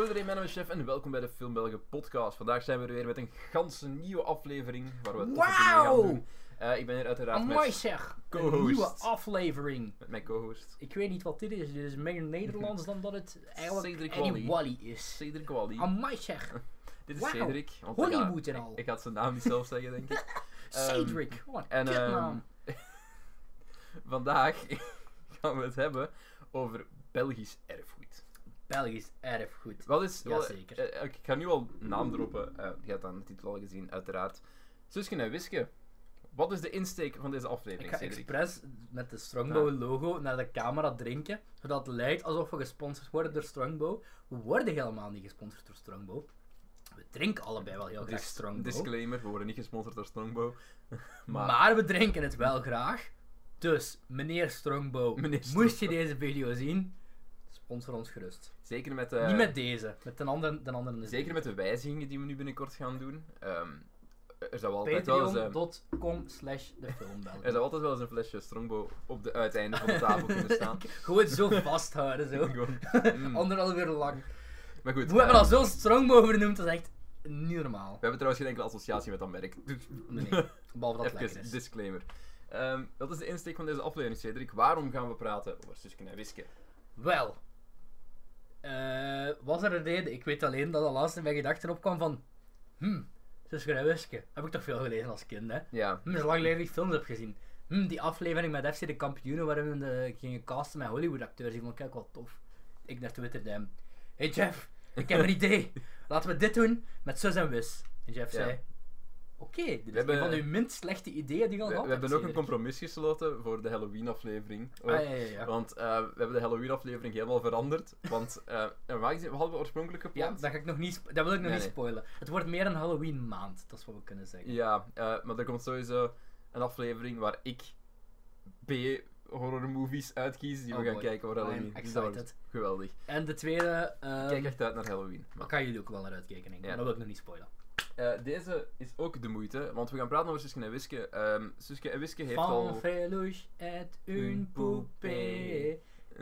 Hallo iedereen, mijn naam is Chef en welkom bij de Film België podcast. Vandaag zijn we er weer met een ganse nieuwe aflevering waar we toffe dingen gaan doen. Ik ben hier uiteraard Amai met zeg, co-host. een nieuwe aflevering. Met mijn co-host Ik weet niet wat dit is. Dit is meer Nederlands dan dat het eigenlijk Cedric Eddie Wally is. Cedric Wally. Amai zeg, Dit is wauw. Cedric. Want Hollywood en al. Ik ga het zijn naam niet zelf zeggen, denk ik. Cedric, wat En een kutnaam. vandaag gaan we het hebben over Belgisch erfgoed. Belgisch erfgoed. Wat is... Jazeker. Ik ga nu al naam droppen. Je hebt dan de titel al gezien, uiteraard. Suske en Wiske. Wat is de insteek van deze Ik aflevering, ga Cedric? expres met de Strongbow logo naar de camera drinken, zodat het lijkt alsof we gesponsord worden door Strongbow. We worden helemaal niet gesponsord door Strongbow. We drinken allebei wel heel graag Strongbow. Disclaimer, we worden niet gesponsord door Strongbow. Maar we drinken het wel graag. Dus, meneer Strongbow, moest je deze video zien, sponsor ons gerust. Zeker met Niet met deze, met de andere. Zeker met de wijzigingen die we nu binnenkort gaan doen. Er zou altijd wel eens... Patreon.com/defilmbelgen. Er zou altijd wel eens een flesje Strongbow op de uiteinde van de tafel kunnen staan. Gewoon zo vasthouden, zo. Gewoon, 1,5 uur lang. Maar goed. We hebben al zo Strongbow vernoemd, dat is echt niet normaal. We hebben trouwens geen enkele associatie met dat merk. Nee, behalve dat het lekker Even is. disclaimer. Wat is de insteek van deze aflevering, Cedric? Waarom gaan we praten over Suske en Wiske? Wel. Was er een reden? Ik weet alleen dat de laatste in mijn gedachten opkwam van... Suske en Wiske. Heb ik toch veel gelezen als kind, hè? Ja. Het is lang geleden dat ik films heb gezien. Die aflevering met FC de kampioenen waarin we gingen casten met Hollywood acteurs, die vond ik ook wel tof. Ik naar Twitter duim. Hey Jeff, ik heb een idee. Laten we dit doen met Sus en Wis. En Jeff zei... Oké, dit is een van uw minst slechte ideeën die je al gehad We hebben hebt, ook een compromis gesloten voor de Halloween-aflevering. Ja. Want we hebben de Halloween-aflevering helemaal veranderd. Want normaal gezien, we hadden oorspronkelijk Ja, gepland. dat wil ik nog niet Nee. spoilen. Het wordt meer een Halloween maand, dat is wat we kunnen zeggen. Ja, maar er komt sowieso een aflevering waar ik B-horror-movies uitkies die we gaan boy. kijken voor Halloween. I'm Dus dat wordt excited. geweldig. En de tweede... Ik kijk echt uit naar Halloween. Daar kan jullie ook wel naar uitkijken, denk ik. Ja. Maar dat wil ik nog niet spoilen. Deze is ook de moeite, want we gaan praten over Suske en Wiske. Suske en Wiske heeft Van al... Felouche et une poupée.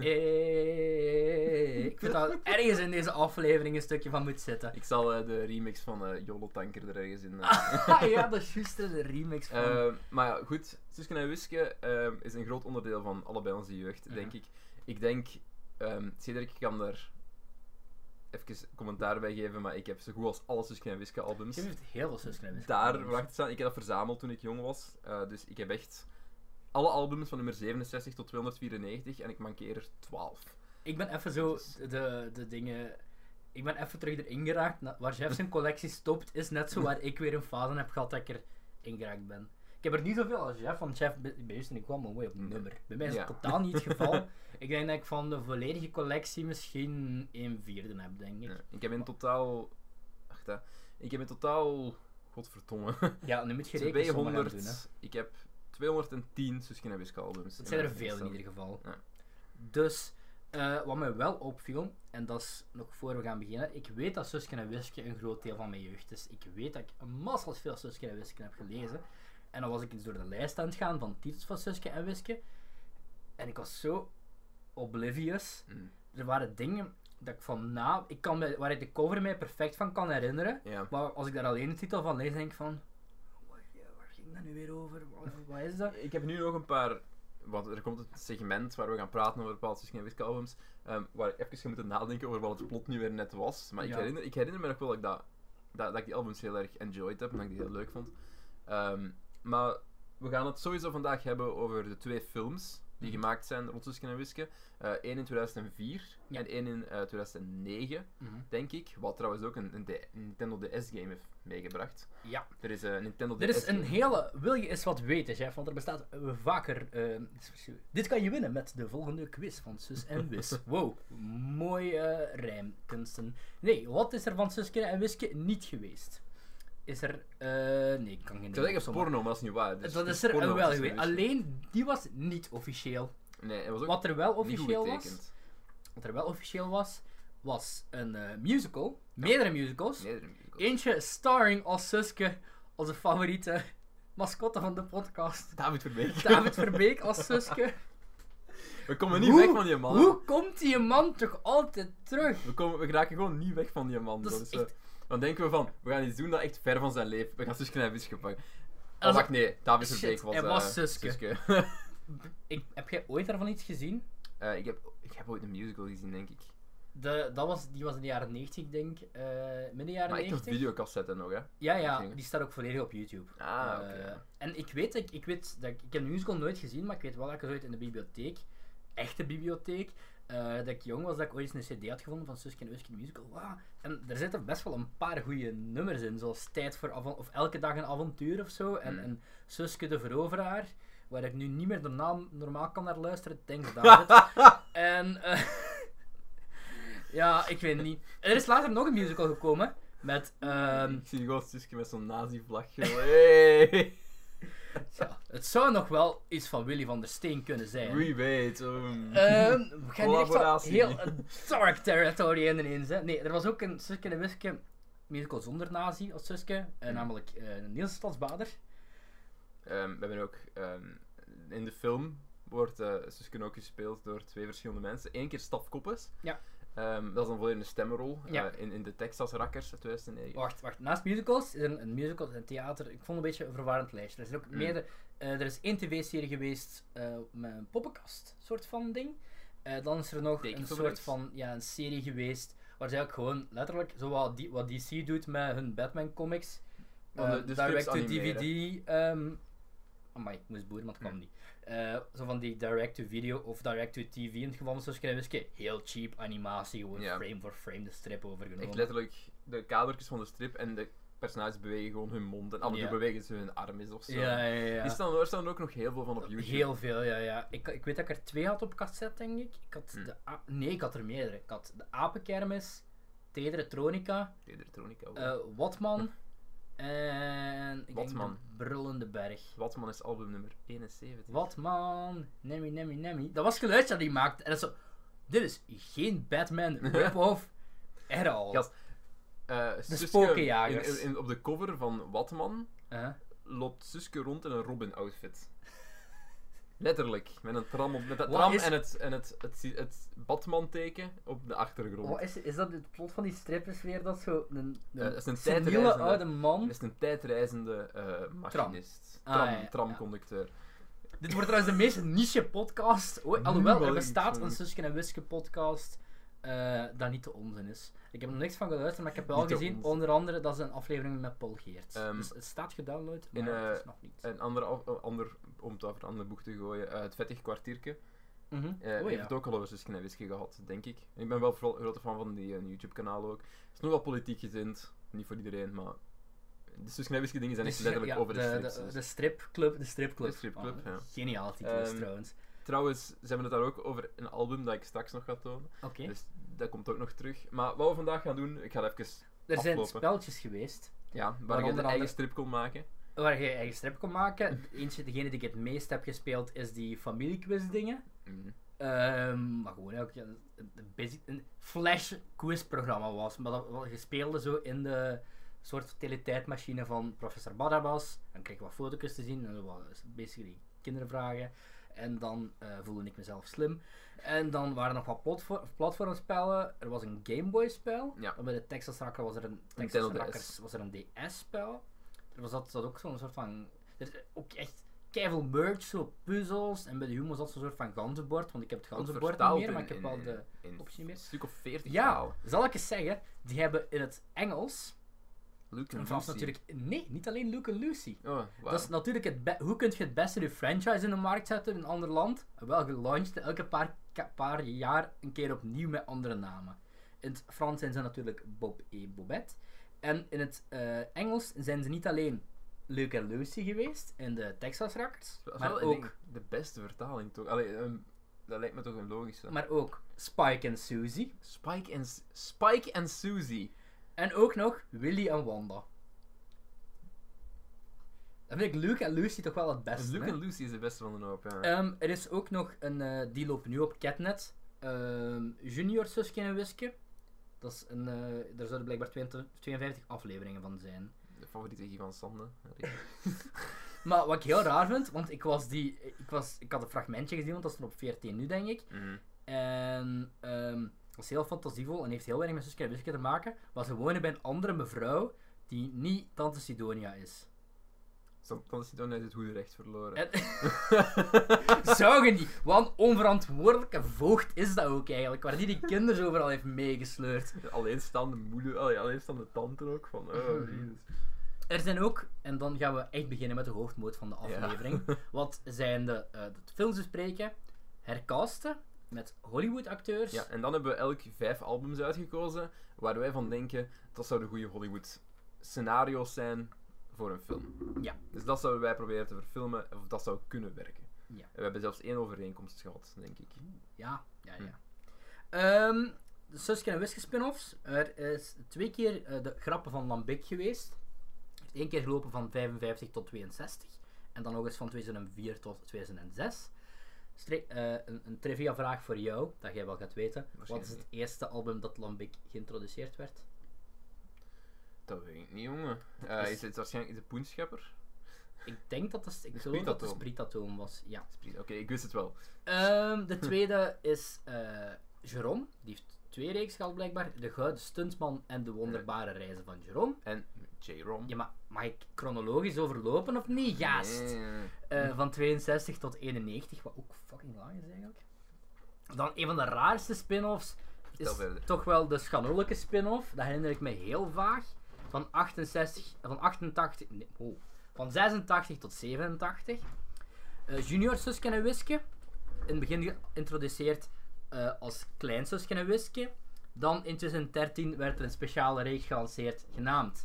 Ik vind dat ergens in deze aflevering een stukje van moet zitten. Ik zal de remix van Jolo Tanker er ergens in... Ja, dat is juist de remix van... Maar ja, goed. Suske en Wiske is een groot onderdeel van allebei onze jeugd, denk ik. Ik denk... Cedric kan daar even commentaar bij geven, maar ik heb zo goed als alle Suske en Wiske albums Je heeft heel veel Suske en Wiske. daar wacht staan. Ik heb dat verzameld toen ik jong was. Dus ik heb echt alle albums van nummer 67 tot 294 en ik mankeer er 12. Ik ben even zo de dingen... Ik ben even terug erin geraakt. Waar Jeff zijn collectie stopt, is net zo waar ik weer een fase heb gehad dat ik erin geraakt ben. Ik heb er niet zoveel als Jeff, want Jeff, bij Justin, ik kwam mooi op nummer. Bij mij is het totaal niet het geval. Ik denk dat ik van de volledige collectie misschien 1/4 heb, denk ik. Ja, ik heb in totaal... Wacht, hè. Ik heb in totaal... Godverdomme. Ja, nu moet je rekenen doen, hè. Ik heb 210 Suske en Wiske albums. Het zijn er veel in ieder geval. Ja. Dus, wat mij wel opviel, en dat is nog voor we gaan beginnen, ik weet dat Suske en Wiske een groot deel van mijn jeugd is. Ik weet dat ik massas veel Suske en Wiske heb gelezen. En dan was ik eens door de lijst aan het gaan van titels van Suske en Wiske. En ik was zo oblivious. Er waren dingen dat ik van waar ik de cover mij perfect van kan herinneren. Ja. Maar als ik daar alleen de titel van lees, denk ik van... Waar ging dat nu weer over? Wat is dat? Ik heb nu nog een paar... Want er komt een segment waar we gaan praten over bepaalde Suske en Wiske albums. Waar ik even ga moeten nadenken over wat het plot nu weer net was. Maar ik herinner me nog wel dat ik die albums heel erg enjoyed heb en dat ik die heel leuk vond. Maar we gaan het sowieso vandaag hebben over de 2 films die gemaakt zijn rond Suske en Wiske. 1 in 2004 en 1 in 2009, denk ik. Wat trouwens ook een Nintendo DS-game heeft meegebracht. Ja. Er is een Nintendo DS-game. Dit is een hele... Wil je eens wat weten, Jeff? Want er bestaat vaker... dit kan je winnen met de volgende quiz van Sus en Wis. Wow. Mooie rijmkunsten. Nee, wat is er van Suske en Wiske niet geweest? Is er... nee, ik kan geen... Ik zou zeggen porno, maar dat is niet waar. Dus dat is porno er van wel Suske en geweest. Wiske. Alleen, die was niet officieel. Nee, het was ook Wat er wel niet goed officieel getekend. was een musical. Meerdere musicals. Meerdere musicals. Eentje starring als Suske, onze favoriete mascotte van de podcast. David Verbeek. David Verbeek als Suske. We komen niet weg van die man. Hoe komt die man toch altijd terug? We geraken gewoon niet weg van die man. Dat is Dat is, echt- dan denken we van, we gaan iets doen dat echt ver van zijn leven. We gaan Suske en Wiske pakken. Dat Oh, is- wacht, nee. David Shit, Verbeek was, hij was Suske. Suske. Heb jij ooit daarvan iets gezien? Ik heb ooit een musical gezien, denk ik. Die was in de jaren 90, denk ik. Midden jaren Maar echt 90. een videocassette nog, hè? Ja, Ging. die staat ook volledig op YouTube. Ah, oké. En ik weet dat ik heb de musical nooit gezien, maar ik weet wel dat ik er ooit in de bibliotheek, echte bibliotheek, dat ik jong was, dat ik ooit een cd had gevonden van Suske en Wiske musical. Wow. En er zitten best wel een paar goede nummers in, zoals Tijd voor of Elke Dag een Avontuur of zo, en Suske de Veroveraar, waar ik nu niet meer normaal kan naar luisteren, thanks David. En ja, ik weet het niet. Er is later nog een musical gekomen met Ik zie gewoon Suske met zo'n nazi-vlag. Hey. ja, het zou nog wel iets van Willy van der Steen kunnen zijn. Wie weet. We gaan hier echt wel Collaboratie. heel dark territory ineens. Hè. Nee, er was ook een Suske en Wiske musical zonder nazi als Suske, namelijk Niels Stadsbader. We hebben ook... in de film wordt Suske ook gespeeld door twee verschillende mensen. Eén keer Staf Koppes. Ja. Dat is dan volledig een stemmenrol Ja. In de Texas Rakkers uit 2009. Wacht. Naast musicals is er een musical en theater. Ik vond een beetje een verwarrend lijstje. Er is ook er is één tv-serie geweest met een poppenkast, soort van ding. Dan is er nog een Tekenfilm soort van een serie geweest waar ze ook gewoon letterlijk zo wat DC doet met hun Batman comics. De strips Direct to animeren. DVD. Amai, ik moest boeren, maar het kwam niet. Zo van die direct to video of direct to TV in het geval van Suske en Wiske. Heel cheap animatie, gewoon Ja. frame for frame de strip overgenomen. Echt letterlijk de kadertjes van de strip en de personages bewegen gewoon hun mond. En af en toe Ja. bewegen ze hun arm is of zo. Ja. Er staan ook nog heel veel van op YouTube. Heel veel, ja. Ik weet dat ik er 2 had op cassette, denk ik. Ik had ik had er meerdere. Ik had de Apenkermis, Tedere Tronica, Elektronica ook. Watman en ik Watman. denk de Brullende Berg. Watman is album nummer 71. Watman, Nemmy. Dat was het geluidje dat hij maakte. En dat is zo, dit is geen Batman rip-off at all. Gast, Suske, spokenjagers. op de cover van Watman Uh-huh. loopt Suske rond in een Robin-outfit. Letterlijk. Met een tram, met dat Wat tram is- en het Batman-teken op de achtergrond. Oh, is dat het plot van die strip is weer dat zo een dat is een seniele tijdreizende- oude man. Dat is een tijdreizende machinist. Ah, ja. Tramconducteur. Dit wordt trouwens de meest niche podcast. Alhoewel, wel er iets, bestaat een Suske en Wiske podcast dat niet de onzin is. Ik heb er nog niks van geluisterd, maar ik heb wel Niet de gezien, onzin. onder andere, dat is een aflevering met Paul Geert. Ehm, Dus het staat gedownload, maar in, het is nog niet. Een ander, om het over een ander boek te gooien, het Vettig Kwartierke. Oh heeft ja. het ook al over Suske en Wiske gehad, denk ik. Ik ben wel vooral een grote fan van die YouTube-kanaal ook. Het is nog wel politiek gezind, niet voor iedereen, maar de Suske en Wiske dingen zijn echt Dus, letterlijk ja, over de strips. Dus. de stripclub. De stripclub, Oh, ja. Geniaal titel is trouwens. Trouwens, ze hebben het daar ook over een album dat ik straks nog ga tonen. Oké. Dus dat komt ook nog terug. Maar wat we vandaag gaan doen, ik ga het even Er zijn aflopen. spelletjes geweest Ja, waar je onder een eigen andere- strip kon maken. waar je je eigen strip kon maken. Degene die ik het meest heb gespeeld is die familiequiz dingen. Maar gewoon ook een flash quizprogramma was. Maar je speelde zo in de soort teletijdmachine van professor Barabas. Dan kreeg je wat foto's te zien en dat was basically kindervragen. En dan voelde ik mezelf slim. En dan waren er nog wat platformspellen. Er was een Game Boy spel. Ja. En bij de Texas Rakker was er een Nintendo Texas DS. Rakkers was er een DS spel. Er zat ook zo'n soort van... Er is ook echt keiveel merch, zo puzzels. En bij de Humo zat zo'n soort van ganzenbord. Want ik heb het Ook ganzenbord niet vertaald meer, maar ik heb in- wel de in optie niet meer. een stuk of 40 Ja, talen. zal ik eens zeggen, die hebben in het Engels, Luke en en Frans Lucy. natuurlijk, nee, niet alleen Luke en Lucy. Oh, wauw. Dat is natuurlijk hoe kun je het beste je franchise in de markt zetten in een ander land? Wel gelaunched elke paar jaar een keer opnieuw met andere namen. In het Frans zijn ze natuurlijk Bob et Bobette. En in het Engels zijn ze niet alleen Luke en Lucy geweest in de Texas Rakkers, Dat is maar wel, ik ook, denk, de beste vertaling toch? Allee, dat lijkt me toch een logische. maar ook Spike en Susie. Spike en Susie. En ook nog Willy en Wanda. Dan vind ik Luke en Lucy toch wel het beste. Luke hè? en Lucy is de beste van de hoop, ja. Er is ook nog een, die loopt nu op Catnet. Junior Suske en Wiske. Dat is er zouden blijkbaar 52 afleveringen van zijn. De favoriete Guy van Sande. Maar wat ik heel raar vind, want ik had een fragmentje gezien, want dat stond op 14 nu, denk ik. En dat is heel fantasievol en heeft heel weinig met Suske en Wiske te maken. Maar ze wonen bij een andere mevrouw die niet Tante Sidonia is. Dan is hij dan uit het hoederecht verloren. Zou je niet? Wat een onverantwoordelijke voogd is dat ook eigenlijk, waar die kinderen overal heeft meegesleurd. Alleenstaande moeder, alleenstaande tante ook. Van, jezus. Er zijn ook, en dan gaan we echt beginnen met de hoofdmoot van de aflevering, wat zijn de films bespreken, hercasten met Hollywood-acteurs. Ja, en dan hebben we elk 5 albums uitgekozen waar wij van denken dat zouden goede Hollywood-scenario's zijn voor een film. Ja. Dus dat zouden wij proberen te verfilmen, of dat zou kunnen werken. Ja. En we hebben zelfs 1 overeenkomst gehad, denk ik. Ja. De Suske en Wiske spin-offs. Er is 2 keer de grappen van Lambic geweest. Heeft 1 keer gelopen van 55 tot 62. En dan nog eens van 2004 tot 2006. Een trivia vraag voor jou, dat jij wel gaat weten. Wat is het eerste album dat Lambic geïntroduceerd werd? Dat weet ik niet, jongen. Is het waarschijnlijk de Poenschepper? Ik denk dat het, ik geloof dat het Spritatoom was. Ja. Oké, ik wist het wel. De tweede is Jérôme. Die heeft 2 reeks gehad blijkbaar. De Gouden Stuntman en De Wonderbare Reizen van Jérôme. En J-Rom. Ja, maar mag ik chronologisch overlopen of niet, gast? Nee. Van 62 tot 91, wat ook fucking lang is eigenlijk. Dan een van de raarste spin-offs is toch wel de Schanollijke spin-off. Dat herinner ik me heel vaag. Van 86 tot 87. Junior Suske en Wiske. In het begin geïntroduceerd als Klein Suske en Wiske. Dan in 2013 werd er een speciale reeks gelanceerd, genaamd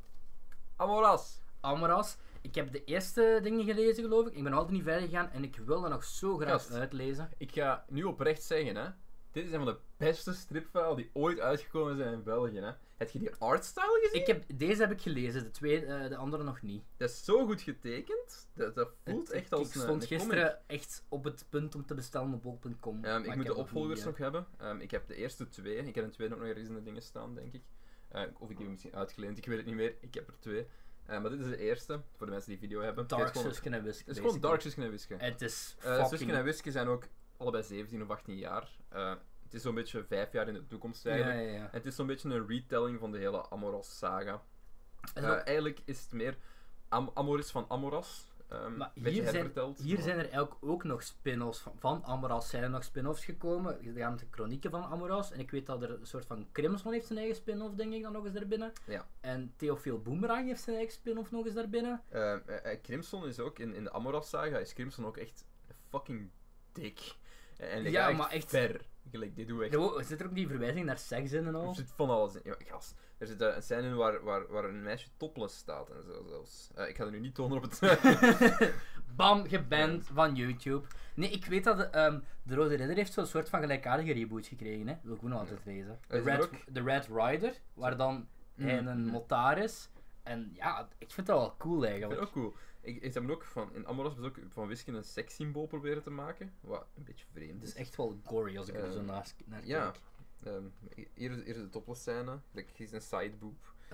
Amoras. Ik heb de eerste dingen gelezen, geloof ik. Ik ben altijd niet verder gegaan en ik wil dat nog zo graag uitlezen. Ik ga nu oprecht zeggen, hè. Dit is een van de beste stripverhalen die ooit uitgekomen zijn in België, hè. Heb je die artstyle gezien? Deze heb ik gelezen, de andere nog niet. Dat is zo goed getekend. Dat voelt echt als een stond gisteren echt op het punt om te bestellen op bol.com. Ik moet de opvolgers nog hebben. Ik heb de eerste 2. Ik heb een tweede ook nog ergens in de dingen staan, denk ik. Of ik heb hem misschien uitgeleend, ik weet het niet meer. Ik heb er 2. Maar dit is de eerste, voor de mensen die video hebben. Dark Suske en Wiske. Het is gewoon Dark Suske en Wiske. Het is fucking... Suske en Wiske zijn ook allebei 17 of 18 jaar. Het is zo'n beetje 5 jaar in de toekomst eigenlijk. Ja. En het is zo'n beetje een retelling van de hele Amoras-saga. Eigenlijk is het meer Amoris van Amoras. Maar hier zijn er eigenlijk ook nog spin-offs van Amoras. Zijn er nog spin-offs gekomen? Er gaan de chronieken van Amoras. En ik weet dat er een soort van Crimson heeft zijn eigen spin-off, denk ik, dan nog eens daarbinnen. Ja. En Theophile Boomerang heeft zijn eigen spin-off nog eens daarbinnen. Crimson is ook, in de Amoras-saga is Crimson ook echt fucking dik. En ja, maar echt ver. Dit doe echt... Zit er ook die verwijzing naar seks in en al? Er zit van alles in. Ja, gast. Er zit een scène in waar een meisje topless staat en zo zelfs. Ik ga het nu niet tonen op het... Bam, geband van YouTube. Nee, ik weet dat de Rode Ridder heeft zo'n soort van gelijkaardige reboot gekregen, hè. Dat wil ik ook nog altijd lezen. De Red Rider, waar dan hij een motaar is. En ja, ik vind dat wel cool eigenlijk. Ik vind het ook cool. Ik heb ook in Amoras ook van Wisken een sekssymbool proberen te maken. Wat een beetje vreemd is. Het is echt wel gory als ik er zo naar kijk. Ja. Hier is de topless scène. Hier is een sideboob.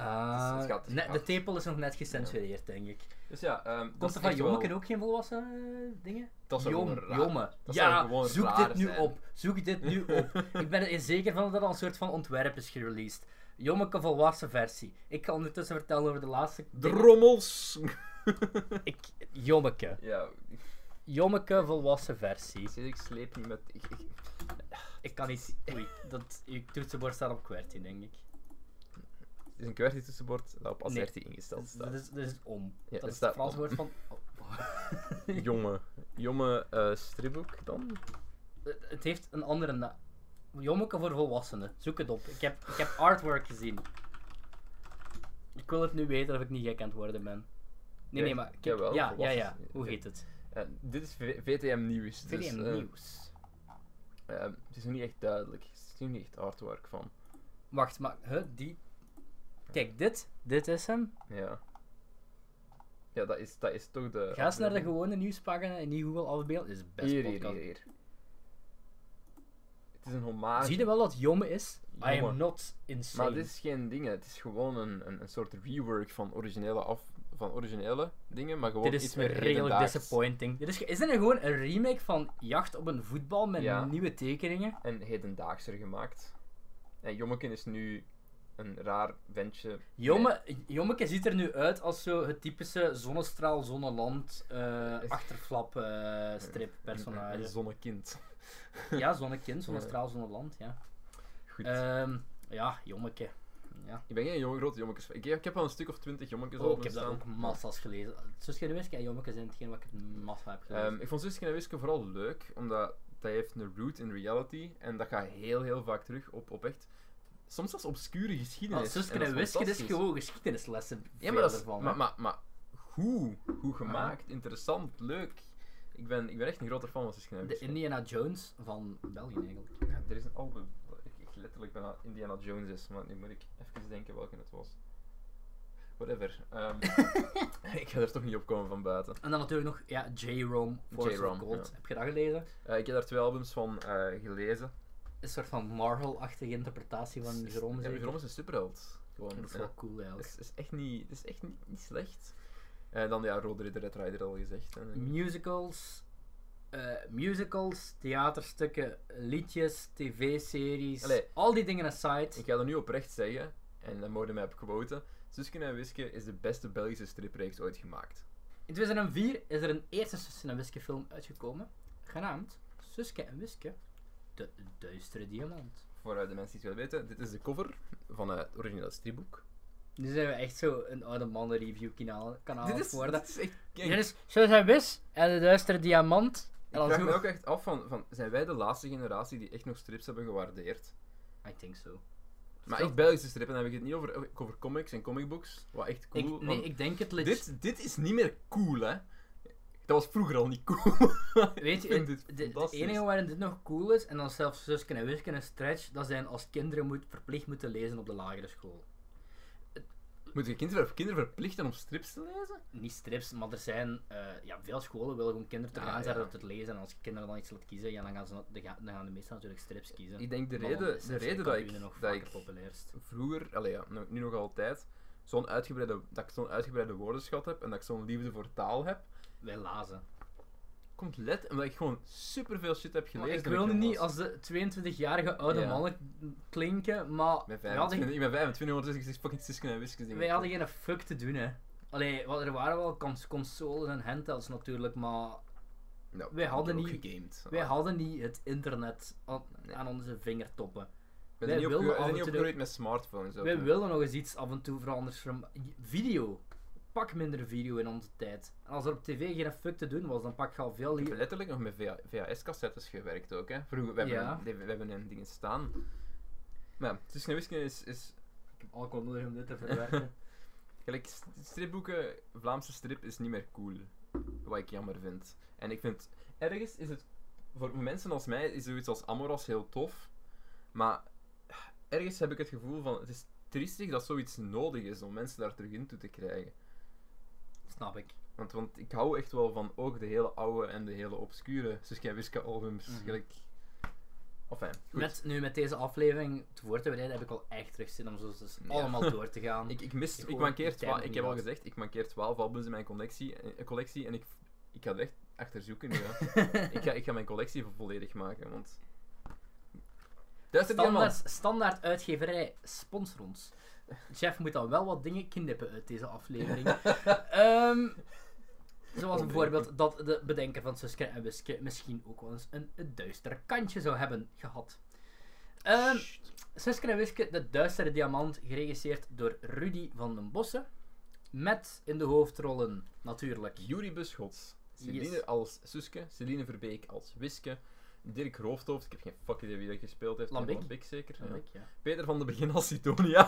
De tepel is nog net gecensureerd, denk ik. Dus ja, komt er van Jommeke ook geen volwassen dingen? Dat is Jomme. Ja, zoek dit nu op. Ik ben er zeker van dat er al een soort van ontwerp is gereleased. Jommeke volwassen versie. Ik kan ondertussen vertellen over de laatste... Drommels! Jommeke. Ja. Jommeke volwassen versie. Ik sleep niet met... Ik kan niet... Oei, uw toetsenbord staat op QWERTY, denk ik. Het is een QWERTY-toetsenbord dat op AZERTY ingesteld staat. Dat is om. Ja, dat is het Frans woord van... Jonge stripboek dan? Het heeft een andere naam. Jommeke voor volwassenen. Zoek het op. Ik heb artwork gezien. Ik wil het nu weten of ik niet gek aan het worden ben. Nee, maar... Jawel, ja. Hoe heet het? Dit is VTM Nieuws. VTM Nieuws. Het is nog niet echt duidelijk. Er is nog niet echt artwork van. Wacht, maar... die... Kijk, dit is hem. Ja. Ja, dat is toch de... Ga eens naar de gewone nieuwspagina en niet Google afbeelden. Dit is best podcast. Hier. Het is een hommage. Zie je wel dat Jomme is? Jomme. I am not insane. Maar dit is geen ding, het is gewoon een soort rework van originele van originele dingen, maar gewoon Dit is iets meer redelijk hedendaags. disappointing. Is dit gewoon een remake van Jacht op een voetbal met Ja. nieuwe tekeningen? En hedendaagser gemaakt. En Jommeke is nu een raar ventje. Jommeke ziet er nu uit als zo het typische zonnestraal, zonneland, achterflap strippersonage. Een zonnekind. Ja, zonnekind, zonnestraal, zonneland, ja. Goed. Ja, Jommeke. Ja. Ik ben geen grote Jommekes. Ik heb al een stuk of 20 Jommekes Oh, al ik heb dat staan. ook massa's gelezen. Suske en Wiske en Jommeke zijn hetgeen wat ik het massa heb gelezen. Ik vond Suske en Wiske vooral leuk, omdat dat heeft een root in reality en dat gaat heel vaak terug op echt... Soms zelfs obscure geschiedenis. Suske dat is en Wiske is fantastisch. gewoon geschiedenislessen. Ja, maar, dat is, ervan, hè. maar goed gemaakt, interessant, leuk. Ik ben echt een grote fan van Suske en De Wiske. Indiana Jones van België eigenlijk. Ja, er is een album dat ik letterlijk bijna Indiana Jones is, maar nu moet ik even denken welke het was. Whatever. Ik ga er toch niet op komen van buiten. En dan natuurlijk nog, ja, J-Rome, Force of J-Rome, Gold. ja. Heb je dat gelezen? Ik heb daar 2 albums van gelezen. Een soort van Marvel-achtige interpretatie van Jerome, Ja, zeker? Jerome is een superheld. Gewoon, Dat is ja. wel cool, Dat eigenlijk. is echt niet slecht. Dan ja, Rode Ridder, Red Rider al gezegd. Hè. Musicals, theaterstukken, liedjes, tv-series, Allee. al die dingen aside. Ik ga dat nu oprecht zeggen, en dat mogen mij op quoten. Suske en Wiske is de beste Belgische stripreeks ooit gemaakt. In 2004 is er een eerste Suske en Wiske film uitgekomen, genaamd Suske en Wiske, de duistere diamant. Voor de mensen die het willen weten, dit is de cover van het originele stripboek. Nu zijn we echt zo een oude mannen review kanaal geworden. Dit is echt... Dit is Suske en Wiske en de duistere diamant. Ik vraag me ook echt af van, zijn wij de laatste generatie die echt nog strips hebben gewaardeerd? I think so. Maar echt Belgische strips, dan heb ik het niet over comics en comicbooks, wat echt cool. Ik denk het legit. Dit is niet meer cool, hè. Dat was vroeger al niet cool. Weet je, Ik vind dit de fantastisch. enige waarin dit nog cool is, en dan zelfs Suske en Wiske een stretch, dat zijn als kinderen verplicht moeten lezen op de lagere school. Moet je kinderen verplichten om strips te lezen? Niet strips, maar er zijn, veel scholen willen gewoon kinderen terug Ah, aanzetten ja. tot het lezen. En als kinderen dan iets laten kiezen, ja, dan gaan de meesten natuurlijk strips kiezen. Ik denk de Maar dan reden, is de het reden dat kampioenen ik, nog dat vaker ik populairst. vroeger, nu nog altijd, zo'n uitgebreide woordenschat heb en dat ik zo'n liefde voor taal heb, Wij lazen. komt omdat ik gewoon superveel shit heb Maar gelezen. ik toen wil nu jong niet was. als de 22-jarige oude Ja. mannen klinken, maar Ik ben wij hadden 25, ik ben 25, ondertussen is fucking Suske en Wiske. Wij hadden geen fuck te doen, hè. Allee, er waren wel consoles en handhelds natuurlijk, maar Nou, wij hadden ook niet- gegamed. wij hadden niet het internet Nee. aan onze vingertoppen. We wij zijn wilden af en niet toe opgegroeid met smartphones. ook, Wij hè. willen nog eens iets af en toe veranderen van video. Pak minder video in onze tijd. En als er op tv geen fuck te doen was, dan pak je al veel Ik heb liever. letterlijk nog met VHS-cassettes gewerkt ook, hè. Vroeger, we hebben een ding staan. Maar ja, Suske en Wiske is Ik heb alcohol nodig om dit te verwerken. gelijk stripboeken, Vlaamse strip is niet meer cool. Wat ik jammer vind. En ik vind, ergens is het, voor mensen als mij, is zoiets als Amoras heel tof. Maar ergens heb ik het gevoel van, het is triestig dat zoiets nodig is om mensen daar terug in toe te krijgen. Snap ik. Want ik hou echt wel van ook de hele oude en de hele obscure Suske en Wiske albums. Mhm. Gelijk... Enfin, goed. Met deze aflevering voor te bereiden heb ik al echt terug zin om zo dus Ja. allemaal door te gaan. Ik Gewoon mankeer de tijd nog ik niet heb al gehad. gezegd, ik mankeer 12 albums in mijn collectie en ik ga er echt achter zoeken nu. Hè. ik ga mijn collectie volledig maken, want... Daar zit helemaal... Standaard uitgeverij, sponsor ons. Jeff moet dan wel wat dingen knippen uit deze aflevering. Zoals bijvoorbeeld dat de bedenker van Suske en Wiske misschien ook wel eens een duister kantje zou hebben gehad. Suske en Wiske, de duistere diamant, geregisseerd door Rudy van den Bossen. Met in de hoofdrollen natuurlijk Yuri Buschots. Celine Yes. als Suske, Celine Verbeek als Wiske, Dirk Roofdhoofd, ik heb geen fuck idee wie dat gespeeld heeft. Lambik. Lambik zeker. Ja. Ja. Peter van de Begin als Sidonia.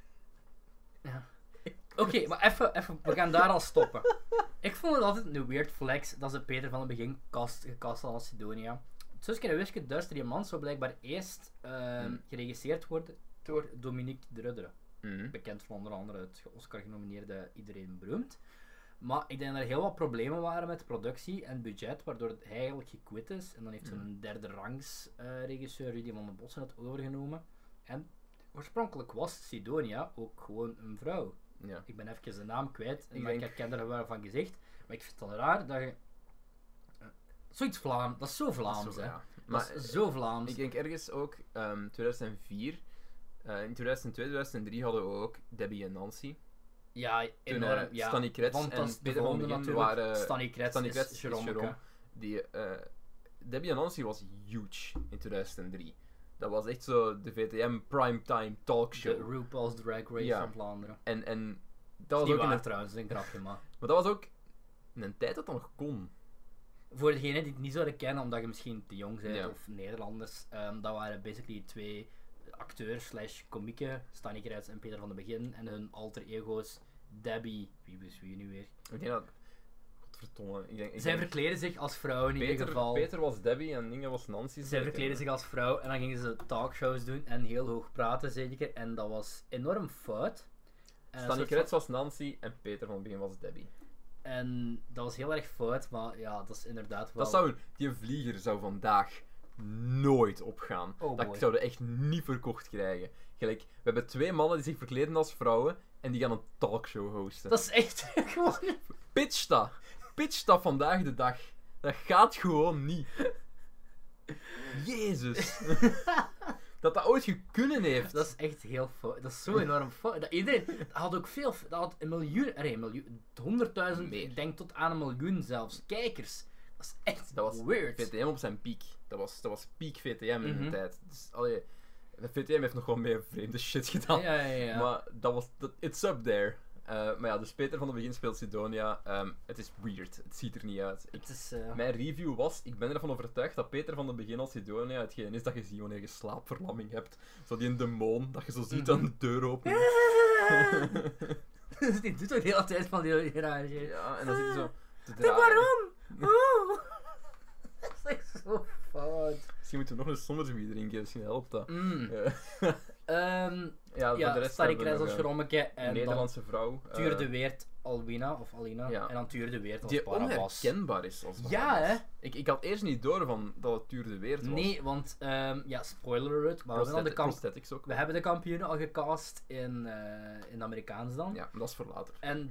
Oké, maar even, we gaan daar al stoppen. Ik vond het altijd een weird flex dat ze Peter van het begin gecast hadden als Sidonia. Suske en Wiske, Duister Diamant, zou blijkbaar eerst geregisseerd worden door Dominique de Rudderen. Mhm. Bekend van onder andere het Oscar genomineerde Iedereen Beroemd. Maar ik denk dat er heel wat problemen waren met productie en budget, waardoor het eigenlijk gequit is. En dan heeft zo'n derde rangs regisseur Rudy van den Bossen het overgenomen. En oorspronkelijk was Sidonia ook gewoon een vrouw. Ja. Ik ben even de naam kwijt, Ik maar ik denk- herken er wel van gezegd. Maar ik vind het al raar dat je... Zoiets Vlaams, dat is zo Vlaams, Zo, hè. ja. Dat is zo Vlaams. Ik denk ergens ook 2004, in 2002, 2003 hadden we ook Debbie en Nancy. Ja, Toen enorm. Ja. Stanny Kretz Want dat en is de Peter van volgende Begin natuurlijk. waren... Stanny Kretz Stanny Kretz is is Jerome. Jerome. Die, Debbie en Nancy was huge in 2003. Dat was echt zo de VTM primetime De talkshow. RuPaul's Drag Race Ja. van Vlaanderen. En dat Dat was is ook niet waar een... trouwens, dat is een grapje, maar... Maar dat was ook een tijd dat dat nog kon. Voor degenen die het niet zouden kennen, omdat je misschien te jong bent Ja. of Nederlanders, dat waren basically twee acteurs slash komieken, Stanny Kretz en Peter van de Begin, en hun alter ego's, Debbie, wie is wie nu weer? Ik denk dat... Godverdomme. Ik Zij denk verkleden zich als vrouw in ieder geval. Peter was Debbie en Inge was Nancy. Zij verkleden zich als vrouw en dan gingen ze talkshows doen en heel hoog praten zeker. En dat was enorm fout. En een Stanny soort Kretz was Nancy en Peter van Begin was Debbie. En dat was heel erg fout, maar ja, dat is inderdaad wel... Die vlieger zou vandaag nooit opgaan. Oh Dat boy. zouden echt niet verkocht krijgen. Gelijk, we hebben 2 mannen die zich verkleden als vrouwen en die gaan een talkshow hosten. Dat is echt gewoon... Pitch dat! Pitch dat vandaag de dag. Dat gaat gewoon niet. Jezus. dat ooit gekunnen heeft. Dat is echt heel fout. Dat is zo enorm fout. Dat iedereen... Dat had ook veel... Dat had een miljoen... Nee, miljoen... 100.000... Meer. Ik denk tot aan 1 miljoen zelfs. Kijkers. Dat is echt Dat was weird. VTM op zijn piek. Dat was piek VTM in de Mhm. tijd. Dus, allee, de VTM heeft nog wel meer vreemde shit gedaan. Ja. Maar dat was... It's up there. Maar ja, dus Peter van de Begin speelt Sidonia. Het is weird. Het ziet er niet uit. Het is... Mijn review was, ik ben ervan overtuigd dat Peter van de Begin als Sidonia hetgeen is dat je ziet wanneer je slaapverlamming hebt. Zo die een demon, dat je zo ziet aan de deur openen. Dus die doet ook de hele tijd van die garage. Ja, en dan zit hij zo te De draaien. baron! Oh! Dat is echt zo fout. Misschien moeten we nog een sommersbier drinken, misschien helpt dat. Mm. Ja, voor de Ja, rest Stanny hebben we Kretz nog als een Jerommeke en dan Nederlandse vrouw. Tuur de Weert Alwina, of Alina, Ja. en dan Tuur de Weert als die Barabas. onherkenbaar is als Ja, Barabas. hè? Ik had eerst niet door van dat het Tuur de Weert was. Nee, want, ja, spoiler alert, maar we hebben, dan Prosthetics ook. we hebben de kampioenen al gecast in Amerikaans dan. Ja, maar dat is voor later. En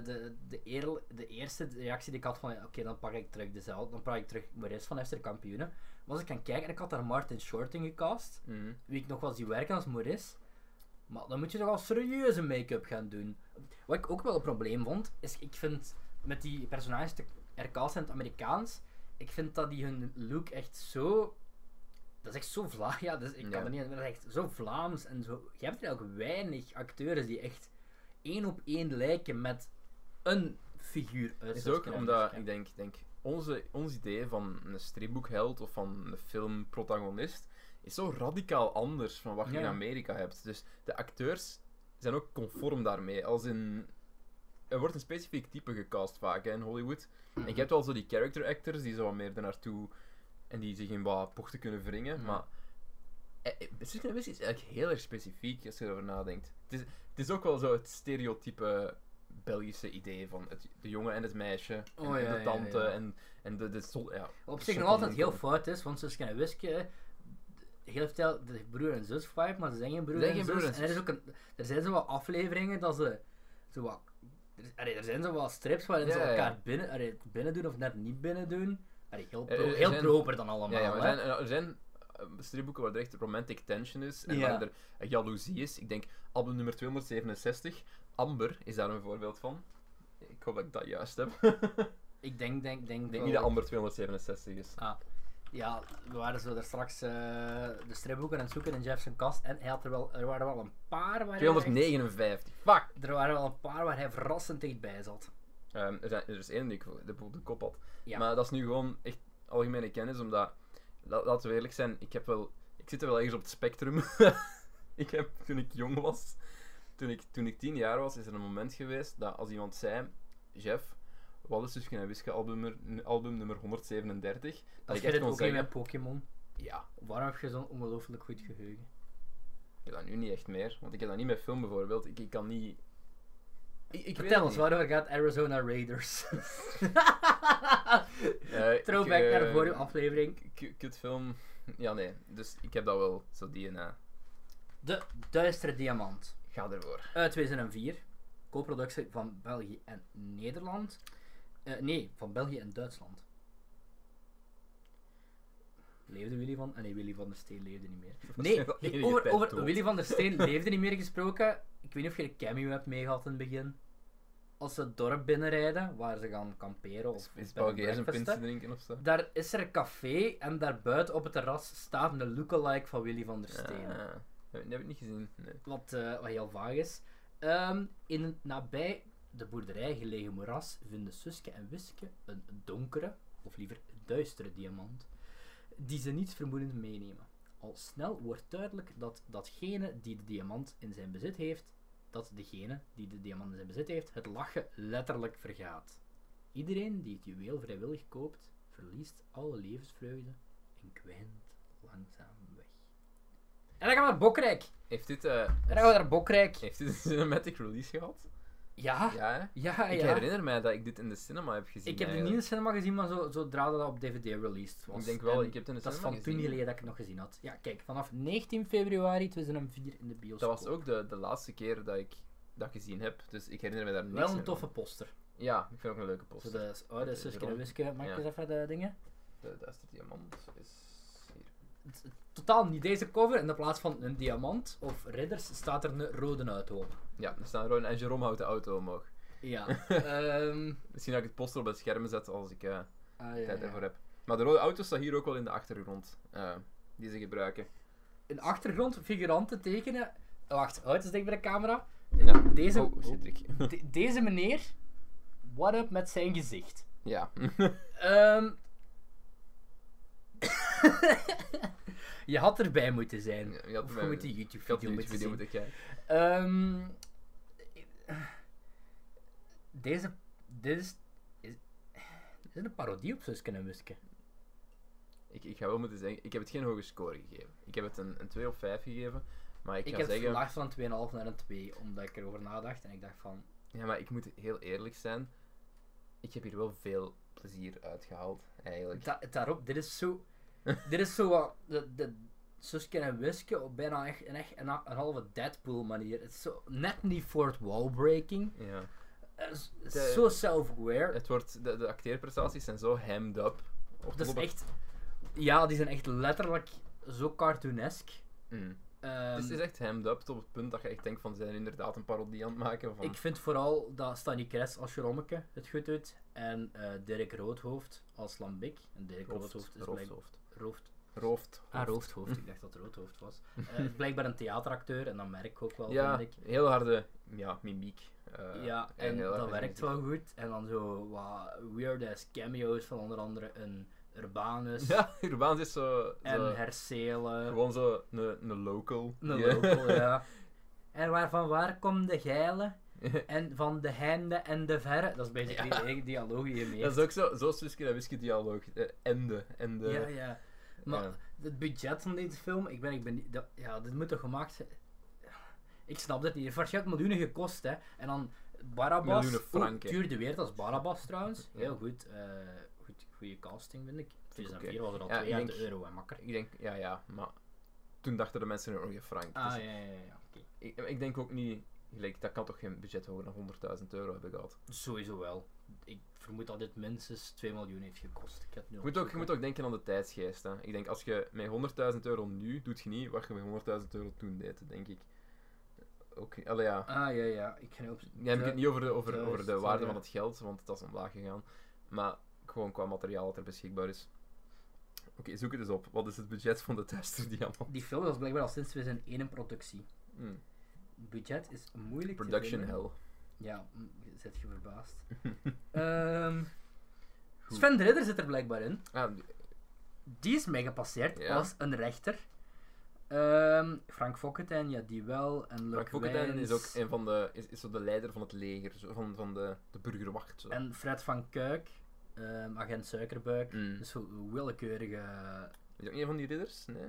de eerste reactie die ik had van, ja, oké, dan pak ik terug dezelfde, dan pak ik terug Maurice van FC de kampioenen. Was ik gaan kijken en ik had daar Martin Short in gecast, Mhm. wie ik nog wel zie werken als Maurice. Maar dan moet je toch al serieuze make-up gaan doen. Wat ik ook wel een probleem vond, is ik vind met die personages te hercasten in het Amerikaans, ik vind dat die hun look echt zo... Dat is echt zo Vlaams. Ja, dus ik kan Ja. er niet... Dat is echt zo Vlaams en zo... Je hebt er ook weinig acteurs die echt 1 op 1 lijken met een figuur uit Het is Suske ook en omdat, Wiske. ik denk ons idee van een stripboekheld of van een filmprotagonist is zo radicaal anders van wat je Ja. in Amerika hebt. Dus de acteurs zijn ook conform daarmee. Als in... Er wordt een specifiek type gecast vaak hè, in Hollywood. En je hebt wel zo die character actors die zo wat meer ernaartoe en die zich in wat pochten kunnen wringen. Ja. Maar Suske en Wiske is eigenlijk heel erg specifiek als je erover nadenkt. Het is ook wel zo het stereotype Belgische idee van de jongen en het meisje. En, Oh, en ja, de tante ja, ja. en de ja, Op de zich nog sokken altijd die heel komen. fout is, want Suske en Wiske, heel veel de broer en zus vibe, maar ze zijn geen broer Zijn en geen zus. broer en En er, is zus. ook er zijn zo wat afleveringen dat ze zo wat... Er zijn zo wat strips waarin ze Ja, ja. elkaar binnen doen of net niet binnen doen. Heel, Er heel zijn- proper dan allemaal. Ja, maar hè. er zijn stripboeken waar er echt romantic tension is en Ja. waar er jaloezie is. Ik denk album nummer 267, Amber is daar een voorbeeld van. Ik hoop dat ik dat juist heb. Ik denk Ik denk wel- niet dat Amber 267 is. Ah, ja, we waren zo daar straks de stripboeken aan het zoeken in Jeff's kast en hij had er waren wel een paar waar hij 259. Fuck! er waren wel een paar waar hij verrassend dichtbij zat. Er is één die ik de kop had. Ja. Maar dat is nu gewoon echt algemene kennis, omdat, laten we eerlijk zijn, ik zit er wel ergens op het spectrum. Toen ik jong was, toen ik 10 jaar was, is er een moment geweest dat als iemand zei, Jeff, wat is Suske en Wiske album nummer 137, dat Als ik je echt dit kon ook in zeggen, met Pokémon, ja, waarom heb je zo'n ongelooflijk goed geheugen? ik heb dat nu niet echt meer, want ik heb dat niet met film bijvoorbeeld, ik kan niet... Ik weet Vertel het ons, niet. waarover gaat Arizona Raiders? Throwback naar de vorige aflevering. Kutfilm, ja nee, dus ik heb dat wel, zo die De Duistere Diamant. ga ervoor. Uit 2004. co-productie van België en Nederland. Nee, van België en Duitsland. Leefde Willy van... nee, Willy van der Steen leefde niet meer. Nee, over Willy van der Steen leefde niet meer gesproken. Ik weet niet of je een cameo hebt meegehad in het begin. Als ze het dorp binnenrijden, waar ze gaan kamperen of Is België een pint drinken of zo? Daar is er een café en daar buiten op het terras staat een lookalike van Willy van der Steen. Dat heb ik niet gezien. Nee. Wat heel vaag is. Nabij de boerderij gelegen moeras vinden Suske en Wiske een donkere, of liever duistere diamant, die ze niet vermoedend meenemen. Al snel wordt duidelijk dat degene die de diamant in zijn bezit heeft, het lachen letterlijk vergaat. Iedereen die het juweel vrijwillig koopt, verliest alle levensvreugde en kwijnt langzaam weg. En dan gaan we naar Bokrijk. Heeft dit een cinematic release gehad? Ja. Ja. Ik herinner mij dat ik dit in de cinema heb gezien. Ik heb het niet in de cinema gezien, maar zodra dat op DVD released was. Ik denk wel, ik heb het in de cinema gezien. Dat is van toen geleden dat ik het nog gezien had. Ja, kijk, vanaf 19 februari 2004 in de bioscoop. Dat was ook de laatste keer dat ik dat gezien heb, dus ik herinner me daar niks. Wel een toffe poster. Ja, ik vind ook een leuke poster. Zo de oude Suske en Wiske, maak eens even de dingen. De duistere diamant is hier. Totaal niet deze cover. In de plaats van een diamant of ridders staat er een rode auto op. Ja, er staat een en Jerome houdt de auto omhoog. Ja. Misschien dat ik het poster op het scherm zet als ik tijd ervoor heb. Maar de rode auto staat hier ook wel in de achtergrond. Die ze gebruiken. In de achtergrond figuranten tekenen. Wacht, houd eens dicht bij de camera. Ja. Deze meneer, what up met zijn gezicht. Ja. Je had erbij moeten zijn. Ja, of je moet die YouTube-video moeten kijken. Dit is een parodie op Suske en Wiske. Ik ga wel moeten zeggen, ik heb het geen hoge score gegeven. Ik heb het een 2 of 5 gegeven. Maar ik heb zeggen... laag van een 2,5 naar een 2, omdat ik erover nadacht en ik dacht van... Ja, maar ik moet heel eerlijk zijn. Ik heb hier wel veel plezier uitgehaald, eigenlijk. Daarop, dit is zo wat... De Suske en Wiske op bijna echt een halve Deadpool manier. Het is zo net niet fourth wall breaking. Ja. Zo self-aware. Het wordt, de acteerprestaties zijn zo hammed up. Dat is echt... Ja, die zijn echt letterlijk zo cartoonesk. Het is echt hammed up tot het punt dat je echt denkt van ze zijn inderdaad een parodie aan het maken. Van... Ik vind vooral dat Stanley Kres als Jerommeke het goed doet. En Dirk Roodhoofd als Lambik. En Dirk Roodhoofd is Roofdhoofd. Ik dacht dat het Roodhoofd was. Is blijkbaar een theateracteur en dat merk ik ook wel, ja, vind ik. Heel harde mimiek. En dat werkt wel goed. En dan zo wat weird-ass cameo's van onder andere een Urbanus. Ja, Urbanus is zo... En Hercele. Gewoon zo een local. Local, ja. En waar komt de geile? En van de heinde en de verre. Dat is een beetje die eigen dialoog die je mee. Dat is ook zo Suske en Wiske dialoog. En de... Ja. Maar het budget van deze film, ik ben niet... dit moet toch gemaakt zijn... Ik snap het niet. Het heeft waarschijnlijk miljoenen gekost, hè. En dan Barabbas... Miljoenen franken. Tuurde weer als Barabbas, trouwens. Heel goed. Goede casting, vind ik. 2004 was er al €2 en makker. Ik denk, maar... Toen dachten de mensen nog geen frank. Ja. Okay. Ik denk ook niet... Gelijk, dat kan toch geen budget hoger dan €100.000 hebben gehad? Sowieso wel. Ik vermoed dat dit minstens 2 miljoen heeft gekost. Je moet ook denken aan de tijdsgeest. Hè. Ik denk, als je met €100.000 nu, doet je niet wat je met €100.000 toen deed, denk ik. Ja. Ik ga heb ik het niet over de waarde van het geld, want dat is omlaag gegaan. Maar gewoon qua materiaal dat er beschikbaar is. Oké, zoek het eens op. Wat is het budget van de duistere diamant? Die film was blijkbaar al sinds 2001 in productie. Het budget is moeilijk Production te vinden. hell. Ja, zit je verbaasd. Sven de Ridder zit er blijkbaar in. Die is mij gepasseerd als een rechter. Frank Fokkentijn, ja, die wel. En Frank Fokkentijn is ook een van de... Is zo de leider van het leger. Van de burgerwacht. Zo. En Fred van Kuik, agent Suikerbuik. Dus zo willekeurige... Is ook een van die ridders? Nee?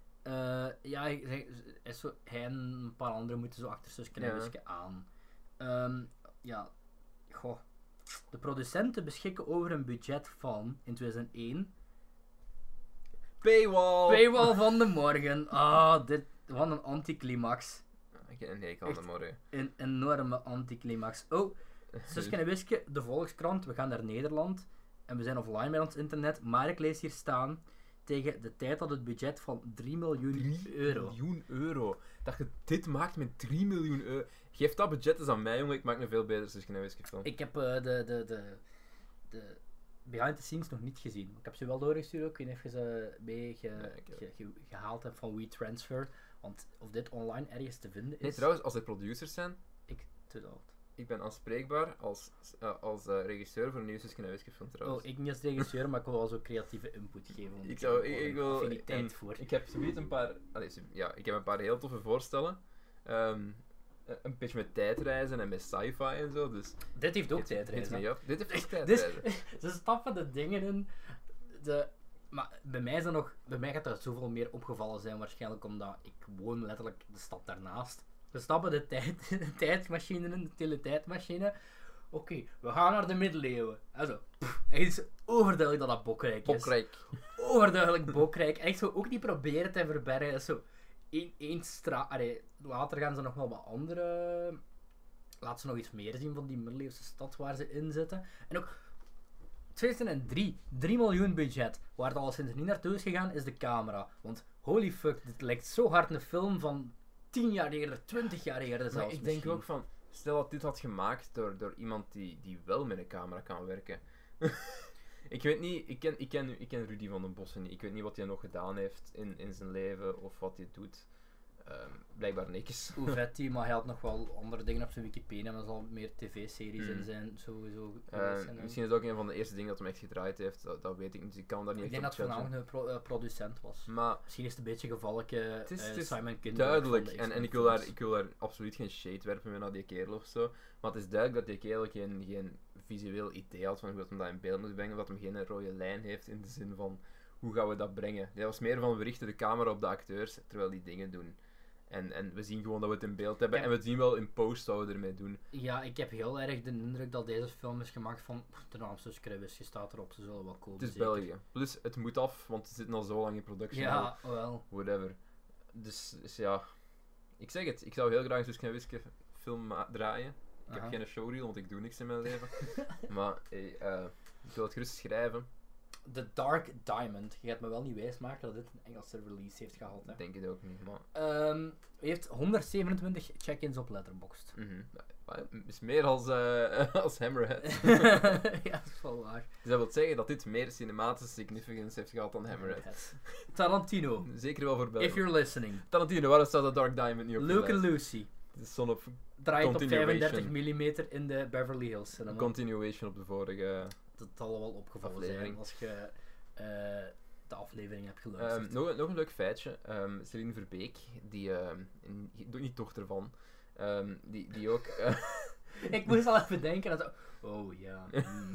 Hij en een paar anderen moeten zo achter Suske en Wiske aan. De producenten beschikken over een budget van, in 2001... Paywall van de morgen. Dit, wat een anticlimax. Ik heb een hekel aan de morgen. Een enorme anticlimax. Oh, Suske en Wiske, de Volkskrant, we gaan naar Nederland. En we zijn offline met ons internet. Maar ik lees hier staan, tegen de tijd had het budget van 3 miljoen euro. 3 miljoen euro. Dat je dit maakt met 3 miljoen euro. Geef dat budget eens aan mij, jongen. Ik maak een veel beter Suske en Wiske film. Ik heb de behind the scenes nog niet gezien. Ik heb ze wel doorgestuurd ook. Ik weet niet of je ze mee gehaald hebt van WeTransfer. Want of dit online ergens te vinden is... Nee, trouwens, als er producers zijn, Te oud. ik ben aanspreekbaar als regisseur voor een nieuwe Suske en Wiske film trouwens. Oh, ik niet als regisseur, maar ik wil wel zo creatieve input geven. Want Ik wil... affiniteit voor. Ik heb zoiets een paar... ik heb een paar heel toffe voorstellen. Een beetje met tijdreizen en met sci-fi en zo, dus... Dit heeft ook tijdreizen. Dit heeft ook Dus, tijdreizen. ze stappen de dingen in. Maar bij mij gaat er zoveel meer opgevallen zijn, waarschijnlijk omdat ik woon letterlijk de stad daarnaast. We stappen de tijdmachine in, de teletijdmachine. Oké, we gaan naar de middeleeuwen. En zo. En het is overduidelijk dat dat Bokrijk is. Bokrijk. Overduidelijk Bokrijk. En echt zo ook niet proberen te verbergen. Zo. Later gaan ze nog wel wat andere... Laat ze nog iets meer zien van die middeleeuwse stad waar ze in zitten. En ook 2003, 3 miljoen budget. Waar het al sinds niet naartoe is gegaan, is de camera. Want holy fuck, dit lijkt zo hard een film van 10 jaar eerder, 20 jaar eerder zelfs. Maar ik denk misschien. ook van, stel dat dit had gemaakt door iemand die wel met een camera kan werken. Ik weet niet, ik ken Rudy van den Bossen niet. Ik weet niet wat hij nog gedaan heeft in zijn leven of wat hij doet. Blijkbaar niks. Hoe vet die, maar hij had nog wel andere dingen op zijn Wikipedia, maar er zal meer tv-series in zijn, sowieso. Misschien is het ook een van de eerste dingen dat hij echt gedraaid heeft, dat weet ik niet, dus ik kan daar niet Ik echt denk op dat het judgen. voornamelijk een producent was. Maar Misschien is het een beetje gevalletje het is Simon Kinberg. duidelijk, van de en X-Men ik films. wil daar absoluut geen shade werpen meer naar die kerel of zo, maar het is duidelijk dat die kerel geen visueel idee had van hoe dat hem dat in beeld moet brengen, dat hem geen rode lijn heeft in de zin van hoe gaan we dat brengen. Hij was meer van we richten de camera op de acteurs terwijl die dingen doen. En we zien gewoon dat we het in beeld hebben. Ja. En we zien wel in post wat we ermee doen. Ja, ik heb heel erg de indruk dat deze film is gemaakt van... De naam Suske en Wiske staat erop, ze zullen wel komen. Het is zeker. België. Plus, het moet af, want ze zitten al zo lang in production. Ja, wel. Whatever. Dus ja... Ik zeg het, ik zou heel graag een Suske en Wiske film draaien. Ik heb geen showreel, want ik doe niks in mijn leven. Maar ik wil het gerust schrijven. The Dark Diamond. Je gaat me wel niet wijsmaken dat dit een Engelse release heeft gehad. Hè. Ik denk het ook niet, maar... Hij heeft 127 check-ins op Letterboxd. Maar het is meer als Hammerhead. Ja, dat is wel waar. Dus dat wil zeggen dat dit meer cinematische significance heeft gehad dan Hammerhead. Tarantino, Zeker wel voor België. if you're listening. Tarantino, waarom staat dat Dark Diamond niet op Luke je and lijst? Lucy. Het is zo'n Draait op Continuation. 35 mm in de Beverly Hills cinema. continuation op de vorige... Dat zal wel opgevallen aflevering. zijn als je de aflevering hebt geluisterd. Nog een leuk feitje. Celine Verbeek, niet dochter van, die ook... Ik moest al even denken aan zo... Oh ja.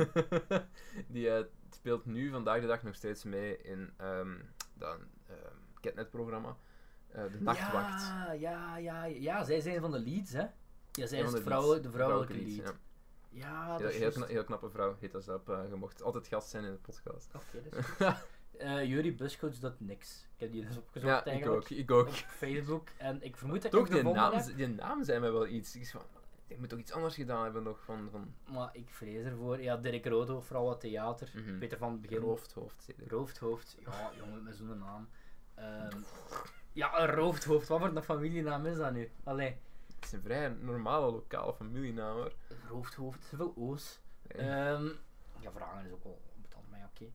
die speelt nu vandaag de dag nog steeds mee in dat Catnet-programma. De Nachtwacht. Ja, zij zijn van de leads, hè? Ja, zij is Een de van de leads. vrouwelijke leads, lead. ja. Ja, dat is Heel knappe vrouw, heet dat op. Je mocht altijd gast zijn in de podcast. Oké, dat is goed. Jury Buskoots doet niks. Ik heb die dus opgezocht Ja, eigenlijk. ik ook. Op Facebook. En ik vermoed dat Toch, ik hem gevonden heb. die naam zei mij wel iets. Ik van, ik moet toch iets anders gedaan hebben nog van Maar ik vrees ervoor. Ja, Dirk Roodhoofd, vooral wat theater. Peter van het begin. Roofdhoofd. Roofdhoofd. Ja, jongen, met zo'n naam. Ja, een Roofdhoofd. Wat voor een familienaam is dat nu? Allee. Het is een vrij normale lokale familienaam hoor. Roofdhoofd, zoveel O's. Nee. Ja, vragen is ook wel betand, maar ja, oké.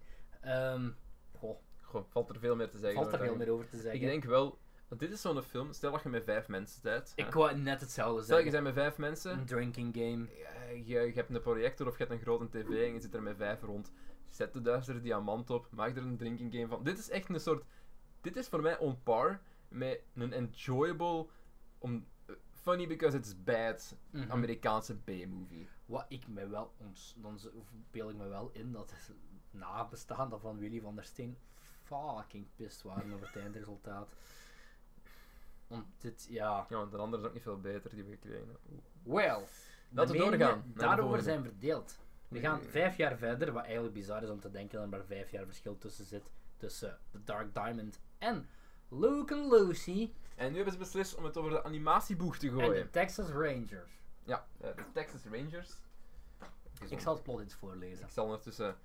Goh, valt er veel meer te zeggen. Valt er over veel dan. meer over te zeggen. Ik denk wel, want dit is zo'n film, stel dat je met 5 mensen bent. Ik wou net hetzelfde Stel je zeggen. bent met 5 mensen, Een drinking game. je hebt een projector of je hebt een grote tv en je zit er met 5 rond. Zet de duistere diamant op, maak er een drinking game van. Dit is echt een soort, dit is voor mij on par met een enjoyable, funny because it's bad, Amerikaanse B-movie. Wat ik me wel, dan beel ik me wel in dat het nabestaanden van Willy van der Steen fucking pissed waren over het eindresultaat. Want dit, ja... Ja, want de andere is ook niet veel beter die we gekregen hebben. Well, Laten we de meningen doorgaan naar de daarover volgende. zijn verdeeld. We gaan 5 jaar verder, wat eigenlijk bizar is om te denken dat er maar 5 jaar verschil tussen zit. Tussen The Dark Diamond en Luke and Lucy. En nu hebben ze beslist om het over de animatieboeg te En gooien. de Texas Rangers. Ja, de Texas Rangers. Ik zal het plot eens voorlezen. Ik zal ondertussen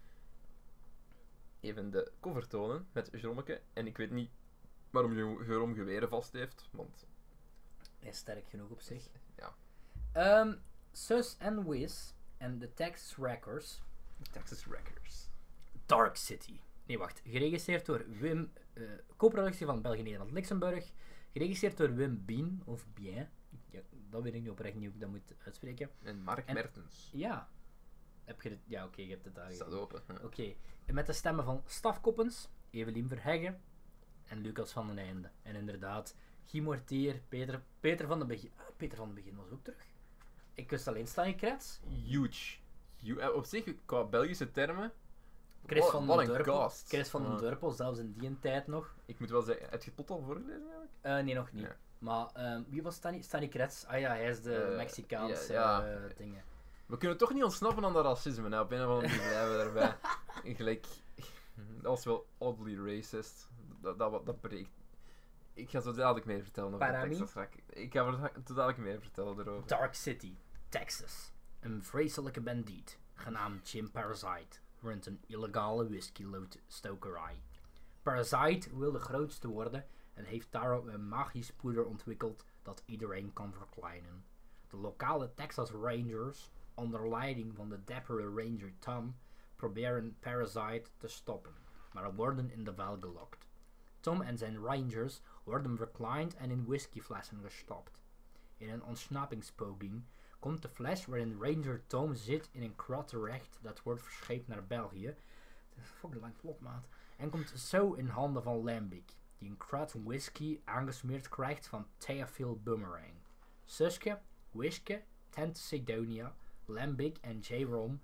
even de cover tonen met Jerommeke. En ik weet niet waarom Jerome geweren vast heeft, want... Hij is sterk genoeg op zich. Ja. Sus en Wiz en de Texas Wreckers. Texas Wreckers. Dark City. Nee, wacht. Geregisseerd door Wim... co-productie van België, Nederland, Luxemburg. Geregisseerd door Wim Bien, of Bien. Ja, dat weet ik niet oprecht niet hoe ik dat moet uitspreken. En Mark Mertens. Ja. Heb je dit... Ja, oké, je hebt het daar. Staat open. Ja. Oké. En met de stemmen van Staf Koppens, Evelien Verheggen en Lucas van den Einde. En inderdaad, Guy Mortier, Peter van den Begin... Peter van den Begin was ook terug. Ik wist alleen Stanley Krets. Huge. Op zich, qua Belgische termen... Chris van wat den een Durpel. cast. Chris van den Ja. Durpel, zelfs in die tijd nog. Ik moet wel zeggen, heb je het plot al voorgelezen eigenlijk? Nee, nog niet. Ja. Maar wie was Stanley Krets? Ah ja, hij is de Mexicaanse ja. dingen. We kunnen toch niet ontsnappen aan dat racisme. Nou, op een of andere manier blijven we daarbij. Gelijk, dat was wel oddly racist. Dat breekt. Ik ga zo dadelijk meer vertellen over Parami? de Texas. Ik ga er zo dadelijk meer vertellen erover. Dark City, Texas. Een vreselijke bandiet, genaamd Jim Parasite, runt een illegale whiskystokerij. Parasite wil de grootste worden en heeft daarom een magisch poeder ontwikkeld dat iedereen kan verkleinen. De lokale Texas Rangers, onder leiding van de dappere Ranger Tom, proberen Parasite te stoppen, maar worden in de val gelokt. Tom en zijn Rangers worden verkleind en in whiskyflessen gestopt. In een ontsnappingspoging komt de fles waarin Ranger Tom zit in een krat terecht dat wordt verscheept naar België. Dat is een fucking lang plot, maat. En komt zo in handen van Lambic, die een krat whisky aangesmeerd krijgt van Theophile Boomerang. Suske, Wiske, Tante Sidonia, Lambic en J-Rom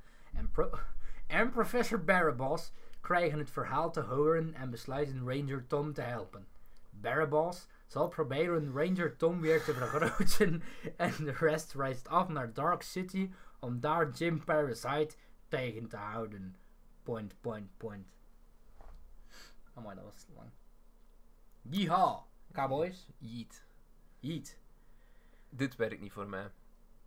en Professor Barabas krijgen het verhaal te horen en besluiten Ranger Tom te helpen. Barabas zal proberen Ranger Tom weer te vergroten en de rest reist af naar Dark City om daar Jim Parasite tegen te houden. Point. Oh my, dat was lang. Yeehaw, cowboys. Yeet. Dit werkt niet voor mij.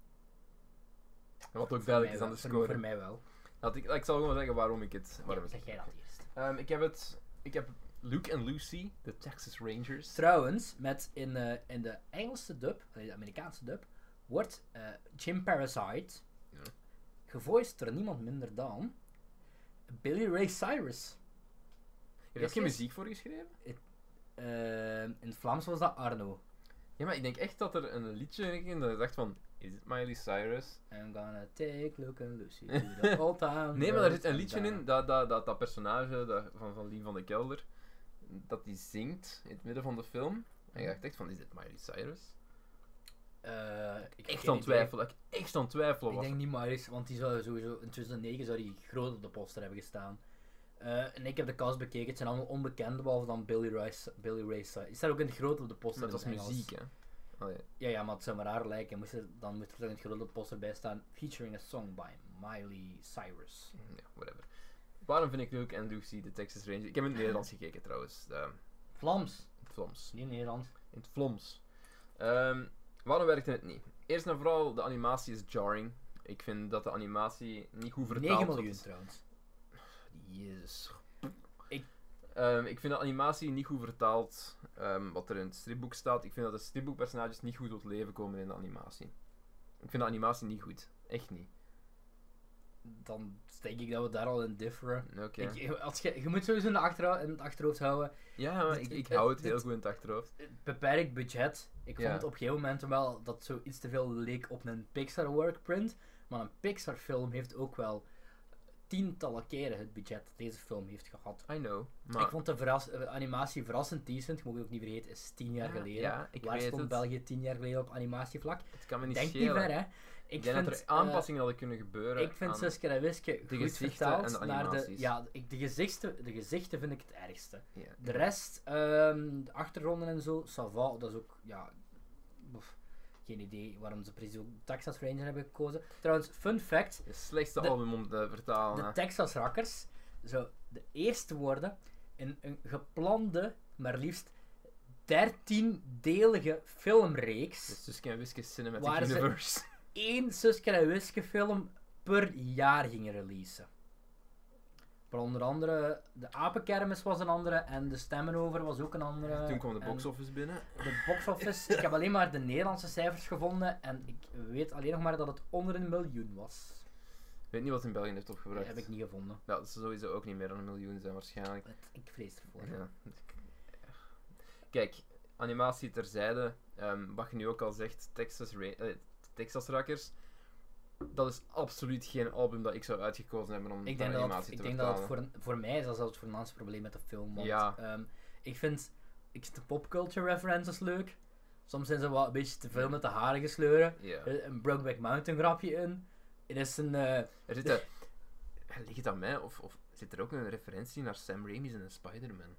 Wat ook duidelijk is aan de score. Voor mij wel. Ik zal gewoon zeggen waarom ik het... Zeg jij dat eerst. Ik heb Luke en Lucy, de Texas Rangers. Trouwens, in de Engelse dub, de Amerikaanse dub, wordt Jim Parasite gevoiced door niemand minder dan Billy Ray Cyrus. Heb je geen muziek voor geschreven? In het Vlaams was dat Arno. Ja, maar ik denk echt dat er een liedje in dat ik dacht van, is het Miley Cyrus? I'm gonna take Luke and Lucy to the old town. Nee, maar daar zit een liedje in, dat personage van Lien van de Kelder, dat die zingt in het midden van de film. En ik dacht echt van, is dit Miley Cyrus? Ik Echt aan twijfelen. Ik denk niet Miley, want die zou sowieso in 2009 zou die groot op de poster hebben gestaan. En ik heb de cast bekeken, het zijn allemaal onbekenden, behalve dan Billy Ray Cyrus. Die staat ook in het groot op de poster. Maar dat is Engels. muziek, hè? Oh, ja. Ja, maar het zou maar raar lijken. Dan moet er toch in het grote poster bij staan, featuring a song by Miley Cyrus. Ja, whatever. Waarom vind ik Luke en Lucy de Texas Rangers? Ik heb in het Nederlands gekeken trouwens. Vlaams. In het Vlaams. Niet Nederlands. In het Vlaams. Waarom werkte het niet? Eerst en vooral, de animatie is jarring. Ik vind dat de animatie niet goed vertaald 9 miljoen is. trouwens. Jezus. Ik vind de animatie niet goed vertaald. Wat er in het stripboek staat. Ik vind dat de stripboekpersonages niet goed tot leven komen in de animatie. Ik vind de animatie niet goed. Echt niet. Dan denk ik dat we daar al in differen. Oké. Je moet sowieso in het achterhoofd houden. Ja, maar ik hou het heel goed in het achterhoofd. Beperkt budget. Ik Ja. vond op een gegeven moment wel dat zo iets te veel leek op een Pixar workprint. Maar een Pixar film heeft ook wel tientallen keren het budget dat deze film heeft gehad. I know. Maar Ik vond de animatie verrassend decent. Moet ik ook niet vergeten, is 10 jaar geleden. Ja, ik Waar weet stond het. België 10 jaar geleden op animatievlak? Het kan me niet Denk schelen. niet ver, hè. Ik denk dat er aanpassingen hadden kunnen gebeuren. Ik vind aan Suske en Wiske de goed gezichten vertaald en de naar de... animaties. Ja, de gezichten vind ik het ergste. Ja. De rest, de achtergronden en zo, ça va, dat is ook, ja... geen idee waarom ze precies ook Texas Ranger hebben gekozen. Trouwens, fun fact, Het slechtste De- album om te vertalen. de hè. Texas Rakkers zou de eerste worden in een geplande, maar liefst 13-delige filmreeks. De Suske en Wiske Cinematic Waar ze- Universe. 1 Suske en Wiske film per jaar gingen releasen. Maar onder andere de Apenkermis was een andere en de Stemmenover was ook een andere. Toen kwam de en box-office binnen. de box-office, ik heb alleen maar de Nederlandse cijfers gevonden en ik weet alleen nog maar dat het onder 1 miljoen was. Ik weet niet wat in België heeft Dat opgebracht. heb ik niet gevonden. Ja, dat zal sowieso ook niet meer dan 1 miljoen zijn waarschijnlijk. Ik vrees ervoor. Ja. Kijk, animatie terzijde. Wat je nu ook al zegt, Texas Rackers. Dat is absoluut geen album dat ik zou uitgekozen hebben om Ik van denk, animatie ik te denk dat vertalen. het voor mij is dat het voornaamste probleem met de film. Want, Ja. ik vind de popculture references leuk. Soms zijn ze wat een beetje te veel met de haren gesleuren. Ja. Een Brokeback Mountain grapje in. Er is een... Er zit ligt het aan mij? Of zit er ook een referentie naar Sam Raimi's in een Spider-Man?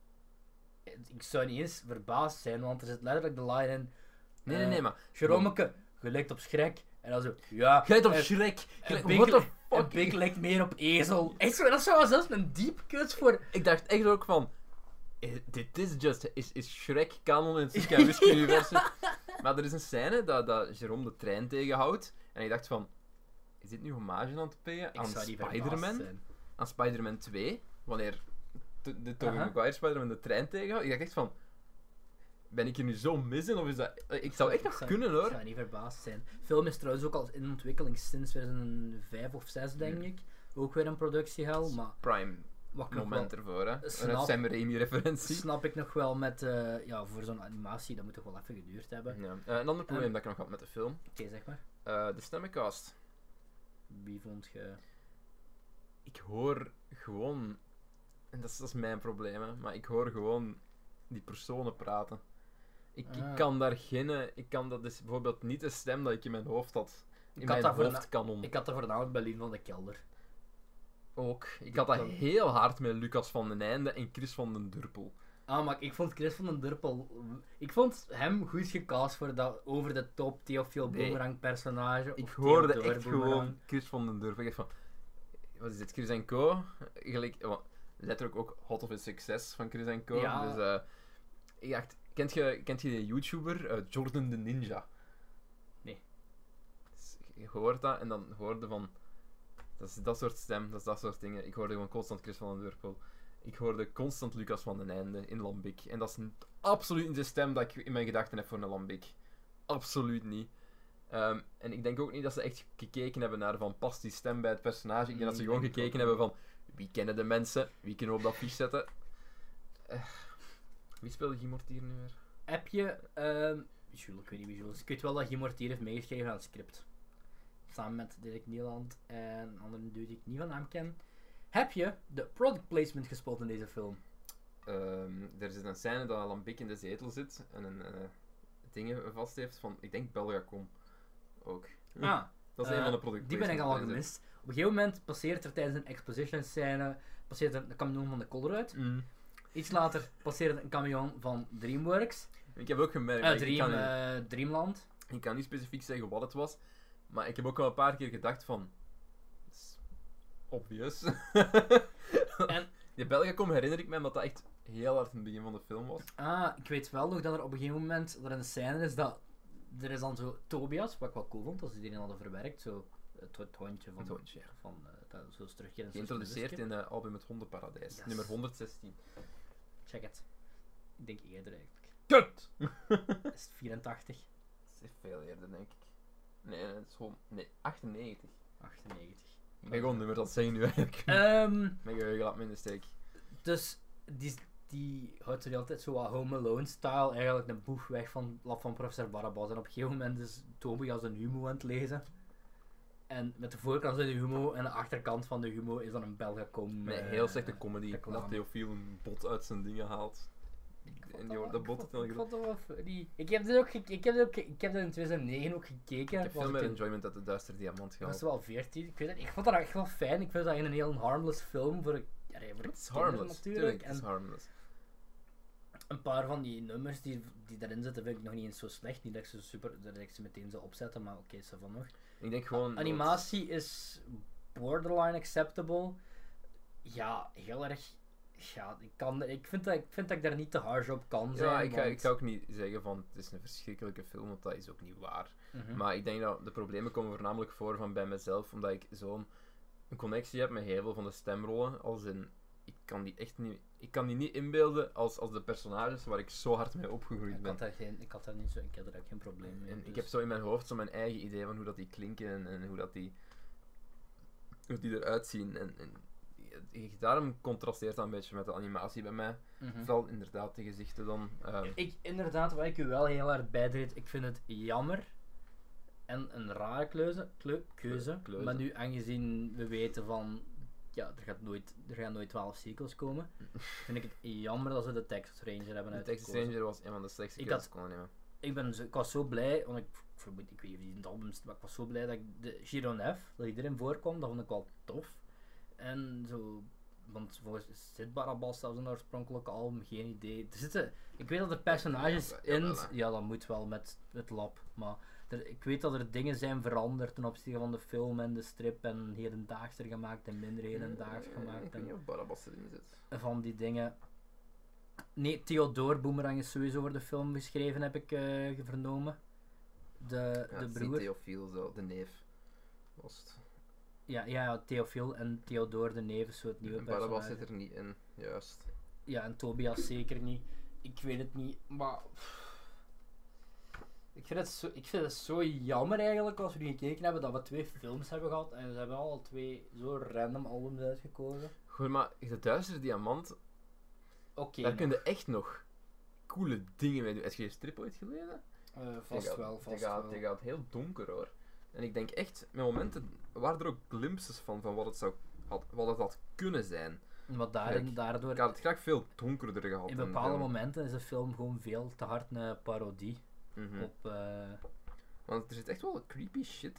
ik zou niet eens verbaasd zijn, want er zit letterlijk de line in. Nee, maar... Jeromeke, je lijkt op Shrek. En dan zo, ja... Glijdt op eh, Shrek! en What the En fuck? Big lijkt meer op ezel. Echt zo, dat zou zelfs een deep cut voor... Ik dacht echt ook van... Dit is just... Is Shrek canon in het Suske en Wiske universum? Maar er is een scène dat Jerome de trein tegenhoudt. En ik dacht van... Is dit nu hommage aan het payen Ik aan zou niet verbaasd Spider-Man? zijn. Aan Spider-Man 2? Wanneer de Tobey Aha. Maguire Spider-Man de trein tegenhoudt? Ik dacht echt van... Ben ik hier nu zo mis in? Of is dat... Ik zou echt nog kunnen Ik hoor. zou niet verbaasd zijn. De film is trouwens ook al in ontwikkeling sinds 2005 of 2006 denk ik. Ook weer een productiehel, maar Prime wat ik nog moment wel, ervoor, hè. Snap- Een Sam Raimi referentie. snap ik nog wel met, ja, voor zo'n animatie, dat moet toch wel even geduurd hebben. Ja. Een ander probleem dat ik nog had met de film. Oké, zeg maar. De stemmencast. Wie vond je... Ik hoor gewoon... En dat is mijn probleem, hè. Maar ik hoor gewoon die personen praten. Ik Ah. kan daar geen... Ik kan dat dus bijvoorbeeld niet de stem dat ik in mijn hoofd had. In Ik had mijn dat hoofdkanon. Ik had er voornamelijk bij Lien van de Kelder. Ook. Ik had dat heel hard met Lucas van den Einde en Chris van den Durpel. Ah, maar ik vond Chris van den Durpel... Ik vond hem goed gecast voor dat over de top Theophile Nee. Boomerang personage. Ik of hoorde Theodore echt Boomerang. gewoon Chris van den Durpel. Ik dacht van... Wat is dit? Chris en Co? Gelijk... Letterlijk ook Hot of a Success van Chris en Co. Ja. Dus ik dacht... Kent je de YouTuber Jordan de Ninja? Nee. Dus je hoort dat en dan hoorde van... Dat is dat soort stem, dat is dat soort dingen. Ik hoorde gewoon constant Chris van den Durpel. Ik hoorde constant Lucas van den Einde in Lambic. En dat is absoluut niet de stem dat ik in mijn gedachten heb voor een Lambic. Absoluut niet. En ik denk ook niet dat ze echt gekeken hebben naar van past die stem bij het personage. Ik denk dat ze gewoon denk ik gekeken ook hebben van wie kennen de mensen, wie kunnen we op dat fiche zetten. Wie speelde Guy Mortier nu weer? Heb je... Jules, ik weet niet wie Jules is. Ik weet wel dat Guy Mortier heeft meegeschreven aan het script. Samen met Dirk Nieland en een andere dude die ik niet van naam ken. Heb je de product placement gespot in deze film? Er zit een scène dat Lambic in de zetel zit en een dingen vast heeft van, ik denk Belgacom ook. Ah, Dat is een van de producten. die ben ik al gemist. Op een gegeven moment passeert er tijdens een exposition scène passeert er een camion van de Colruyt. Iets later passeert een camion van DreamWorks. Ik heb ook gemerkt, maar Dreamland. ik kan niet specifiek zeggen wat het was, maar ik heb ook al een paar keer gedacht van, dat is obvious. En- Die Belgacom herinner ik me omdat dat echt heel hard in het begin van de film was. Ik weet wel nog dat er op een gegeven moment er een scène is dat er is dan zo Tobias, wat ik wel cool vond, als ze die hadden verwerkt, zo het hondje van, Het hondje, ja. dat zo is terugkeren. Geïntroduceerd in het album Het Hondenparadijs, Yes. nummer 116. Check het. Ik denk eerder eigenlijk. Kut! Is het 84? Dat is veel eerder, denk ik. Nee, het is gewoon... Nee, 98. 98. Ik ben gewoon nummer dat zeggen nu eigenlijk. Mijn geheugen laat me in de steek. Dus die houdt er altijd zo wat Home Alone-style, eigenlijk een boeg weg van Lab van Professor Barabbas. En op een gegeven moment is Tobias een humo aan het lezen. En met de voorkant van de humo en de achterkant van de humo is dan een Belgacom. Met heel slechte comedy. reclame. Dat Theophile een bot uit zijn dingen haalt. En die wordt de bot Ik vond dat wel funny. Ik heb dit in 2009 ook gekeken. Ik heb Was veel meer in- enjoyment uit de Duistere Diamant Ik was gehaald. wel 14. Ik weet het, ik vond dat echt wel fijn. Ik vind dat een heel harmless film voor Het is kinderen harmless, natuurlijk. tuurlijk, het En is harmless. een paar van die nummers die daarin zitten vind ik nog niet eens zo slecht. Niet dat ik ze meteen zou opzetten, maar oké, ze van nog. Ik denk gewoon... Animatie is borderline acceptable. Ja, heel erg Ja, ik vind dat ik daar niet te harsh op kan zijn. Ja, ik want- ga ook niet zeggen van het is een verschrikkelijke film, want dat is ook niet waar. Mhm. Maar ik denk dat de problemen komen voornamelijk voor van bij mezelf, omdat ik zo'n een connectie heb met heel veel van de stemrollen. Als in, ik kan die niet inbeelden als de personages waar ik zo hard mee opgegroeid ben. Ik had daar ook geen probleem mee. En dus- ik heb zo in mijn hoofd zo mijn eigen idee van hoe dat die klinken en hoe die eruit zien. En daarom contrasteert dat een beetje met de animatie bij mij. Mhm. Vooral inderdaad de gezichten dan. Inderdaad, wat ik u wel heel hard bijdreed, ik vind het jammer en een rare keuze. Kleuze. Maar nu, aangezien we weten van, ja, er gaan nooit 12 sequels komen, vind ik het jammer dat ze de Texas Ranger hebben De Texas uitgekozen. Ranger was een van de slechtste Ik keuzes had- kon nemen. Ik was zo blij, want ik weet niet of die in het album zit, maar ik was zo blij dat ik de Gironef, dat die erin voorkwam, dat vond ik wel tof. En zo, want volgens zit Barabbas zelfs in het oorspronkelijke album, geen idee. Ik weet dat er personages Ja, in, jawel, hè. ja dat moet wel met het lab, maar ik weet dat er dingen zijn veranderd ten opzichte van de film en de strip en hedendaagser gemaakt en minder hedendaags Ik gemaakt weet en niet of Barabbas erin zit. van die dingen. Nee, Theodore Boomerang is sowieso voor de film geschreven, heb ik vernomen. De Ja, broer. Theophile, zo, de neef. Was het. Ja, Theophile en Theodore de neef is zo het nieuwe En Barabbas personage. zit er niet in, juist. Ja, en Tobias zeker niet. Ik weet het niet, maar... Ik vind het zo jammer eigenlijk, als we nu gekeken hebben, dat we 2 films hebben gehad en ze hebben al 2 zo random albums uitgekozen. Goed, maar de Duistere Diamant, Oké, daar kun je echt nog coole dingen mee doen. Heb je je strip ooit gelezen? vast wel. Die gaat heel donker hoor. En ik denk echt, met momenten waren er ook glimpses van wat het had kunnen zijn. Maar Kijk, daardoor, Ik had het graag veel donkerder gehad. in en bepaalde veel- momenten is de film gewoon veel te hard een parodie Mhm. op Want er zit echt wel creepy shit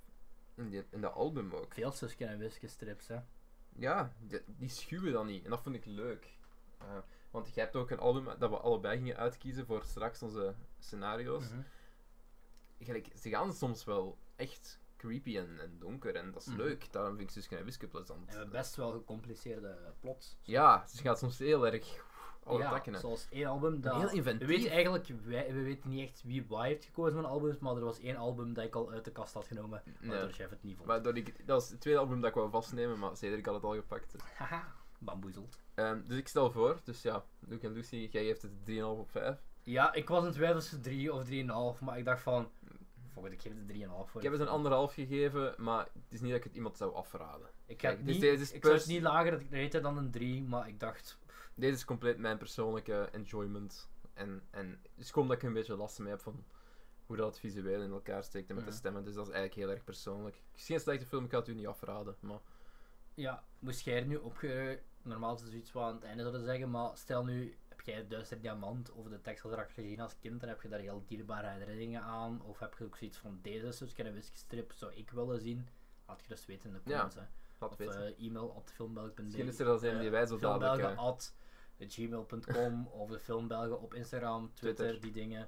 in dat album ook. veel Suske en Wiske strips, hè. Ja, die schuwen dan niet. En dat vind ik leuk. Want jij hebt ook een album dat we allebei gingen uitkiezen voor straks onze scenario's. Mhm. Gelijk, ze gaan soms wel echt creepy en donker en dat is Mhm. leuk. Daarom vind ik Suske en Wiske plezant. En we hebben best wel gecompliceerde plots. Ja, ze gaat soms heel erg alle takken. Hè. zoals één album dat... Heel inventief. We weten eigenlijk, we weten niet echt wie wat heeft gekozen van albums, maar er was 1 album dat ik al uit de kast had genomen, waardoor Nee. Chef het niet vond. Maar dat was het tweede album dat ik wou vastnemen, maar Cedric had het al gepakt. Dus, Haha, bamboezeld. dus ik stel voor, dus ja, Luke en Lucy, jij geeft het 3,5 op 5. Ja, ik was in twijfel tussen 3 of 3,5, maar ik dacht van... Fuck it, ik geef het 3,5 voor. Ik heb het een 1,5 gegeven, maar het is niet dat ik het iemand zou afraden. Ik, Kijk, heb dus niet, deze is ik zou het niet lager reten dan een 3, maar ik dacht... Deze is compleet mijn persoonlijke enjoyment. En dus komt dat ik een beetje last mee heb van hoe dat het visueel in elkaar steekt en met de Mhm. stemmen. Dus dat is eigenlijk heel erg persoonlijk. Het is geen slechte film, ik ga het u niet afraden. Maar Ja, moest jij er nu normaal is het zoiets wat aan het einde zouden zeggen, maar stel nu, heb jij Duister Diamant of de Texas Ranger gezien als kind en heb je daar heel dierbare herinneringen aan? Of heb je ook zoiets van deze Suske en Wiske strip zou ik willen zien? Laat je dus weten in de comments. Hè. laat Of weten. e-mail at filmbelgen.be. Misschien is er al zijn die wij zo dadelijk... Filmbelgen at gmail.com of de Filmbelgen op Instagram, Twitter, die dingen.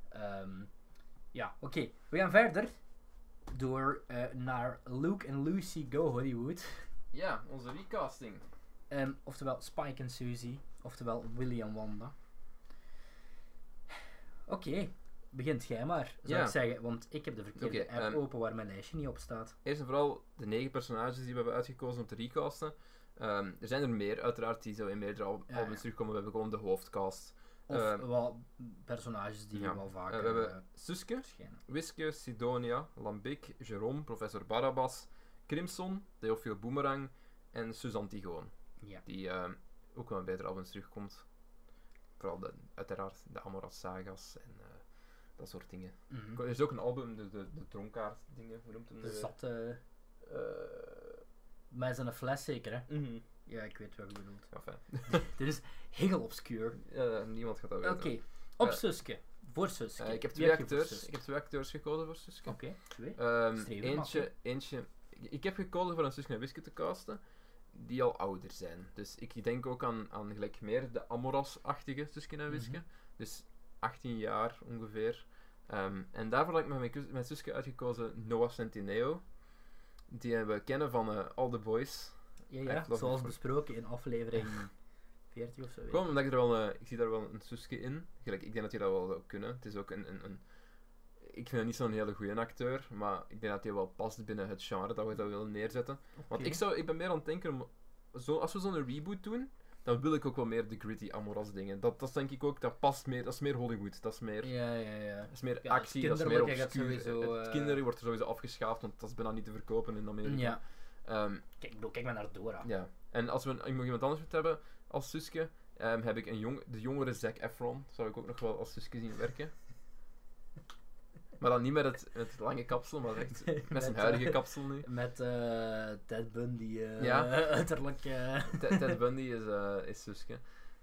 Ja, oké. We gaan verder door naar Luke en Lucy Go Hollywood. Ja, onze recasting. Oftewel Spike en Suzy, oftewel Willy en Wanda. Oké, begint jij maar, zou Ja. ik zeggen, want ik heb de verkeerde Oké, app open waar mijn lijstje niet op staat. Eerst en vooral de 9 personages die we hebben uitgekozen om te recasten. Er zijn er meer, uiteraard, die zo in meerdere albums ja. terugkomen. We hebben gewoon de hoofdcast. Of wel personages die ja. wel vaak we hebben Suske, verschijnen. Wiske, Sidonia, Lambic, Jerome, Professor Barabbas, Crimson, Theophile Boomerang en Suzanne Tigoon. Ja. Die ook wel in betere albums terugkomt. Vooral uiteraard de Amoras Sagas en dat soort dingen. Mhm. Er is ook een album, de dronkaard dingen, hoe noemt hem? De zatte... Met zijn fles zeker, hè? Ja, ik weet wat je bedoelt. Enfin, Dit is heel obscuur. niemand gaat dat Oké, weten. op Suske. Voor Suske. Ik heb Wie twee je voor acteurs. Suske? Ik heb 2 acteurs gekozen voor Suske. Oké, 2. Streven, Eentje. Ik heb gekozen voor een Suske en Wiske te casten die al ouder zijn. Dus ik denk ook aan gelijk meer de Amoras-achtige Suske en Wiske. Mhm. Dus 18 jaar ongeveer. En daarvoor heb ik met mijn Suske uitgekozen Noah Centineo. Die we kennen van All the Boys. Ja, Echt love zoals for- besproken in aflevering 40 of zo. Gewoon omdat ik zie daar wel een Suske in. Gelijk, ik denk dat hij dat wel zou kunnen. Het is ook ik vind hem niet zo'n hele goede acteur, maar ik denk dat hij wel past binnen het genre dat we dat willen neerzetten. Want ik ben meer aan het denken, als we zo'n reboot doen, dan wil ik ook wel meer de gritty Amoras dingen. Dat denk ik ook, dat past meer, dat is meer Hollywood, dat is meer, ja. Dat is meer Ja, actie, dat is meer obscuur. Het kinderlijk wordt er sowieso afgeschaafd, want dat is bijna niet te verkopen in Amerika. Ja. Kijk maar naar Dora. Ja. En als we iemand anders moeten hebben als Suske, heb ik de jongere Zac Efron, zou ik ook nog wel als Suske zien werken. Maar dan niet met het lange kapsel, maar echt met zijn huidige kapsel nu. Met Ted Bundy, uiterlijk. Ted Bundy is Suske.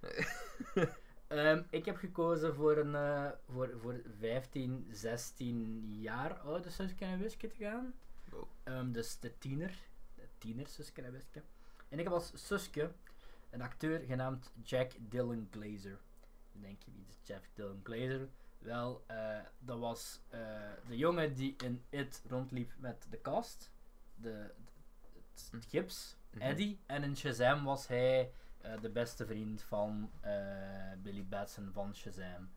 Ik heb gekozen voor 15, 16 jaar oude Suske en Wiske te gaan. Wow. Dus de tiener Suske en Wiske. En ik heb als Suske een acteur genaamd Jack Dylan Glazer. Dan denk je, wie is Jack Dylan Glazer? Wel, dat was de jongen die in It rondliep met de cast, het gips, Eddie. En in Shazam was hij de beste vriend van Billy Batson van Shazam.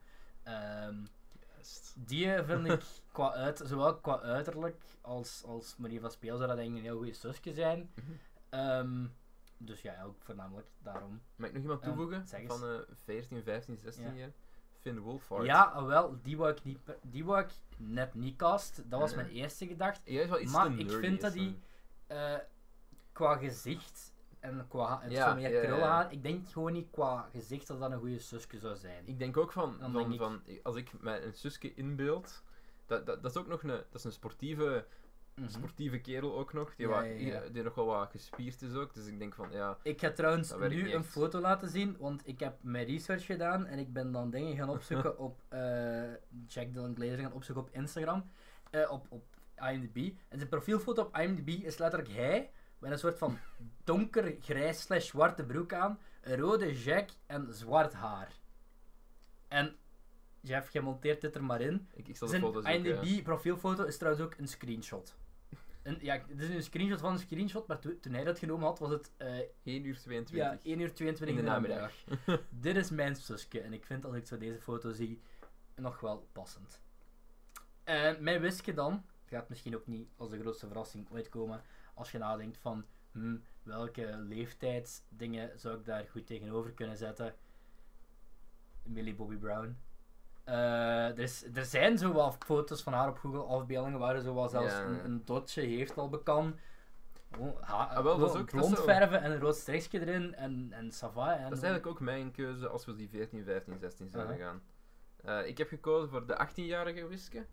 Die vind ik zowel qua uiterlijk als manier van spelen zou dat eigenlijk een heel goede Suske zijn. Dus ja, ook voornamelijk daarom. Mag ik nog iemand toevoegen? Van 14, 15, 16 jaar? Finn Wolfhard. Ja, wel, die wou ik net niet cast. Dat was mijn eerste gedachte. Ja, is wel iets maar te ik nerdy vind dat die qua gezicht en qua zo meer krullenhaar, ik denk gewoon niet qua gezicht dat dat een goede Suske zou zijn. Ik denk ook als ik mij een Suske inbeeld, dat is ook nog een sportieve kerel ook nog, die nog wel wat gespierd is ook, dus ik denk van, ja... Ik ga trouwens nu een foto laten zien, want ik heb mijn research gedaan en ik ben dan dingen gaan opzoeken op Jack Dylan Glazer gaan opzoeken op Instagram, op IMDb. En zijn profielfoto op IMDb is letterlijk hij, met een soort van donker grijs / zwarte broek aan, een rode jack en zwart haar. En Jeff, je monteert dit er maar in. Ik zal de zijn foto's IMDb profielfoto is trouwens ook een screenshot. Het is een screenshot van een screenshot, maar toen hij dat genomen had, was het 1 uur 22. Ja, 1 uur 22 in de namiddag. Dit is mijn Suske en ik vind als ik zo deze foto zie, nog wel passend. Mijn Wiske dan, gaat misschien ook niet als de grootste verrassing ooit komen, als je nadenkt van, welke leeftijdsdingen zou ik daar goed tegenover kunnen zetten. Millie Bobby Brown. Er zijn zo wat foto's van haar op Google, afbeeldingen waar ze zo wat zelfs een dotje heeft al bekend. Blond verven en een rood streksje erin en sava. Dat is eigenlijk ook mijn keuze als we die 14, 15, 16 zouden gaan. Ik heb gekozen voor de 18-jarige Wiske.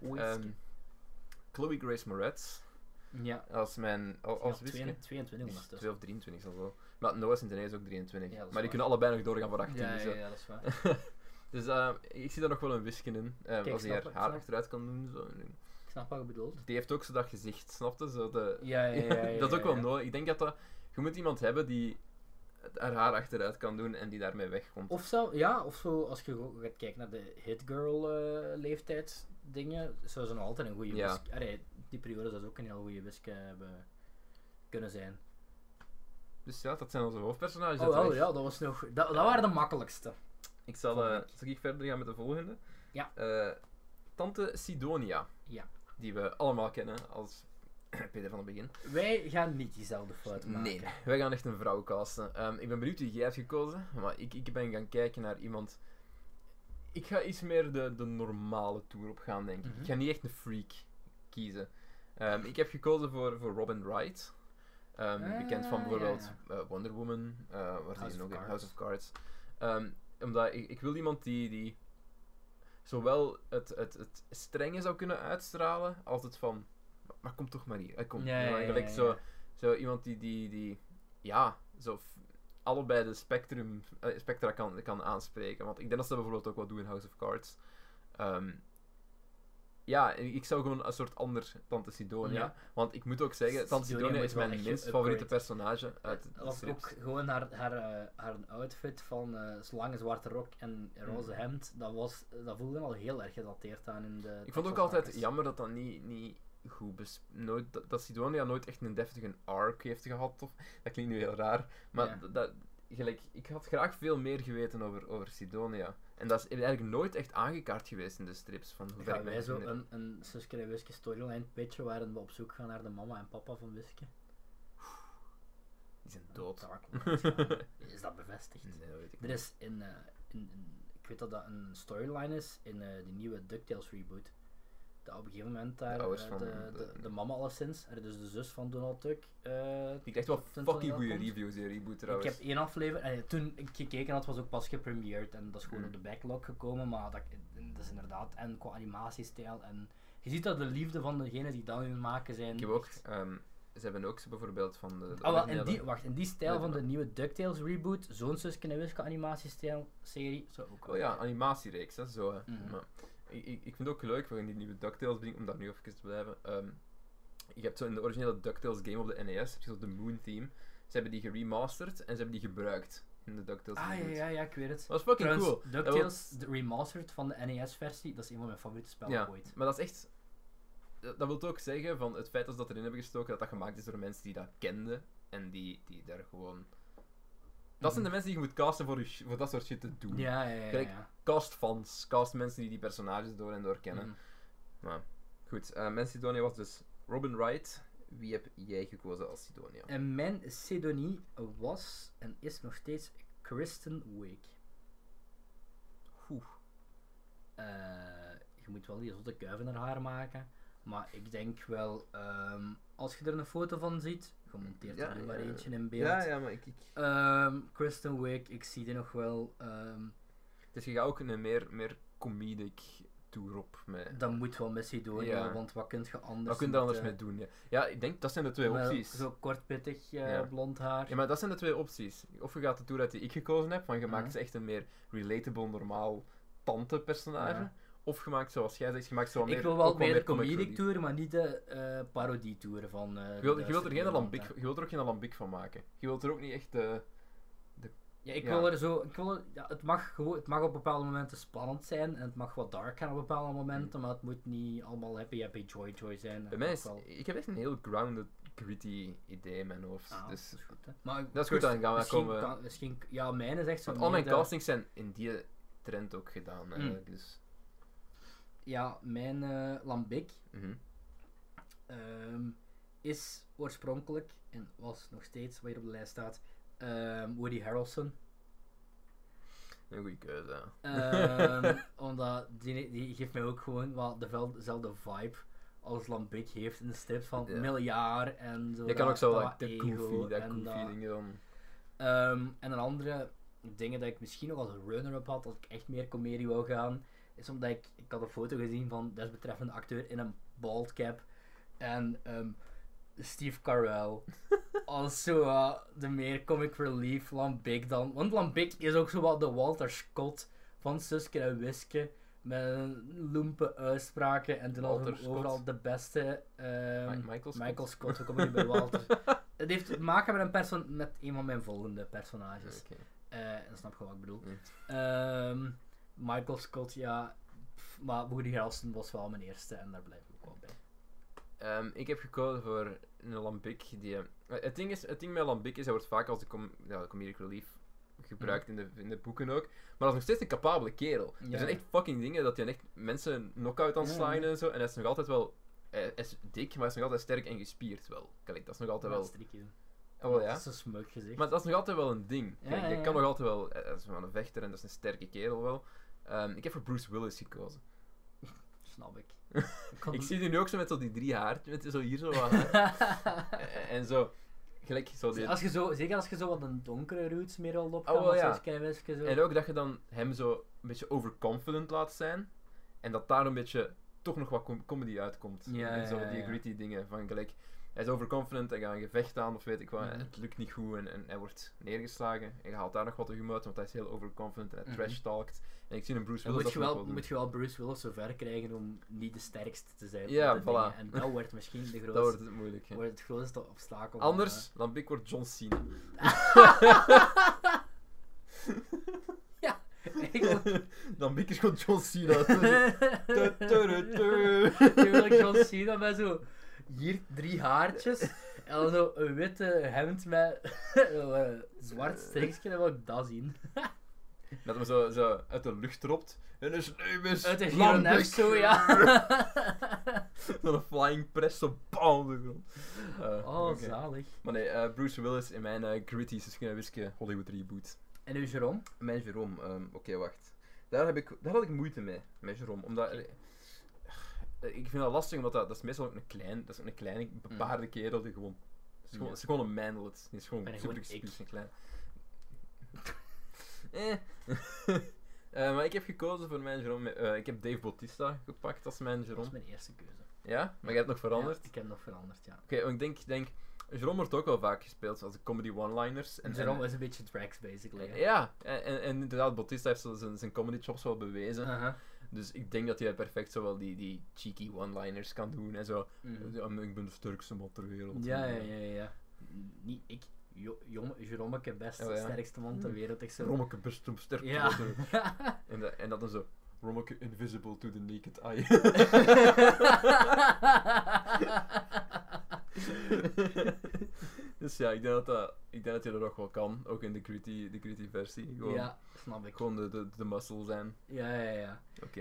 Chloe Grace Moretz. Ja. Als Wiske. 22 ondertussen. 2 of 23 zal wel. Maar Noah Centineo is ook 23. Ja, maar die kunnen allebei nog doorgaan voor 18. Ja, dat is waar. Dus ik zie daar nog wel een Wiske in. Als hij haar achteruit kan doen. Zo. Ik snap wat je bedoelt. Die heeft ook zo dat gezicht, snapte? Zo ja. Dat is ook wel nodig. Ik denk dat je moet iemand hebben die haar achteruit kan doen en die daarmee wegkomt. Of zo, als je gaat kijken naar de hitgirl leeftijdsdingen, zou ze nog altijd een goede Wiske... die periode zou ze ook een heel goede Wiske hebben kunnen zijn. Dus ja, dat zijn onze hoofdpersonages. Ja, dat was nog... Dat waren de makkelijkste. Zal ik verder gaan met de volgende? Ja. Tante Sidonia. Ja. Die we allemaal kennen als Peter van het begin. Wij gaan niet diezelfde fout maken. Nee, wij gaan echt een vrouw casten. Ik ben benieuwd wie jij hebt gekozen, maar ik ben gaan kijken naar iemand... Ik ga iets meer de normale tour op gaan, denk ik. Ik ga niet echt een freak kiezen. Ik heb gekozen voor Robin Wright. Bekend van bijvoorbeeld Wonder Woman, waar zie je nog in? House of Cards. Omdat ik wil iemand die zowel het strenge zou kunnen uitstralen, als het van... Maar kom toch maar hier. Gelijk zo iemand die zo allebei de spectra kan aanspreken. Want ik denk dat ze dat bijvoorbeeld ook wel doen in House of Cards. Ik zou gewoon een soort ander Tante Sidonia. Ja. Want ik moet ook zeggen, Tante Sidonia is mijn minst favoriete personage uit de strips. Ook gewoon haar outfit van lange zwarte rok en roze hemd, dat voelde al heel erg gedateerd aan in de... Ik vond ook altijd jammer dat niet goed dat Sidonia nooit echt een deftige arc heeft gehad. Dat klinkt nu heel raar, maar ik had graag veel meer geweten over Sidonia. En dat is eigenlijk nooit echt aangekaart geweest in de strips. Van hoe ver Gaan ik me wij zo herinner. een Suske en Wiske storyline pitchen waarin we op zoek gaan naar de mama en papa van Wiske? Die zijn dood. Dat klopt, ja. Is dat bevestigd? Nee, dat weet ik Er niet. is ik weet dat dat een storyline is in de nieuwe DuckTales reboot. Dat op een gegeven moment daar De ouders van de mama alleszins, dus de zus van Donald Duck. Die krijgt wel ten fucking toneel goede komt. reviews, die reboot Ik trouwens. heb één aflevering, toen ik gekeken had, was ook pas gepremierd en dat is gewoon Mm. op de backlog gekomen, maar dat is inderdaad, en qua animatiestijl en je ziet dat de liefde van degenen die dat nu maken zijn. Ik heb ook, ze hebben ook zo bijvoorbeeld van de Ah, wel, originele- in die stijl van de Ja. nieuwe DuckTales reboot, zo'n Suske en Wiske animatiestijl serie, zou ook wel. Oh ja, animatiereeks, hè, zo. Hè. Mhm. Maar ik vind het ook leuk voor die nieuwe DuckTales brengen, om daar nu even te blijven. Je hebt zo in de originele DuckTales game op de NES, heb je zo de Moon theme. Ze hebben die geremasterd en ze hebben die gebruikt in de DuckTales Ah reboot. ja, ik weet het. Dat was fucking Trouwens, cool. DuckTales, de remastered van de NES-versie, dat is een van mijn favoriete spellen Ja, ooit. maar dat is echt... Dat wil ook zeggen van het feit dat ze dat erin hebben gestoken, dat dat gemaakt is door mensen die dat kenden en die daar gewoon... Dat zijn de mensen die je moet casten voor dat soort shit te doen. Ja. Kijk, Cast fans, cast mensen die die personages door en door kennen. Mhm. Maar goed, mijn Sidonia was dus Robin Wright. Wie heb jij gekozen als Sidonia? En mijn Sidonie was en is nog steeds Kristen Wiig. Oeh. Je moet wel die zotte kuiven naar haar maken. Maar ik denk wel, als je er een foto van ziet, gemonteerd er nu maar eentje in beeld. Ja, maar ik... Kristen Wiig, ik zie die nog wel. Dus je gaat ook een meer comedic tour op met... Dat moet wel met Sidonia, Ja. want wat kun je anders Wat kun je daar anders met, mee doen? Ja. Ja, ik denk dat zijn de twee wel opties. Zo kortpittig Ja. blond haar. Ja, maar dat zijn de twee opties. Of je gaat de tour uit die ik gekozen heb, van je maakt Mhm. ze echt een meer relatable, normaal tante-personage. Ja. Of je maakt, zoals jij zegt, je maakt zo wat meer... Ik wil wel ook wat meer de comic comedic relief. tour, maar niet de parodie-tour van... Je wilt er geen lambiek, je wilt er ook geen lambiek van maken. Je wilt er ook niet echt Ja, ik Ja. wil er zo... het mag op bepaalde momenten spannend zijn en het mag wat dark gaan op bepaalde momenten, maar het moet niet allemaal happy, joy zijn. Bij mij Het is... mag wel- Ik heb echt een heel grounded, gritty idee in mijn hoofd. Ah, Dus... dat is goed, hè. Maar Dat is goed, dan gaan we misschien komen- misschien, ja, mijn is echt zo Want al meer mijn de- castings zijn in die trend ook gedaan, eigenlijk. Dus... Ja, mijn lambiek mhm. is oorspronkelijk, en was nog steeds, wat hier op de lijst staat, Woody Harrelson. Een goede keuze, ja. Omdat die geeft mij ook gewoon wat dezelfde vibe als Lambiek heeft in de strips van Ja. miljard en zo. Je kan ook zo dat de ego goofy en dingen dan... en een andere dingen dat ik misschien nog als runner-up had, als ik echt meer comedie wou gaan, is omdat ik had een foto gezien van desbetreffende acteur in een bald cap en Steve Carell als zo de meer comic relief Lambiek dan, want Lambiek is ook zo wat de Walter Scott van Suske en Wiske met loempe uitspraken en doen Walter alsof Scott. overal de beste Michael Scott, we komen niet bij Walter. Het heeft te maken met met een van mijn volgende personages. Oké. En snap je wat ik bedoel. Mm. Michael Scott, ja. Maar Woody Harrelson was wel mijn eerste en daar blijf ik ook wel bij. Ik heb gekozen voor een lambiek die... het ding met lambiek is, hij wordt vaak als de comedic relief gebruikt in de boeken ook. Maar dat is nog steeds een capabele kerel. Ja. Er zijn echt fucking dingen dat hij echt mensen knock-out aan het Ja, slaan ja. en zo. En hij is nog altijd wel... Hij is dik, maar hij is nog altijd sterk en gespierd wel. Kijk, dat is nog altijd wel... Oh, wel, ja. Dat is een smug gezicht. Maar dat is nog altijd wel een ding. Ja, Kijk, ja, je ja. kan nog altijd wel... Hij is wel een vechter en dat is een sterke kerel wel. Ik heb voor Bruce Willis gekozen. Snap ik. Ik zie die nu ook zo met zo die 3 haartjes, met zo hier zo wat haar. En zo... Gelijk zo die... Zeker als je zo wat een donkere roots meer al op Oh, wel, ja. Wiske, zo. En ook dat je dan hem zo een beetje overconfident laat zijn. En dat daar een beetje toch nog wat comedy uitkomt. Ja, en zo ja, die ja. gritty dingen. Van gelijk, hij is overconfident en gaat een gevecht aan of weet ik wat. Mhm. En het lukt niet goed en hij wordt neergeslagen. En je haalt daar nog wat de humor uit, want hij is heel overconfident en hij Mhm. trash-talkt. En ik zie een Bruce Dan Willis moet je, dat nog wel, moet je wel Bruce Willis zo ver krijgen om niet de sterkste te zijn. Ja, op de voilà. dingen. En dat wordt misschien de doen. grootste, Dat wordt het moeilijk. hè. wordt het grootste obstakel. Anders, Lambiek wordt John Cena. Ja, eigenlijk. Lambiek is gewoon John Cena. Nu wil ik John Cena met zo hier 3 haartjes En dan zo een witte hemd met zwart streekje, dan wil ik dat zien. Dat hem zo uit de lucht dropt. En een sneeuwmis. Uit de Gironef zo, ja. Zo'n flying press, zo bam op de grond. Oké. Zalig. Maar nee, Bruce Willis in mijn gritty Suske Hollywood reboot. En uw Jerome? Mijn Jerome, oké, wacht. Daar had ik moeite mee, met Jerome. Omdat... ik vind dat lastig, omdat dat is meestal ook een kleine, bepaarde kerel die gewoon... Het is gewoon een manlet. Die is gewoon super gespierd en klein. Maar ik heb gekozen voor mijn Jerome. Ik heb Dave Bautista gepakt als mijn Jerome. Dat is mijn eerste keuze. Ja? Maar jij hebt nog veranderd? Ja, ik heb nog veranderd, ja. Oké, want ik denk... Jerome wordt ook wel vaak gespeeld als de comedy one-liners. En Jerome is een beetje Drax, basically. Ja, en inderdaad, Bautista heeft zo zijn comedy chops wel bewezen. Dus ik denk dat hij perfect zo wel die cheeky one-liners kan doen en zo. Ik ben de sterkste man ter wereld. Ja. Niet ik. Jeromeke, best de sterkste man ter wereld. Rommeke, best de sterkste man ter wereld. En dat dan zo. Rommeke, invisible to the naked eye. Dus ja, ik denk dat je dat ook wel kan. Ook in de gritty versie. Gewoon, ja, snap ik. Gewoon de muscle zijn. Ja. Oké.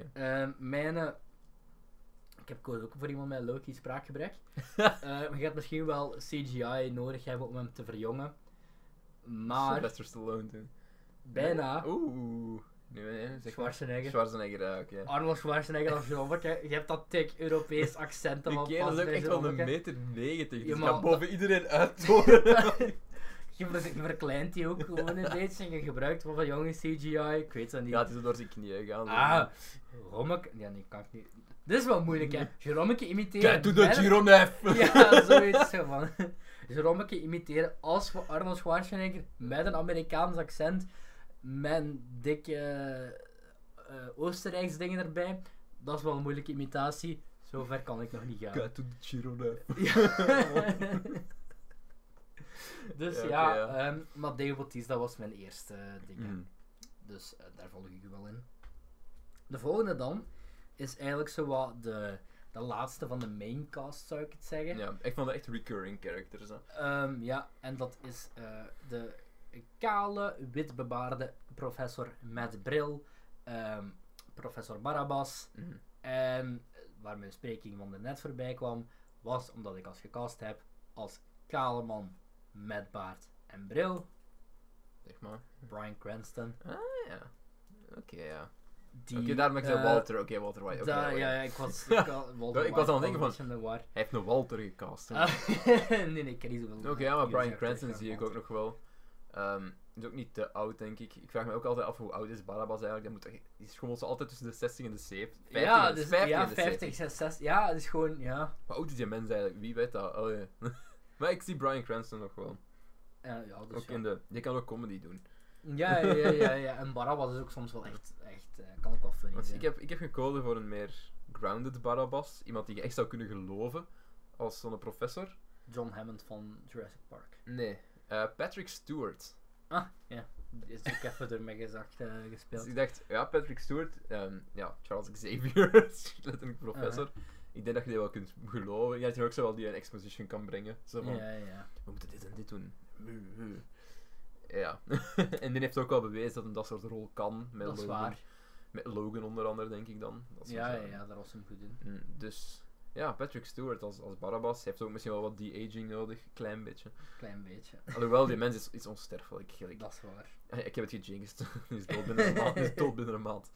Ik heb gekozen ook voor iemand met low-key spraakgebrek. Je gaat misschien wel CGI nodig hebben om hem te verjongen. Maar... Sylvester Stallone toen. Bijna. Oeh. Nee, Schwarzenegger, ja, oké. Arnold Schwarzenegger als Jerome. Je hebt dat dik Europees accent. Die kerel is ook echt wel 1,90 meter. Dus ja, gaat boven iedereen uittoren. Je verkleint die ook gewoon een beetje en je gebruikt wel van jonge CGI. Ik weet dat niet. Ja, het is door zijn knieën gaan. Rommeke... Ja, nee, kan ik niet. Dit is wel moeilijk, hè. Jeromeke imiteren... Kijk, doe dat Gironef! Ja, zoiets van. Jeromeke imiteren als Arnold Schwarzenegger met een Amerikaans accent. Met een dikke Oostenrijks dingen erbij. Dat is wel een moeilijke imitatie. Zover kan ik nog niet gaan. Kijk, doe dat Gironef. Dus maar Dave Bautista was mijn eerste ding. Dus daar volg ik u wel in. De volgende dan is eigenlijk zo wat de laatste van de main cast, zou ik het zeggen. Ja, ik vond het echt recurring characters. Ja, en dat is de kale, witbebaarde professor met bril, professor Barabbas. En waar mijn spreking van de net voorbij kwam, was omdat ik als gecast heb als kale man met baard en bril. Zeg maar. Bryan Cranston. Ah ja. Oké, ja. Oké, daarom heb ik Walter. Oké, Walter White. Ja, ik was aan het denken van... Hij heeft een Walter gecast. Nee, ik ken niet zoveel. Oké, ja, maar Bryan Cranston zie ik ook nog wel. Is ook niet te oud, denk ik. Ik vraag me ook altijd af hoe oud is Barabbas eigenlijk. Die is gewoon zo altijd tussen de 60 en de 70. 50, 60. Ja, het is gewoon, ja. Hoe oud is die mens eigenlijk? Wie weet dat? Oh, ja. Maar ik zie Bryan Cranston nog wel. Dus ook die kan ook comedy doen. Ja. En Barabbas is ook soms wel echt kan ook wel funny zijn. Ik heb gekozen voor een meer grounded Barabbas. Iemand die je echt zou kunnen geloven als zo'n professor. John Hammond van Jurassic Park. Nee. Patrick Stewart. Ah, ja. Die is ook even door mij gezegd gespeeld. Dus ik dacht, ja, Patrick Stewart, Charles Xavier, letterlijk professor. Ik denk dat je die wel kunt geloven. Je hebt er ook zo wel die een exposition kan brengen. Zo van, ja. We moeten dit en dit doen. Ja. En die heeft ook wel bewezen dat hij dat soort rol kan. Met dat is Logan. waar. Met Logan onder andere, denk ik dan. Ja, daar was hem goed in. Dus... Ja, Patrick Stewart als Barabbas heeft ook misschien wel wat de-aging nodig, klein beetje. Alhoewel, die mens is onsterfelijk. Dat is waar. Ik heb het gejinxed. Die is dood binnen een maand.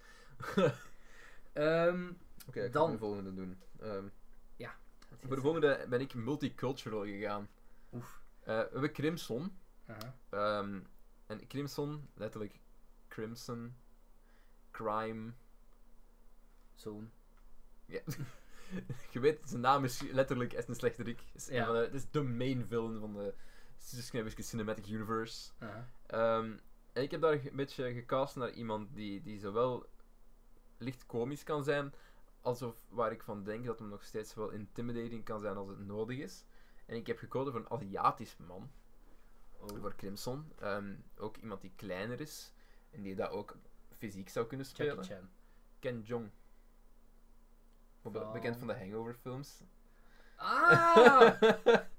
Oké, ik ga de volgende doen. Voor de volgende ben ik multicultural gegaan. Oef. We hebben Crimson. En Crimson, letterlijk Crimson, Crime... Zoon. Ja. Je weet, zijn naam is letterlijk een slechterik. Het is de main villain van de Cinematic Universe. En ik heb daar een beetje gecast naar iemand die zowel licht komisch kan zijn, alsof waar ik van denk dat hem nog steeds wel intimidating kan zijn als het nodig is. En ik heb gekozen voor een Aziatisch man. Voor Crimson. Ook iemand die kleiner is. En die dat ook fysiek zou kunnen spelen. Jackie Chan. Ken Jeong. Bekend van de Hangover films. Ah!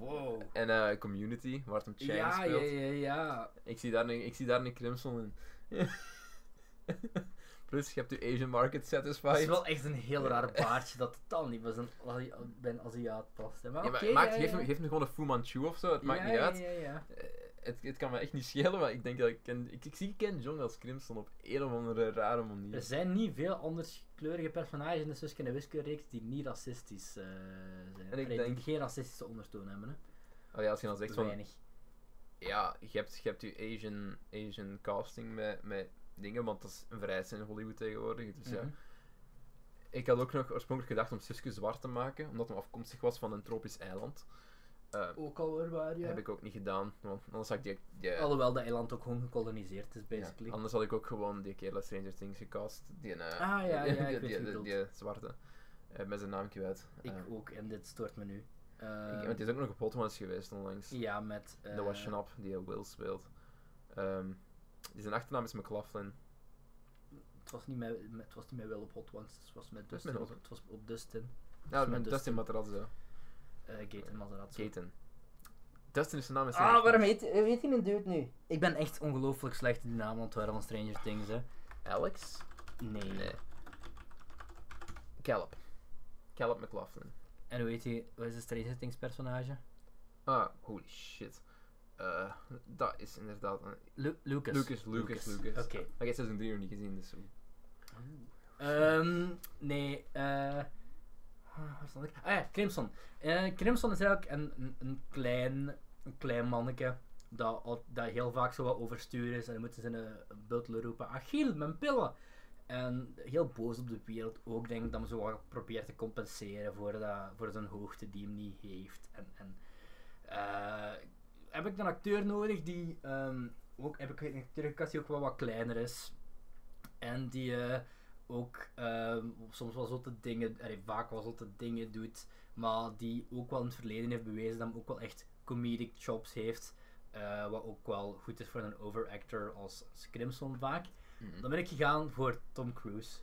Wow. En Community, waar Tom Chang Ja. speelt. Ik zie daar een Crimson in. Plus, je hebt je Asian market Het satisfied. is wel echt een heel raar baardje dat totaal niet bij een Aziat past. Hè. Maar Ja, maar oké, geef me gewoon een Fu Manchu of zo, het maakt niet uit. Ja. Het kan me echt niet schelen, maar ik denk dat ik zie Ken Jeong als Crimson op een of andere rare manier. Er zijn niet veel anderskleurige personages in de Suske en Wiske-reeks die niet racistisch zijn. En ik Die denk- geen racistische ondertoon hebben. Hè. Oh ja, als je dan zegt van... Weinig. Ja, je hebt je Asian casting met dingen, want dat is een vereiste in Hollywood tegenwoordig. Dus ja. Mhm. Ik had ook nog oorspronkelijk gedacht om Suske zwart te maken, omdat hij afkomstig was van een tropisch eiland. Ook alweer waar, ja. Heb ik ook niet gedaan, want anders had ik die Alhoewel dat eiland ook gewoon gekoloniseerd is, basically. ja, anders had ik ook gewoon die kerel uit Stranger Things gecast. Die, Ja, ik weet wie je die bedoelt. zwarte. Met zijn naam kwijt. Ik ook, en dit stoort me nu. Want die is ook nog op Hot Ones geweest onlangs. Ja, met... Noah Schnapp, die Will speelt. Zijn achternaam is McLaughlin. Het was niet met Will op Hot Ones, het was met Dustin. met Hot- Het was op Dustin. Ja, met met Dustin Matarazzo. Gaten Maserazzo. Gaten. Dustin is zijn naam. Waarom weet hij een dude nu? Ik ben echt ongelooflijk slecht in die naam onthouden van Stranger Things, hè. Alex? Nee. Caleb McLaughlin. En hoe heet hij? Wat is de Stranger Things personage? Ah, holy shit. Dat is inderdaad... Lucas. Lucas. Oké. Maar ik heb seizoen 3 nog niet gezien, dus... Nee, waar stond ik? Ah ja, Crimson. Crimson is eigenlijk een klein manneke dat heel vaak zo wat overstuur is en dan moeten ze een butler roepen, Achille, mijn pillen! En heel boos op de wereld ook, denk ik, dat hem zo wat probeert te compenseren voor zijn hoogte die hem niet heeft. Heb ik een acteur nodig die heb ik een acteur gecast die ook wel wat kleiner is en die ook soms wel zotte dingen, vaak wel zotte dingen doet, maar die ook wel in het verleden heeft bewezen dat hij ook wel echt comedic chops heeft, wat ook wel goed is voor een overactor als Crimson vaak. Dan ben ik gegaan voor Tom Cruise.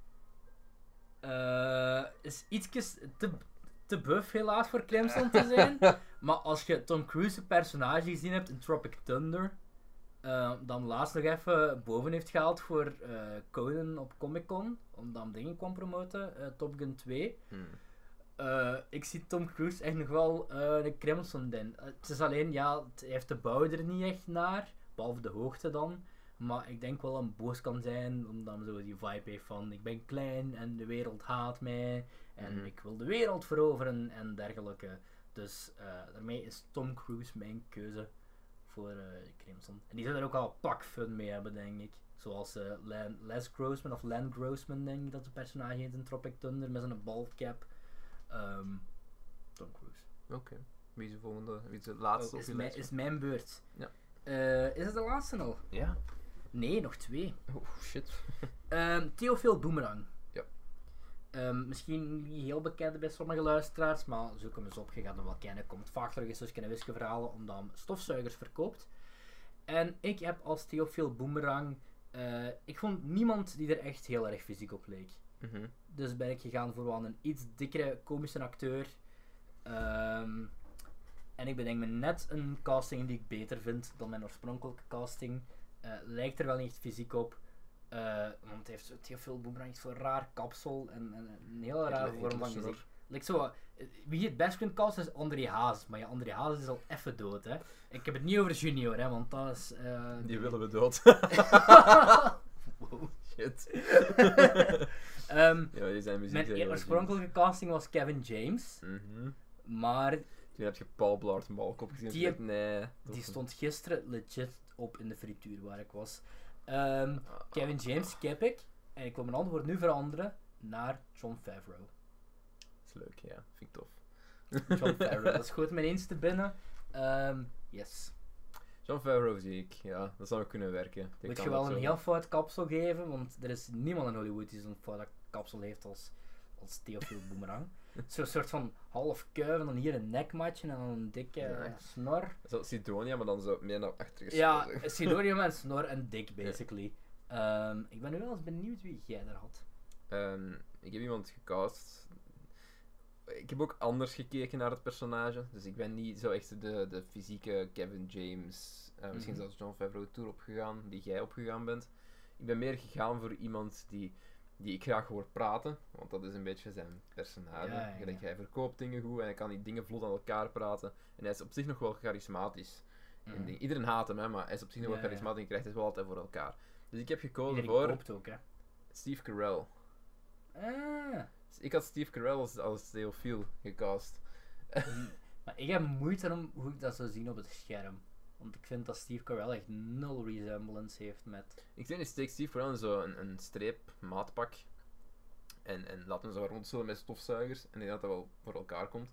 Is ietsjes te buff helaas voor Crimson te zijn, maar als je Tom Cruise personage gezien hebt in Tropic Thunder, dan laatst nog even boven heeft gehaald voor Conan op Comic-Con, omdat hij dingen kwam promoten, Top Gun 2. Ik zie Tom Cruise echt nog wel een Crimson in. Het is alleen, ja, hij heeft de bouw er niet echt naar, behalve de hoogte dan. Maar ik denk wel dat hij boos kan zijn, omdat hij zo die vibe heeft van ik ben klein en de wereld haat mij en ik wil de wereld veroveren en dergelijke. Dus daarmee is Tom Cruise mijn keuze voor Crimson. En die zou er ook al pak fun mee hebben, denk ik. Zoals Les Grossman of Len Grossman, denk ik dat de personage heet in Tropic Thunder met zijn baldcap. Tom Cruise. Oké. Wie is de volgende? Wie is de laatste op je lijst? Is mijn beurt. Ja. Is het de laatste al? Ja. Nee, nog 2. Oh shit. Theophile Boomerang. Ja. Misschien niet heel bekend bij sommige luisteraars, maar zoek hem eens op, je gaat hem wel kennen. Komt vaak terug in Suske en Wiske verhalen, omdat hij stofzuigers verkoopt. En ik heb als Theophile Boomerang, ik vond niemand die er echt heel erg fysiek op leek. Dus ben ik gegaan voor wel een iets dikkere komische acteur. En ik bedenk me net een casting die ik beter vind dan mijn oorspronkelijke casting. Lijkt er wel niet echt fysiek op. Want hij heeft Theophile Boomerang iets voor een raar kapsel en een heel rare vorm van gezicht. Like zo, wie het best kunt casten is André Hazes, maar ja, André Hazes is al even dood, hè. Ik heb het niet over Junior, hè, want dat is... Die willen we dood. Wow. Shit. Ja, die zijn muziek. mijn oorspronkelijke casting was Kevin James, maar Toen heb je Paul Blart Malkop gezien. Die heb- nee. die stond gisteren legit op in de frituur waar ik was. Kevin James skip ik, en ik wil mijn antwoord nu veranderen naar Jon Favreau. Dat is leuk, ja. Vind ik tof. Jon Favreau, dat schoot me ineens te binnen. Yes. Jon Favreau zie ik, ja. Dat zou ook kunnen werken. Die Moet kan je dat wel een zo. heel fout kapsel geven, want er is niemand in Hollywood die zo'n fout kapsel heeft als Theophile Boomerang. Zo'n soort van half kuif en dan hier een nekmatje en dan een dikke Ja. snor. Zo Sidonia, maar dan zo meer naar achter Ja, geschoten. Sidorium en snor en dik, basically. Ik ben nu wel eens benieuwd wie jij daar had. Ik heb iemand gecast. Ik heb ook anders gekeken naar het personage. Dus ik ben niet zo echt de fysieke Kevin James, misschien zelfs Jon Favreau tour opgegaan, die jij opgegaan bent. Ik ben meer gegaan voor iemand die ik graag hoor praten, want dat is een beetje zijn personage. Ja. Hij verkoopt dingen goed en hij kan die dingen vlot aan elkaar praten. En hij is op zich nog wel charismatisch. Iedereen haat hem, hè, maar hij is op zich nog wel charismatisch en krijgt het wel altijd voor elkaar. Dus ik heb gekozen voor koopt ook, hè. Steve Carell. Ah. Ik had Steve Carell als Theophile gecast. Maar ik heb moeite om hoe ik dat zou zien op het scherm. Want ik vind dat Steve Carell echt nul resemblance heeft met... Ik denk, ik steek Steve Carell in zo een streep maatpak. En laat hem zo rondzullen met stofzuigers. En ik denk dat dat wel voor elkaar komt.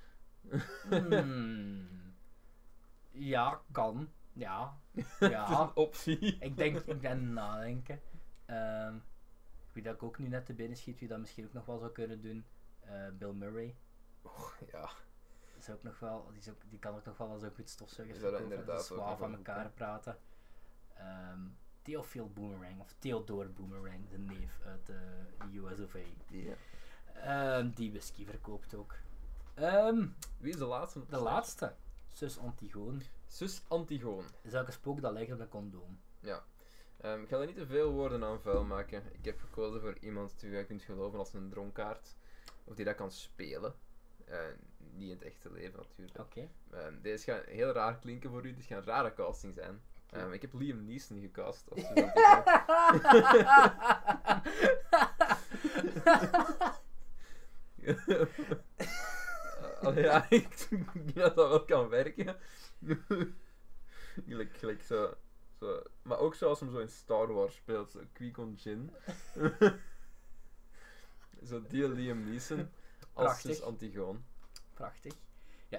Ja, kan. Ja. Dat is een optie. Ik ben nadenken. Wie dat ik ook nu net te binnen schiet, wie dat misschien ook nog wel zou kunnen doen. Bill Murray. Oh, ja. Is ook nog wel, die kan ook nog wel als een goed stofzuiger Zou dat inderdaad ook zwaar nog van wel elkaar moeten. praten. Theophile Boomerang, of Theodore Boomerang, de neef uit de US of A. Ja. Die whisky verkoopt ook. Wie is de laatste? De laatste. Zus Antigone. Zus Antigone. Is ook een spook dat lijkt op een condoom. Ja. Ik ga er niet te veel woorden aan vuil maken. Ik heb gekozen voor iemand die je kunt geloven als een dronkaard. Of die dat kan spelen. Niet in het echte leven natuurlijk. Oké. Deze gaat heel raar klinken voor u. Dit gaat een rare casting zijn. Ik heb Liam Neeson gecast als Zus Antigone. Ja, ik denk dat dat wel kan werken. Gelijk zo. Maar ook zoals hem zo in Star Wars speelt, zo Qui-Gon Jinn. Zo die Liam Neeson als Zus Antigone. Prachtig. Ja,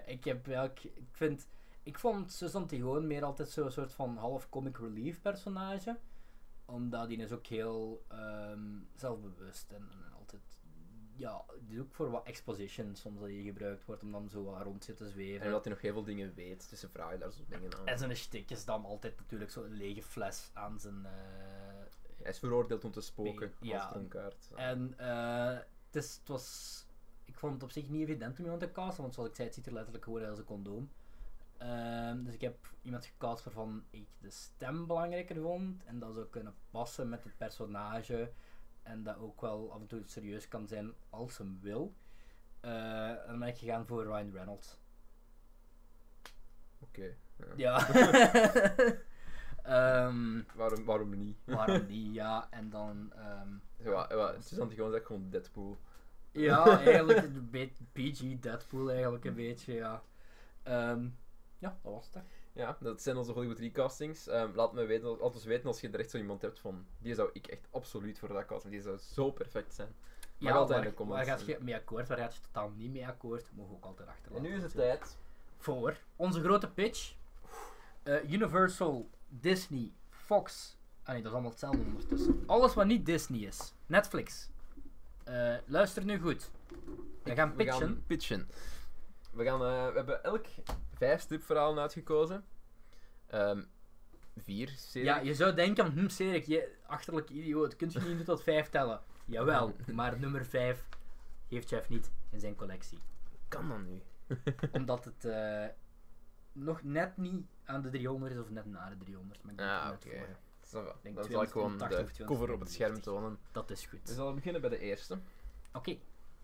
ik vond Zus Antigone meer altijd zo'n soort van half comic relief personage. Omdat die is ook heel zelfbewust en altijd... Ja, die is ook voor wat exposition soms dat die gebruikt wordt om dan zo wat rond te zweven. En dat hij nog heel veel dingen weet, dus ze vragen daar zo dingen aan. En zijn stick is dan altijd natuurlijk zo'n lege fles aan zijn... Hij is veroordeeld om te spoken ja. als dronkaard. En het was... Ik vond het op zich niet evident om iemand te casten, want zoals ik zei, het ziet er letterlijk gewoon uit als een condoom. Dus ik heb iemand gecast waarvan ik de stem belangrijker vond en dat zou kunnen passen met het personage en dat ook wel af en toe serieus kan zijn als hem wil. En dan ben ik gegaan voor Ryan Reynolds. Oké. Ja. Waarom niet? Waarom niet, ja. En dan... Zus Antigone is echt gewoon Deadpool. Ja, eigenlijk een beetje PG Deadpool eigenlijk een beetje, ja. Ja, dat was het. Ja, dat zijn onze Hollywood recastings. Laat me weten, altijd weten als je er echt zo iemand hebt van, die zou ik echt absoluut voor dat casting, die zou zo perfect zijn. Maar altijd in de comments. Waar gaat je mee akkoord, waar gaat je totaal niet mee akkoord, mogen ook altijd achterlaten. En nu is het tijd voor onze grote pitch. Universal, Disney, Fox. Nee, dat is allemaal hetzelfde ondertussen. Alles wat niet Disney is. Netflix. Luister nu goed. We gaan pitchen. We hebben elk 5 stripverhalen uitgekozen. 4 series. Ja, je zou denken, Cedric, je achterlijke idioot, kunt je niet tot 5 tellen? Jawel, maar nummer 5 heeft Jeff niet in zijn collectie. Kan dan nu? Omdat het nog net niet aan de 300 is of net na de 300. Maar oké. Dan zal ik gewoon de cover op het scherm tonen. Dat is goed. We zullen beginnen bij de eerste. Oké.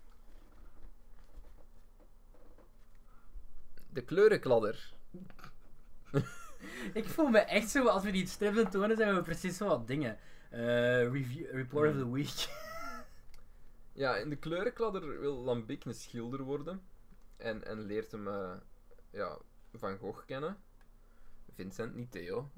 De kleurenkladder. Ik voel me echt zo, als we die strips tonen, zijn we precies zo wat dingen. Report of the week. Ja, in de kleurenkladder wil Lambic een schilder worden. En leert hem Van Gogh kennen. Vincent, niet Theo.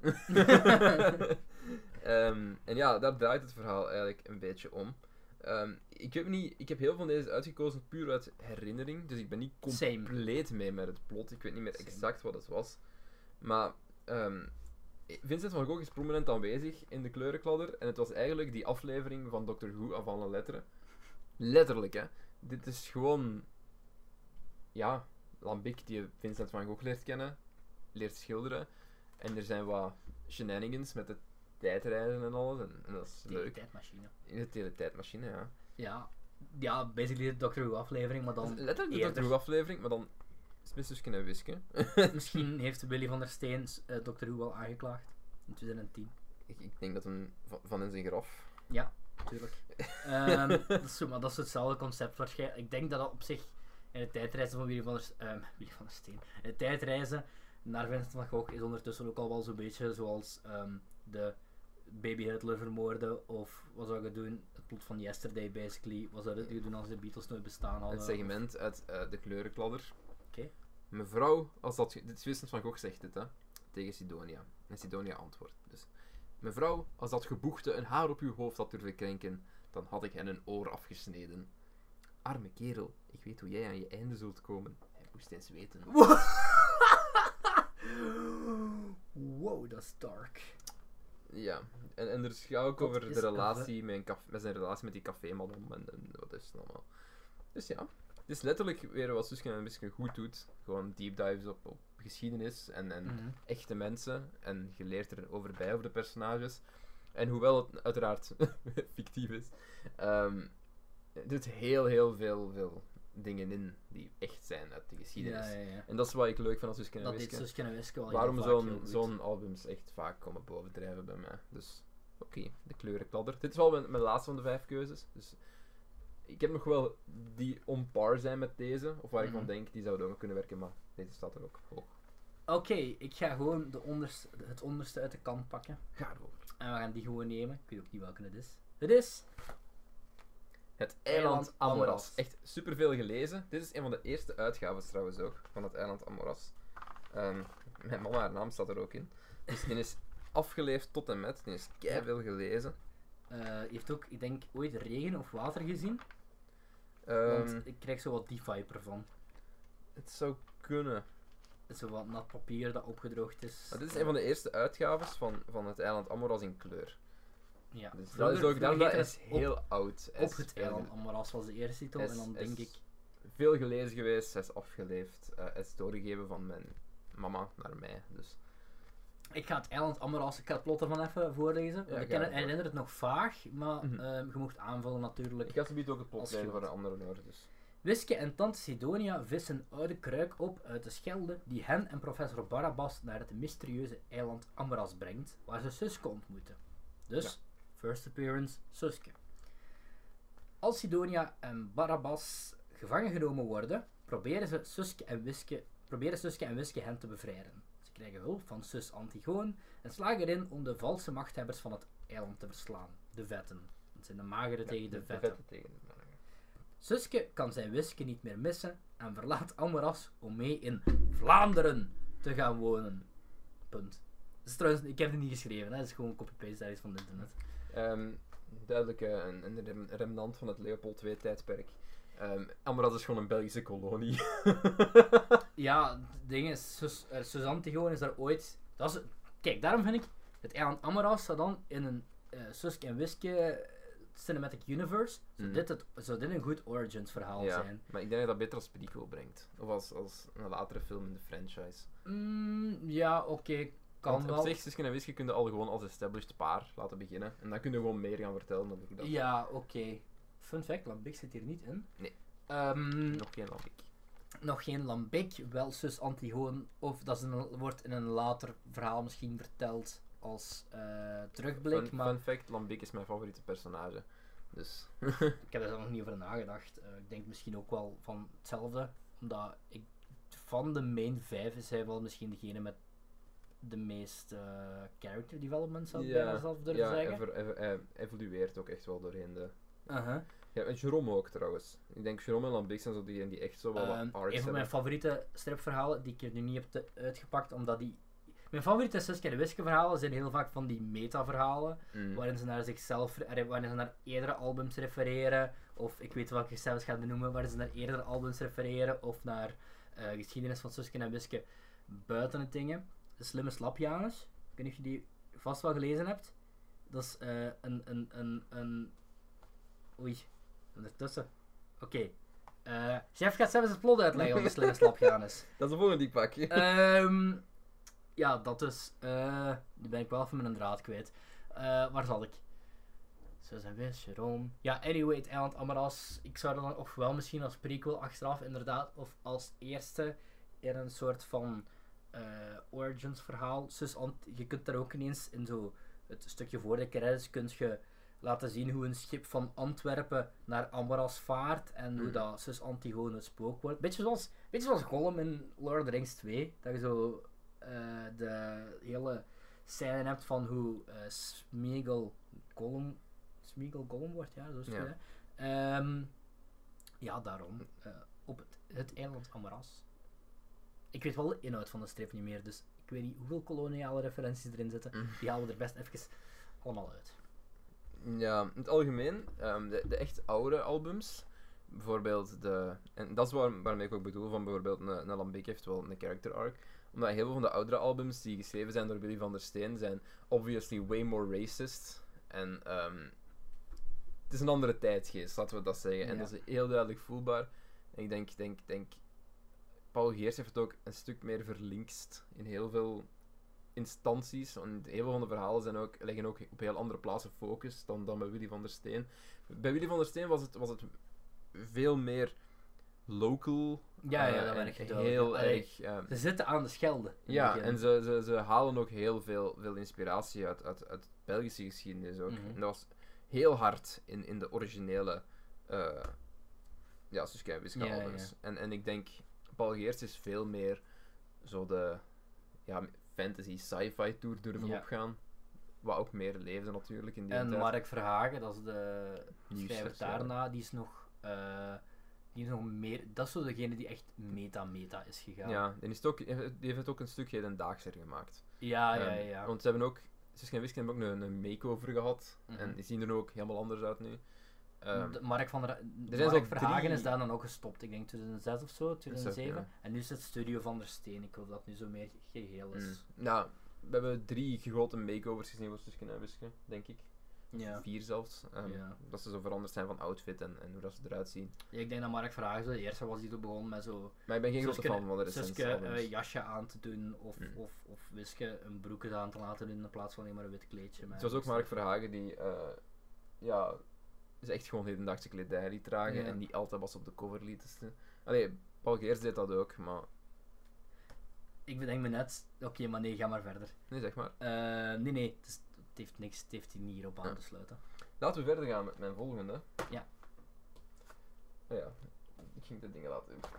En ja, daar draait het verhaal eigenlijk een beetje om. Ik heb heel veel van deze uitgekozen puur uit herinnering, dus ik ben niet compleet mee met het plot. Ik weet niet meer exact wat het was. Maar Vincent van Gogh is prominent aanwezig in de kleurenkladder en het was eigenlijk die aflevering van Dr. Who avant la lettre. Letterlijk, hè. Dit is gewoon... Ja, Lambic die Vincent van Gogh leert kennen, leert schilderen. En er zijn wat shenanigans met de tijdreizen en alles. En dat is leuk. Tijdmachine. In de teletijdmachine, ja. Ja. Ja, basically de Doctor Who aflevering, maar Dat dan is letterlijk de eerder. Doctor Who aflevering, maar dan is het met Suske en Wiske. Misschien heeft Willy van der Steen Doctor Who al aangeklaagd. In 2010. Ik denk dat hem van in zijn graf. Ja, tuurlijk. Dat is zo, maar dat is hetzelfde concept waarschijnlijk. Ik denk dat dat op zich in de tijdreizen van Willy van der Steen. In de tijdreizen naar Vincent van Gogh is ondertussen ook al wel zo'n beetje zoals de baby Hitler vermoorden. Of wat zou je doen? Het plot van Yesterday basically. Wat zou je doen als de Beatles nooit bestaan hadden? Het segment uit De Kleurenkladder. Oké. Mevrouw, als dat... Dit is Vincent van Gogh zegt dit, hè. Tegen Sidonia. En Sidonia antwoordt. Dus... Mevrouw, als dat geboegte een haar op uw hoofd had durven krenken, dan had ik hen een oor afgesneden. Arme kerel, ik weet hoe jij aan je einde zult komen. Hij moest eens weten. Wow, dat is dark. Ja, en er is ook God, over is de relatie met zijn relatie met die cafémadam en wat is het allemaal. Dus ja, het is letterlijk weer wat Suske en Wiske goed doet. Gewoon deep dives op geschiedenis en echte mensen. En je leert er over bij over de personages. En hoewel het uiteraard fictief is, het doet heel veel dingen in die echt zijn uit de geschiedenis. Ja. En dat is wat ik leuk vind aan Suske en Dat Wiske. deed Suske en Wiske wel Waarom heel vaak heel goed. zo'n albums echt vaak komen bovendrijven bij mij. Dus, oké, De Kleurenkladder. Dit is wel mijn laatste van de 5 keuzes. Dus ik heb nog wel die on par zijn met deze. Of waar ik van denk, die zouden ook kunnen werken, maar deze staat er ook hoog. Oké, ik ga gewoon het onderste uit de kant pakken. Ga ervoor. En we gaan die gewoon nemen. Ik weet ook niet welke het is. Het is... Het Eiland Amoras. Echt superveel gelezen. Dit is een van de eerste uitgaves trouwens ook, van het Eiland Amoras. Mijn mama, haar naam staat er ook in. Dus die is afgeleefd tot en met. Die is keiveel gelezen. Heeft ook, ik denk, ooit regen of water gezien. Ehm, Want ik krijg zo wat die vibe ervan. Het zou kunnen. Het is zo wat nat papier dat opgedroogd is. Maar dit is een van de eerste uitgaves van het Eiland Amoras in kleur. Ja. Dus Vroeger- dat is ook vroeger dat heette is het heel oud. Hij Op is het veel eiland Amoras was de eerste titel. hij En is- dan hij denk is ik... veel gelezen geweest, hij is afgeleefd. Hij is doorgegeven van mijn mama naar mij. Dus. Ik ga het eiland Amoras, ik ga het plot ervan even voorlezen. Ja, Ik ga ervoor. herinner het nog vaag, maar Mhm. je mocht aanvullen natuurlijk. Ik ga zometeen ook het plot Als lezen je voor de andere hoor. Dus. Wiske en tante Sidonia vissen een oude kruik op uit de Schelde die hen en professor Barabbas naar het mysterieuze eiland Amoras brengt, waar ze Suske ontmoeten. Dus, first appearance, Suske. Als Sidonia en Barabbas gevangen genomen worden, proberen Suske en Wiske hen te bevrijden. Ze krijgen hulp van zus Antigoon en slagen erin om de valse machthebbers van het eiland te verslaan, de vetten. Dat zijn de magere tegen de vetten. tegen de mannen. Suske kan zijn Wiske niet meer missen en verlaat Amoras om mee in Vlaanderen te gaan wonen. Punt. Dat is trouwens, ik heb het niet geschreven, hè. Dat is gewoon copy-paste daar is van het internet. Duidelijk een remnant van het Leopold II-tijdperk. Amoras is gewoon een Belgische kolonie. Ja, het ding is, Sus Antigoon is daar ooit... Kijk, daarom vind ik het eiland Amoras zou dan in een Suske en Wiske Cinematic Universe, zou dit een goed Origins verhaal Ja, zijn. maar ik denk dat dat beter als prequel brengt. Of als een latere film in de franchise. Ja, oké, kan Want wel. op zich, Suske en Wiske kun je al gewoon als established paar laten beginnen. En dan kun je gewoon meer gaan vertellen over dat. Ja, oké. Fun fact, Lambic zit hier niet in. Nee. Nog Nog geen Lambic. geen Lambic, wel zus Antigoon. Of dat wordt in een later verhaal misschien verteld als terugblik. Maar Fun fact, Lambic is mijn favoriete personage. Dus. ik heb er nog niet over nagedacht. Ik denk misschien ook wel van hetzelfde. Omdat ik van de main 5 is hij wel misschien degene met de meeste character development, zou ik bijna zelf durven zeggen. Hij evolueert ook echt wel doorheen de... Uh-huh. Ja, en Jerome ook trouwens. Ik denk Jerome en Lambic zijn zo diegenen die echt zo wel wat arcs Een van hebben. mijn favoriete stripverhalen, die ik er nu niet heb uitgepakt, omdat die... Mijn favoriete Suske en Wiske verhalen zijn heel vaak van die meta-verhalen, waarin ze naar zichzelf, waarin ze naar eerdere albums refereren, of ik weet welke ik zelfs ga noemen, waarin ze naar eerdere albums refereren, of naar geschiedenis van Suske en Wiske buiten het dingen. De Slimme Slapjanus, ik weet niet of je die vast wel gelezen hebt. Dat is Oei, ondertussen. Oké. Chef gaat zelfs het plot uitleggen van de Slimme Slapjanus. Dat is de volgende die ik pak. Ja, dat dus. Nu ben ik wel even mijn draad kwijt. Waar zal ik? Zus en Wis, Jerome. Ja, anyway, het eiland Amaras. Ik zou dat dan ofwel misschien als prequel achteraf inderdaad, of als eerste in een soort van origins verhaal. Je kunt daar ook ineens in zo het stukje voor de credits kunt je laten zien hoe een schip van Antwerpen naar Amaras vaart en hoe dat Sus Antigone het spook wordt. Beetje zoals Gollum in Lord of the Rings 2, dat je zo de hele scène hebt van hoe Smeagol Gollum wordt, ja, zo is het goed, hè. Ja, daarom. Op het eiland Amaras. Ik weet wel de inhoud van de strip niet meer, dus ik weet niet hoeveel koloniale referenties erin zitten. Die halen we er best even allemaal uit. Ja, in het algemeen, de echt oude albums, bijvoorbeeld en dat is waarmee ik ook bedoel, van bijvoorbeeld een Lambic heeft wel een character arc, omdat heel veel van de oudere albums die geschreven zijn door Willy van der Steen zijn obviously way more racist. En het is een andere tijdgeest, laten we dat zeggen. Ja. En dat is heel duidelijk voelbaar. En ik denk Paul Geers heeft het ook een stuk meer verlinkst in heel veel instanties. Want heel veel van de verhalen leggen ook op heel andere plaatsen focus dan bij Willy van der Steen. Bij Willy van der Steen was het veel meer local. Ja, dat werkt heel erg. Ze zitten aan de Schelde. Ja, en ze halen ook heel veel inspiratie uit Belgische geschiedenis ook. En dat was heel hard in de originele Suske en Wiske albums. Ja. En ik denk, Paul Geers is veel meer zo de fantasy sci-fi tour durven opgaan. Wat ook meer leefde natuurlijk in die tijd. En Mark Verhagen, dat is de schrijver daarna, die is nog meer, dat is zo degene die echt meta is gegaan. Ja, die heeft het ook een stuk hedendaagser gemaakt. Ja. Want ze hebben ook, Suske en Wiske hebben ook een makeover gehad. En die zien er ook helemaal anders uit nu. Mark Verhagen is daar dan ook gestopt, ik denk 2006 of zo, 2007. Ja. En nu is het Studio van der Steen, ik hoop dat het nu zo meer geheel is. Nou, we hebben 3 grote makeovers gezien voor Suske en Wiske, denk ik. Ja. 4 zelfs. Dat ze zo veranderd zijn van outfit en hoe dat ze eruit zien. Ja, ik denk dat Mark Verhagen zo de eerste was die toen begon met zo... Maar ik ben geen grote fan van de Suske een jasje aan te doen of Wiske een broek aan te laten doen in plaats van alleen maar een wit kleedje. Het was ook Mark Verhagen die... is echt gewoon hedendaagse kledij liet dragen en niet altijd was op de cover liet. Allee, Paul Geers deed dat ook, maar... Ik bedenk me net... Oké, maar nee, ga maar verder. Nee, zeg maar. Nee, het heeft niks, het heeft hier niet hierop aan te sluiten. Laten we verder gaan met mijn volgende. Ja. Oh ja, ik ging de dingen laten doen.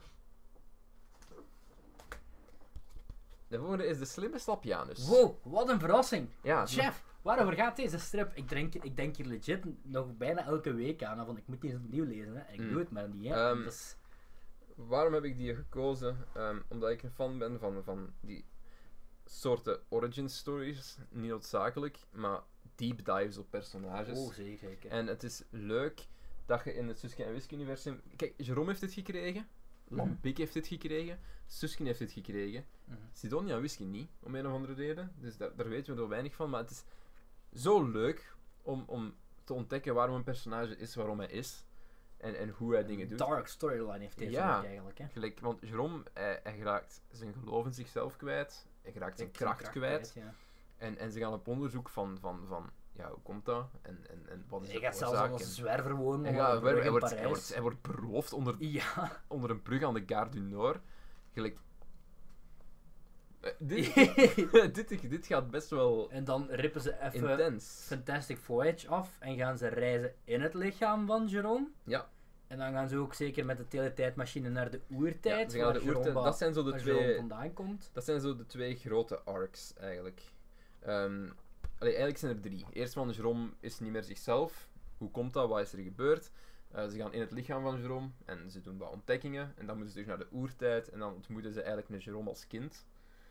De volgende is de slimme Slapjanus. Wow, wat een verrassing! Ja, Chef, waarover gaat deze strip? Ik denk hier legit nog bijna elke week aan, van ik moet die eens opnieuw lezen. Hè. En ik doe het maar niet. Hè. Waarom heb ik die gekozen? Omdat ik een fan ben van die soorten origin stories. Niet noodzakelijk, maar deep dives op personages. Oh, zeker. En het is leuk dat je in het Suske en Wiske universum... Kijk, Jerome heeft dit gekregen. Lambic heeft dit gekregen. Suske heeft dit gekregen. Sidonia en Wiske niet, om een of andere reden. Dus daar weten we nog weinig van. Maar het is zo leuk om te ontdekken waarom een personage is waarom hij is. En hoe hij dingen doet. Dark storyline heeft deze eigenlijk. Hè? Gelijk, want Jerome, hij raakt zijn geloof in zichzelf kwijt. Hij raakt zijn kracht kwijt. Ja. En ze gaan op onderzoek van hoe komt dat? En wat is de oorzaak? Hij gaat zelfs als zwerver wonen. Hij wordt beroofd onder een brug aan de Gare du Nord. Gelijk... dit gaat best wel en dan rippen ze even intens. Fantastic Voyage af en gaan ze reizen in het lichaam van Jerome. Ja. En dan gaan ze ook zeker met de teletijdmachine naar de oertijd. Ja, dat zijn zo de twee vandaan komt. Dat zijn zo de 2 grote arcs eigenlijk. Eigenlijk zijn er 3. Eerst van Jerome is niet meer zichzelf. Hoe komt dat? Wat is er gebeurd? Ze gaan in het lichaam van Jerome en ze doen wat ontdekkingen. En dan moeten ze terug naar de oertijd en dan ontmoeten ze eigenlijk een Jerome als kind.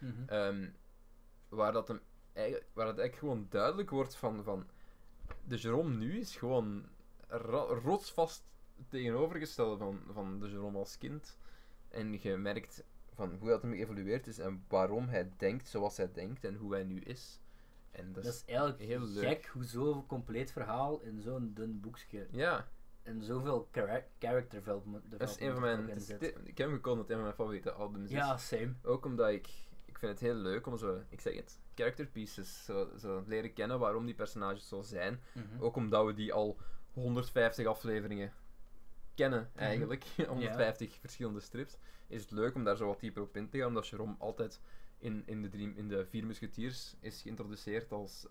Waar het eigenlijk gewoon duidelijk wordt van de Jerome nu is gewoon rotsvast tegenovergestelde van de Jerome als kind. En je merkt van hoe dat hem geëvolueerd is en waarom hij denkt zoals hij denkt en hoe hij nu is. En dat is eigenlijk heel leuk. Gek hoe zo'n compleet verhaal in zo'n dun boekje. Ja. En zoveel character development. Dat is een van mijn... Ik heb hem gekozen dat het een van mijn favoriete albums is. Ja, same. Ook omdat ik vind het heel leuk om zo... Ik zeg het. character pieces. Zo leren kennen waarom die personages zo zijn. Mhm. Ook omdat we die al 150 afleveringen kennen, eigenlijk. 150 verschillende strips. Is het leuk om daar zo wat dieper op in te gaan, omdat Jérôme altijd in de Vier Musketiers is geïntroduceerd als...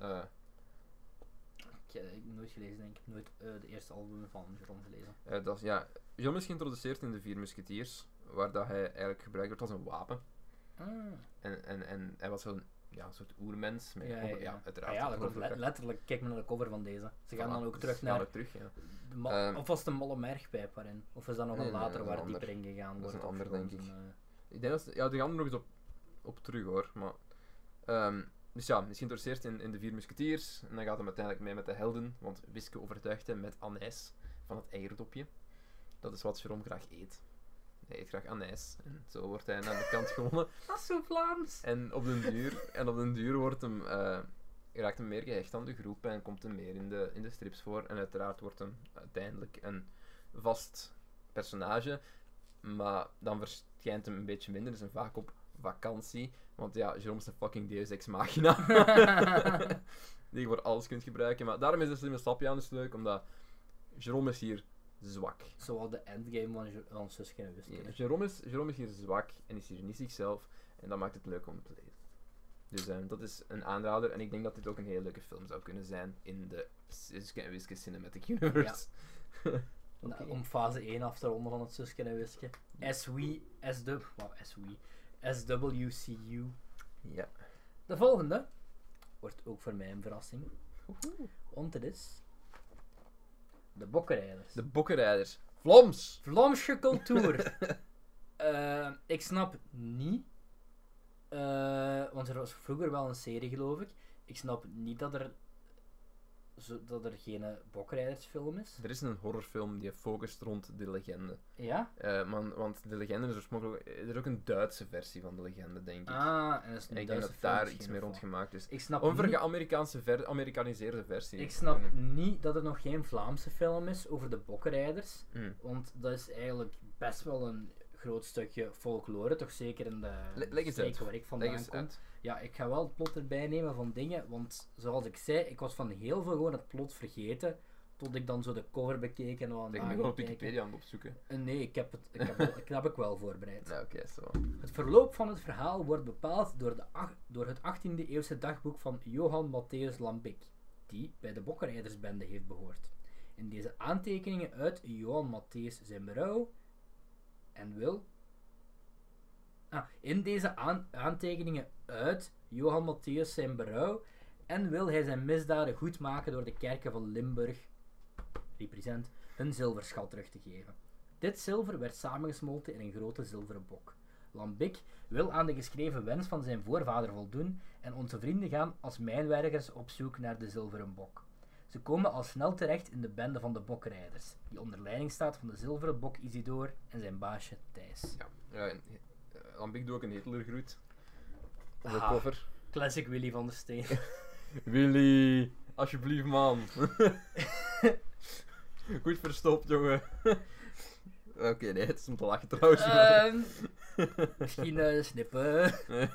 Ik heb nooit gelezen, denk ik. Nooit de eerste album van Jérôme gelezen. Jérôme is geïntroduceerd in de Vier Musketiers, waar dat hij eigenlijk gebruikt wordt als een wapen. En hij was zo'n soort oermens. Met uiteraard. Dat komt letterlijk, kijk maar naar de cover van deze. Ze gaan dan ook terug ja, naar... ja. Of was het een malle mergpijp waarin? Of is dat nog een later waar dieper in gegaan wordt? wordt? Dat is een ander, denk ik. Ik denk dat die gaan er nog eens op terug, hoor. Maar, dus ja, hij is geïnteresseerd in de Vier Musketiers. En dan gaat hij uiteindelijk mee met de helden. Want Wiske overtuigt hem met anijs van het eierdopje. Dat is wat Jérôme graag eet. Hij eet graag anijs. En zo wordt hij naar de kant gewonnen. Dat is zo Vlaams! En op den duur wordt hem, raakt hem meer gehecht aan de groep en komt hem meer in de strips voor. En uiteraard wordt hem uiteindelijk een vast personage. Maar dan verschijnt hem een beetje minder. Dus vaak op vakantie. Want ja, Jérôme is een fucking Deus Ex Machina. Die je voor alles kunt gebruiken. Maar daarom is de slimme stapje aan dus leuk. Omdat Jérôme is hier zwak. Zoals de endgame van Suske en Wiske. Nee, Jérôme is hier zwak en is hier niet zichzelf. En dat maakt het leuk om te lezen. Dus dat is een aanrader. En ik denk dat dit ook een hele leuke film zou kunnen zijn in de Suske en Wiske Cinematic Universe. Ja. Okay. Om fase 1 af te ronden van het Suske en Wiske. SWCU. Ja. De volgende wordt ook voor mij een verrassing. Want het is... De Bokkenrijders. De Bokkenrijders. Vlaams! Vlaamse cultuur. Ik snap niet... want er was vroeger wel een serie, geloof ik. Ik snap niet dat er geen Bokkenrijdersfilm is. Er is een horrorfilm die focust rond de legende. Ja? Want de legende is oorspronkelijk... Er is ook een Duitse versie van de legende, denk ik. En dat is een ik Duitse denk dat film daar iets mee rond gemaakt is. Ik snap Of een niet... Amerikaniseerde versie. Ik snap niet dat er nog geen Vlaamse film is over de Bokkenrijders. Want dat is eigenlijk best wel een groot stukje folklore, toch zeker in de streken waar ik vandaan kom. Ja, ik ga wel het plot erbij nemen van dingen, want zoals ik zei, ik was van heel veel gewoon het plot vergeten, tot ik dan zo de cover bekeek en wat ik ben gewoon op Wikipedia aan het opzoeken. Nee, ik heb ik wel voorbereid. Ja, oké, zo. Het verloop van het verhaal wordt bepaald door het 18e eeuwse dagboek van Johan Matthäus Lambic, die bij de Bokkenrijdersbende heeft behoord. In deze aantekeningen uit Johan Matthäus zijn berouw en wil... in deze aantekeningen uit Johan Matthäus zijn berouw en wil hij zijn misdaden goedmaken door de kerken van Limburg, represent, hun zilverschat terug te geven. Dit zilver werd samengesmolten in een grote zilveren bok. Lambic wil aan de geschreven wens van zijn voorvader voldoen en onze vrienden gaan als mijnwerkers op zoek naar de zilveren bok. Ze komen al snel terecht in de bende van de Bokkenrijders, die onder leiding staat van de zilveren bok Isidore en zijn baasje Thijs. Ja, Lambic doet ook een Hitlergroet op de cover. Classic Willy van der Steen. Willy, alsjeblieft man. Goed verstopt, jongen. Oké, nee, het is om te lachen trouwens. Misschien snippen.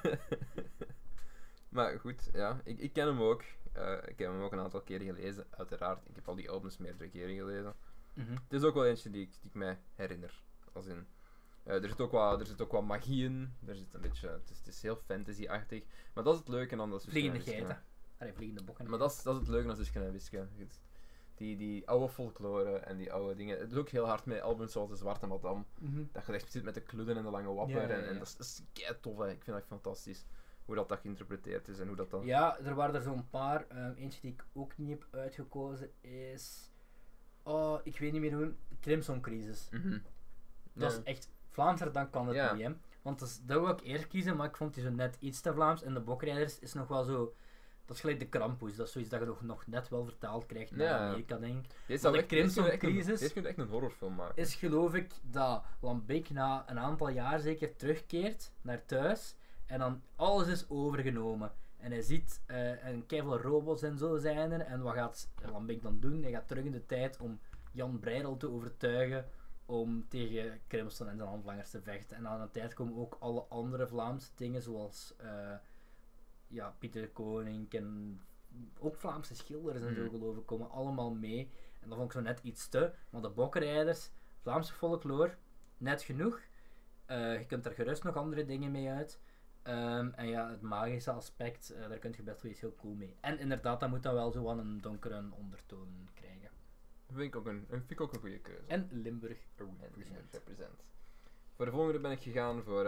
Maar goed, ja, ik ken hem ook. Ik heb hem ook een aantal keren gelezen, uiteraard. Ik heb al die albums meerdere keren gelezen. Het is ook wel eentje die ik mij herinner. Als in, er zit ook wat magie in. Er zit een beetje, het is heel fantasy-achtig. Maar dat is het leuke aan dat Vliegende geiten. Vliegende bokken. Maar dat is het leuke aan Suske en Wiske. Die oude folklore en die oude dingen. Het is ook heel hard met albums zoals de Zwarte Madame. Dat je echt zit met de kludden en de lange wapper. Ja. En dat is kei tof, hè. Ik vind dat fantastisch. Hoe dat geïnterpreteerd is en hoe dat dan... Ja, er waren er zo'n paar. Eentje die ik ook niet heb uitgekozen is... Oh, ik weet niet meer hoe... Crimson Crisis. Dat is echt... Vlaamser dan kan het niet, hè. Want dat wil ik eerst kiezen, maar ik vond die zo net iets te Vlaams. En de Bokkenrijders is nog wel zo... Dat is gelijk de Krampus. Dat is zoiets dat je nog net wel vertaald krijgt naar Amerika, denk ik. De Crimson Crisis... Deze kunt echt een horrorfilm maken. Is geloof ik dat Lambic na een aantal jaar zeker terugkeert naar thuis. En dan alles is overgenomen. En hij ziet een keiveel robots en zo zijn er. En wat gaat Lambic dan doen? Hij gaat terug in de tijd om Jan Breidel te overtuigen om tegen Crimson en zijn handlangers te vechten. En aan de tijd komen ook alle andere Vlaamse dingen, zoals ja, Pieter de Koning en ook Vlaamse schilders en zo Mhm. geloof ik komen allemaal mee. En dat vond ik zo net iets te, maar de bokkenrijders, Vlaamse folklore, net genoeg. Je kunt er gerust nog andere dingen mee uit. En ja, het magische aspect, daar kun je best wel iets heel cool mee. En inderdaad, dat moet dan wel zo aan een donkere ondertoon krijgen. Vind ik ook een goede keuze. En Limburg En represent. Voor de volgende ben ik gegaan voor...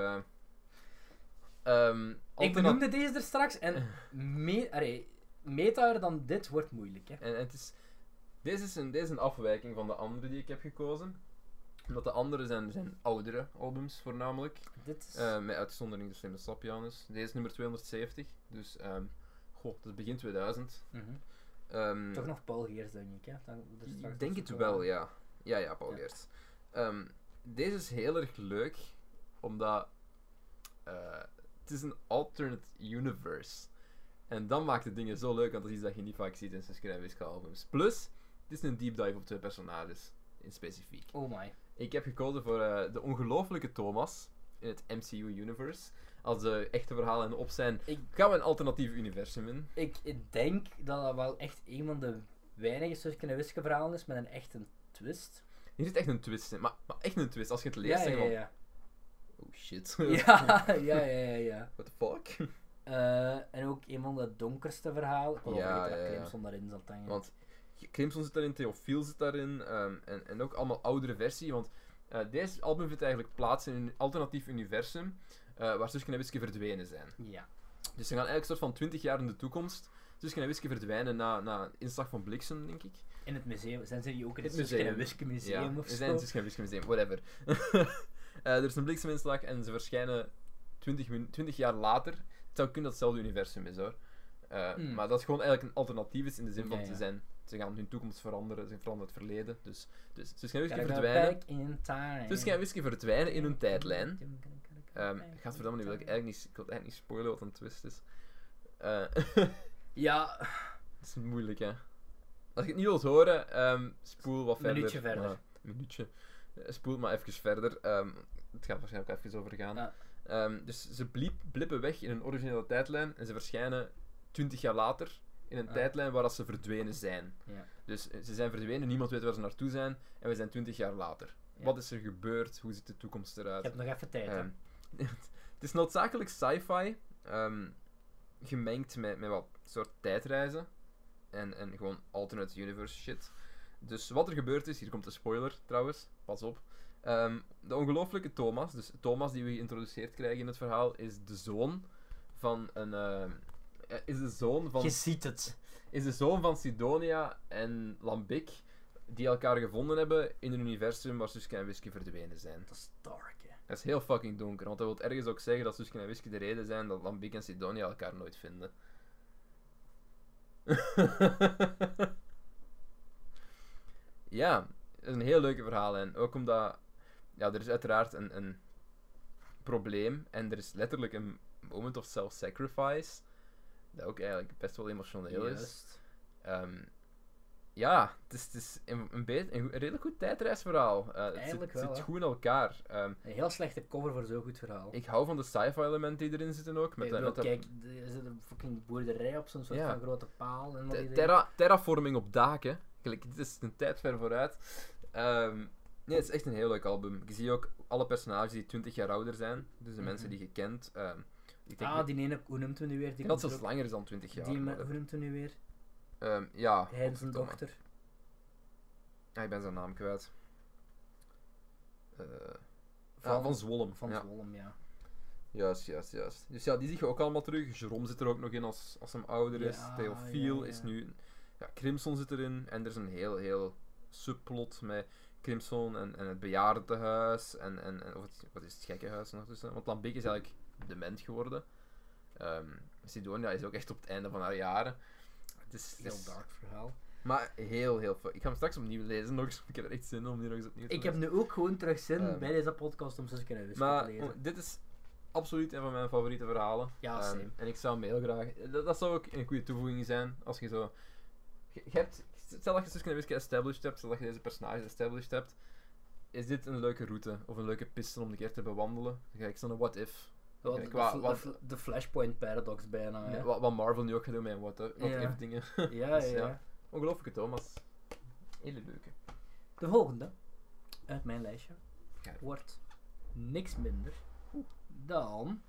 Ik benoemde deze er straks en metaer dan dit wordt moeilijk, hè. En het is... Deze is een afwijking van de andere die ik heb gekozen. Omdat de andere zijn oudere albums voornamelijk. Dit is... Met uitzondering de Slimme Sapjanus. Deze is nummer 270. Dus, dat is begin 2000. Toch nog Paul Geers, denk ik, hè? Ik denk het wel, ja. Ja, Paul Ja. Geers. Deze is heel erg leuk, omdat het is een alternate universe. En dan maakt het dingen zo leuk, want dat is iets dat je niet vaak ziet in Suske en Wiske albums. Plus, het is een deep dive op 2 personages, in specifiek. Oh my. Ik heb gekozen voor de ongelofelijke Thomas in het MCU-universe. Als de echte verhalen op zijn, gaan we een alternatief universum in. Ik denk dat dat wel echt een van de weinige Suske en Wiske verhalen is met een echte twist. Hier zit echt een twist in, maar echt een twist. Als je het leest, Ja, denk je ja, van, ja. oh shit. Ja. What the fuck? En ook een van de donkerste verhalen. Ik wil Ja, ook weten dat ja. Crimson daarin zat, denk ik. Want Crimson zit daarin, Theophile zit daarin, en ook allemaal oudere versie, want deze album vindt eigenlijk plaats in een alternatief universum, waar Suske en Wiske verdwenen zijn. Ja. Dus ze gaan eigenlijk een soort van 20 jaar in de toekomst. Suske en Wiske verdwijnen na inslag van bliksem, denk ik. In het museum. Zijn ze hier ook in het Het Suske en museum. Wiske museum Ja, of we zijn in zo? het Suske en Wiske museum, whatever. Er is een blikseminslag en ze verschijnen 20 jaar later. Het zou kunnen dat hetzelfde universum is, hoor. Maar dat is gewoon eigenlijk een alternatief is in de zin van ze gaan hun toekomst veranderen, ze veranderen het verleden. Dus Suske en Wiske verdwijnen. Back in time. Suske en Wiske verdwijnen in hun tijdlijn. Gadverdamme, nu wil ik eigenlijk niet spoilen wat een twist is. Ja, Dat is moeilijk, hè. Als je het niet wilt horen, spoel wat verder. Minuutje verder. Maar, minuutje. Spoel maar even verder. Het gaat waarschijnlijk ook even over gaan. Ja. Dus ze blippen weg in een originele tijdlijn en ze verschijnen 20 jaar later in een tijdlijn waar dat ze verdwenen zijn. Ja. Dus ze zijn verdwenen, niemand weet waar ze naartoe zijn en we zijn 20 jaar later. Ja. Wat is er gebeurd? Hoe ziet de toekomst eruit? Je hebt nog even tijd, hè. Het is noodzakelijk sci-fi, gemengd met wat soort tijdreizen en gewoon alternate universe shit. Dus wat er gebeurd is, hier komt de spoiler trouwens, pas op. De ongelooflijke Thomas, dus Thomas die we geïntroduceerd krijgen in het verhaal, is de zoon van Je ziet het. is de zoon van Sidonia en Lambic, die elkaar gevonden hebben in een universum waar Suske en Wiske verdwenen zijn. Dat is dark, hè. Dat is heel fucking donker, want dat wil ergens ook zeggen dat Suske en Wiske de reden zijn dat Lambic en Sidonia elkaar nooit vinden. Ja, het is een heel leuke verhaal en ook omdat er is uiteraard een probleem en er is letterlijk een moment of self-sacrifice dat ook eigenlijk best wel emotioneel is. Juist. Het is een redelijk goed tijdreisverhaal. Eigenlijk het wel, zit hè. goed in elkaar. Een heel slechte cover voor zo'n goed verhaal. Ik hou van de sci-fi elementen die erin zitten ook. Met Kijk, er zit een fucking boerderij op zo'n soort Ja. van grote paal. En wat die terraforming op daken. Kijk, dit is een tijd ver vooruit. Nee, het is echt een heel leuk album. Je ziet ook alle personages die 20 jaar ouder zijn. Dus de mensen die je kent. Ik denk die ene, hoe noemt we nu weer? Die dat komt zelfs er ook- langer is dan 20 jaar. Die, maar hoe noemt we nu weer? ja. Hij en zijn godverdomme. dochter. Ik ben zijn naam kwijt. Van- Van Zwolm. Van ja. Zwolm, ja. Juist. Dus ja, die zie je ook allemaal terug. Jerome zit er ook nog in als hem ouder is. Ja, Theophile ja. is nu... Ja, Crimson zit erin. En er is een heel subplot met Crimson en het bejaardentehuis. Of wat is het gekkenhuis ondertussen? Want Lambic is eigenlijk dement geworden. Sidonia is ook echt op het einde van haar jaren. Het is Heel dark verhaal. Maar heel fun. Ik ga hem straks opnieuw lezen nog eens. Ik heb er echt zin om die nog eens opnieuw te Ik heb lezen. nu ook gewoon terug zin Ehm, bij deze podcast om Suske en Wiske Maar te lezen. dit is absoluut een van mijn favoriete verhalen. Ja, same. En ik zou hem heel graag... Dat zou ook een goede toevoeging zijn. Als je zo... Je hebt... Stel dat je Suske en Wiske established hebt. Stel dat je deze personages established hebt. Is dit een leuke route. Of een leuke piste om een keer te bewandelen. Dan ga ik zo'n what if. De Flashpoint Paradox bijna. Ja, wat Marvel nu ook gaat doen met wat if dingen. Ja, Dus ja. Ongelooflijke Thomas. Hele leuke. De volgende uit mijn lijstje Ja. wordt niks minder dan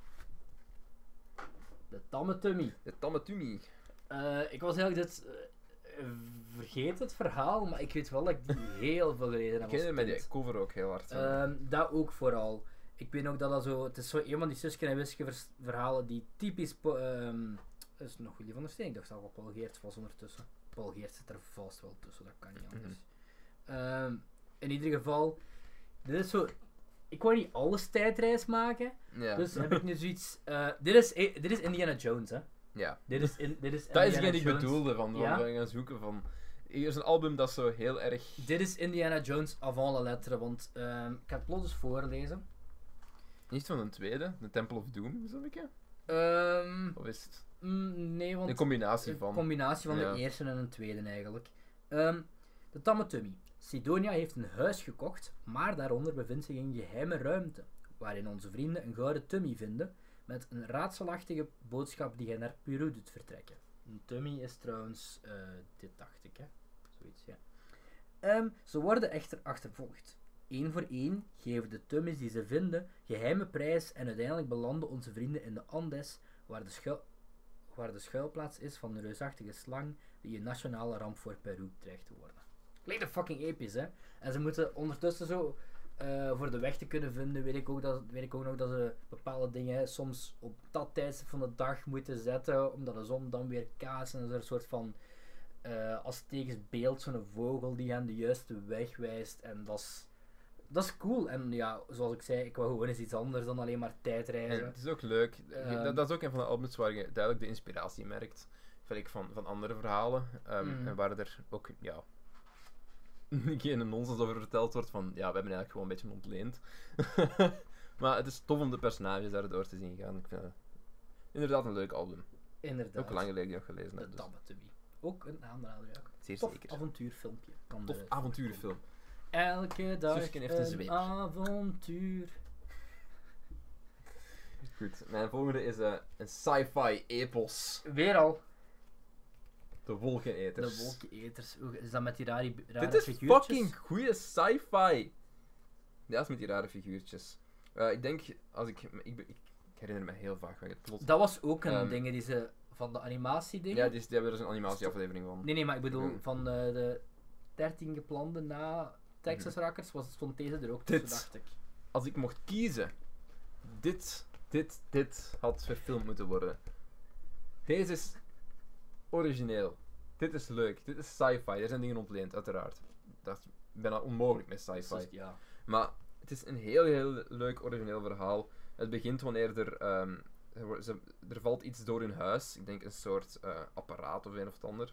de Tamme Tummy. De Tamme Tummy. Ik was eigenlijk vergeten het verhaal, maar ik weet wel dat ik die heel veel gelezen heb. Ik ken het met die cover ook heel hard. Dat ook vooral. Ik weet ook dat dat zo... Het is zo een van die Suske en Wiske verhalen die typisch... dat is nog Willy van der Steen. Ik dacht dat Paul Geerts was ondertussen. Paul Geerts zit er vast wel tussen, dat kan niet anders. In ieder geval... Dit is zo... Ik wou niet alles tijdreis maken. Ja. Dus heb ik nu zoiets... dit is Indiana Jones, hè. Ja. Dit is Dat is Indiana hetgeen die ik Jones. bedoelde, van Ja? we gaan zoeken van... Hier is een album dat zo heel erg... Dit is Indiana Jones avant la lettre, want ik ga het plot eens voorlezen. Niet van een tweede, de Temple of Doom, zo'n beetje? Of is het Nee, want... een combinatie Een van... combinatie van Ja. de eerste en een tweede eigenlijk. De Tamme Tummy. Sidonia heeft een huis gekocht, maar daaronder bevindt zich een geheime ruimte, waarin onze vrienden een gouden tummy vinden, met een raadselachtige boodschap die hen naar Peru doet vertrekken. Een tummy is trouwens, dit dacht ik, hè. Zoiets, ja. Ze worden echter achtervolgd. Eén voor één geven de tummies die ze vinden geheime prijs en uiteindelijk belanden onze vrienden in de Andes, waar de schuilplaats is van een reusachtige slang die een nationale ramp voor Peru dreigt te worden. Klinkt een fucking episch, hè? En ze moeten ondertussen zo, voor de weg te kunnen vinden, weet ik ook nog dat ze bepaalde dingen soms op dat tijdstip van de dag moeten zetten, omdat de zon dan weer kaast en er is een soort van Azteeks beeld, zo'n vogel die hen de juiste weg wijst en dat is cool. En ja, zoals ik zei, ik wou gewoon eens iets anders dan alleen maar tijdreizen. En het is ook leuk. Dat is ook een van de albums waar je duidelijk de inspiratie merkt. Vind ik van andere verhalen. En waar er ook, ja... geen nonsens over verteld wordt van... Ja, we hebben eigenlijk gewoon een beetje ontleend. Maar het is tof om de personages daardoor te zien gaan. Ik vind het inderdaad een leuk album. Inderdaad. Ook lang geleden die ik nog gelezen De heb. Dus. Tamme Tummy. Ook een aanrader, ja. Zeer Tof zeker. avontuurfilmpje. Tof avonturenfilm. Elke dag Suske heeft een zweep. avontuur. Goed, mijn volgende is een sci-fi epos. Weer al. De Wolkeneters. De Wolkeneters. Is dat met die rare Dit is figuurtjes? fucking goede sci-fi. Ja, dat is met die rare figuurtjes. Ik denk, ik herinner me heel vaak van het plot. Dat was ook een ding die ze van de animatiedingen. Ja, die hebben er dus een animatieaflevering van. Nee, maar ik bedoel van de 13 geplande na Texas Rockers stond deze er ook tussen, dacht ik. Als ik mocht kiezen, dit had verfilmd moeten worden. Deze is origineel. Dit is leuk. Dit is sci-fi. Er zijn dingen ontleend, uiteraard. Dat is bijna onmogelijk met sci-fi. Ja. Maar het is een heel leuk origineel verhaal. Het begint wanneer er valt iets door hun huis. Ik denk een soort apparaat of een of het ander.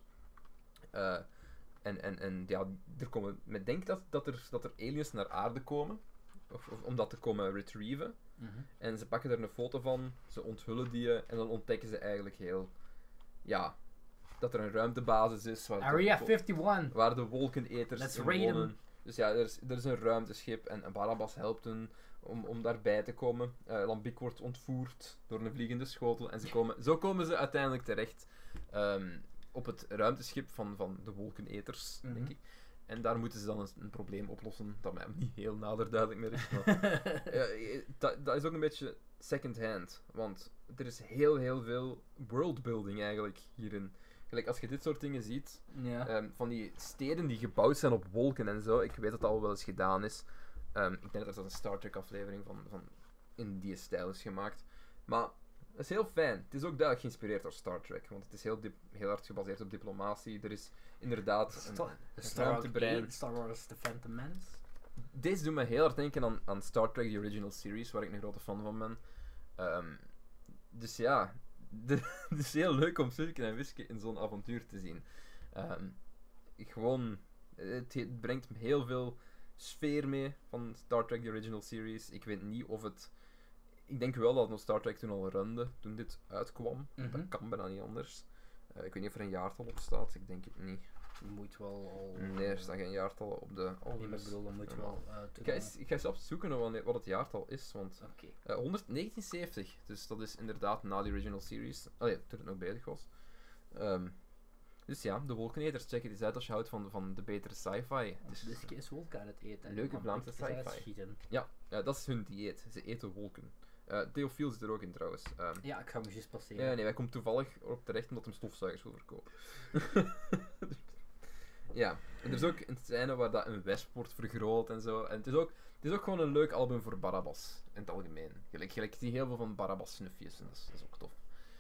En ja, men denkt dat er aliens naar aarde komen. Of om dat te komen retrieven. En ze pakken er een foto van. Ze onthullen die en dan ontdekken ze eigenlijk heel... Ja, dat er een ruimtebasis is. Area 51. Waar de wolkeneters Let's in raid 'em. wonen. Dus ja, er is een ruimteschip en Barabbas helpt hen om daarbij te komen. Lambiek wordt ontvoerd door een vliegende schotel en zo komen ze uiteindelijk terecht op het ruimteschip van de wolkeneters, denk ik. En daar moeten ze dan een probleem oplossen dat mij niet heel nader duidelijk meer is. Maar, dat is ook een beetje second hand, want er is heel veel worldbuilding eigenlijk hierin. Gelijk, als je dit soort dingen ziet, van die steden die gebouwd zijn op wolken en zo, ik weet dat dat al wel eens gedaan is. Ik denk dat er een Star Trek aflevering van in die stijl is gemaakt. Maar het is heel fijn. Het is ook duidelijk geïnspireerd door Star Trek, want het is heel hard gebaseerd op diplomatie. Er is inderdaad een ruimtebrein. Star Wars The Phantom Menace. Deze doet me heel hard denken aan Star Trek, The Original Series, waar ik een grote fan van ben. Dus ja, het is heel leuk om Suske en Wiske in zo'n avontuur te zien. Het brengt heel veel sfeer mee van Star Trek The Original Series. Ik weet niet of het... Ik denk wel dat nog Star Trek toen al runde, toen dit uitkwam. Dat kan bijna niet anders. Ik weet niet of er een jaartal op staat, ik denk het niet. Moet wel al... Nee, er staan geen jaartallen op de Nee, maar ik albums. bedoel, dat moet Normaal. wel... Ik ga eens opzoeken naar wat het jaartal is, want... Oké. 1970, dus dat is inderdaad na de original series. Allee, toen het nog bezig was. Dus ja, de Wolkeneters, check het eens uit als je houdt van de betere sci-fi. Dus Wiske is wolken aan het eten. Leuke Man, Vlaamse ik is aan het sci-fi. schieten. Ja, dat is hun dieet. Ze eten wolken. Theofiel zit er ook in trouwens. Ja, ik ga hem juist passeren. Ja, nee, wij komen toevallig op terecht omdat hem stofzuigers wil verkopen. Ja, en er is ook een scène waar dat een wesp wordt vergroot en zo. En het is ook gewoon een leuk album voor Barabbas, in het algemeen. Ik zie heel veel van Barabbas snufjes en dat is ook tof.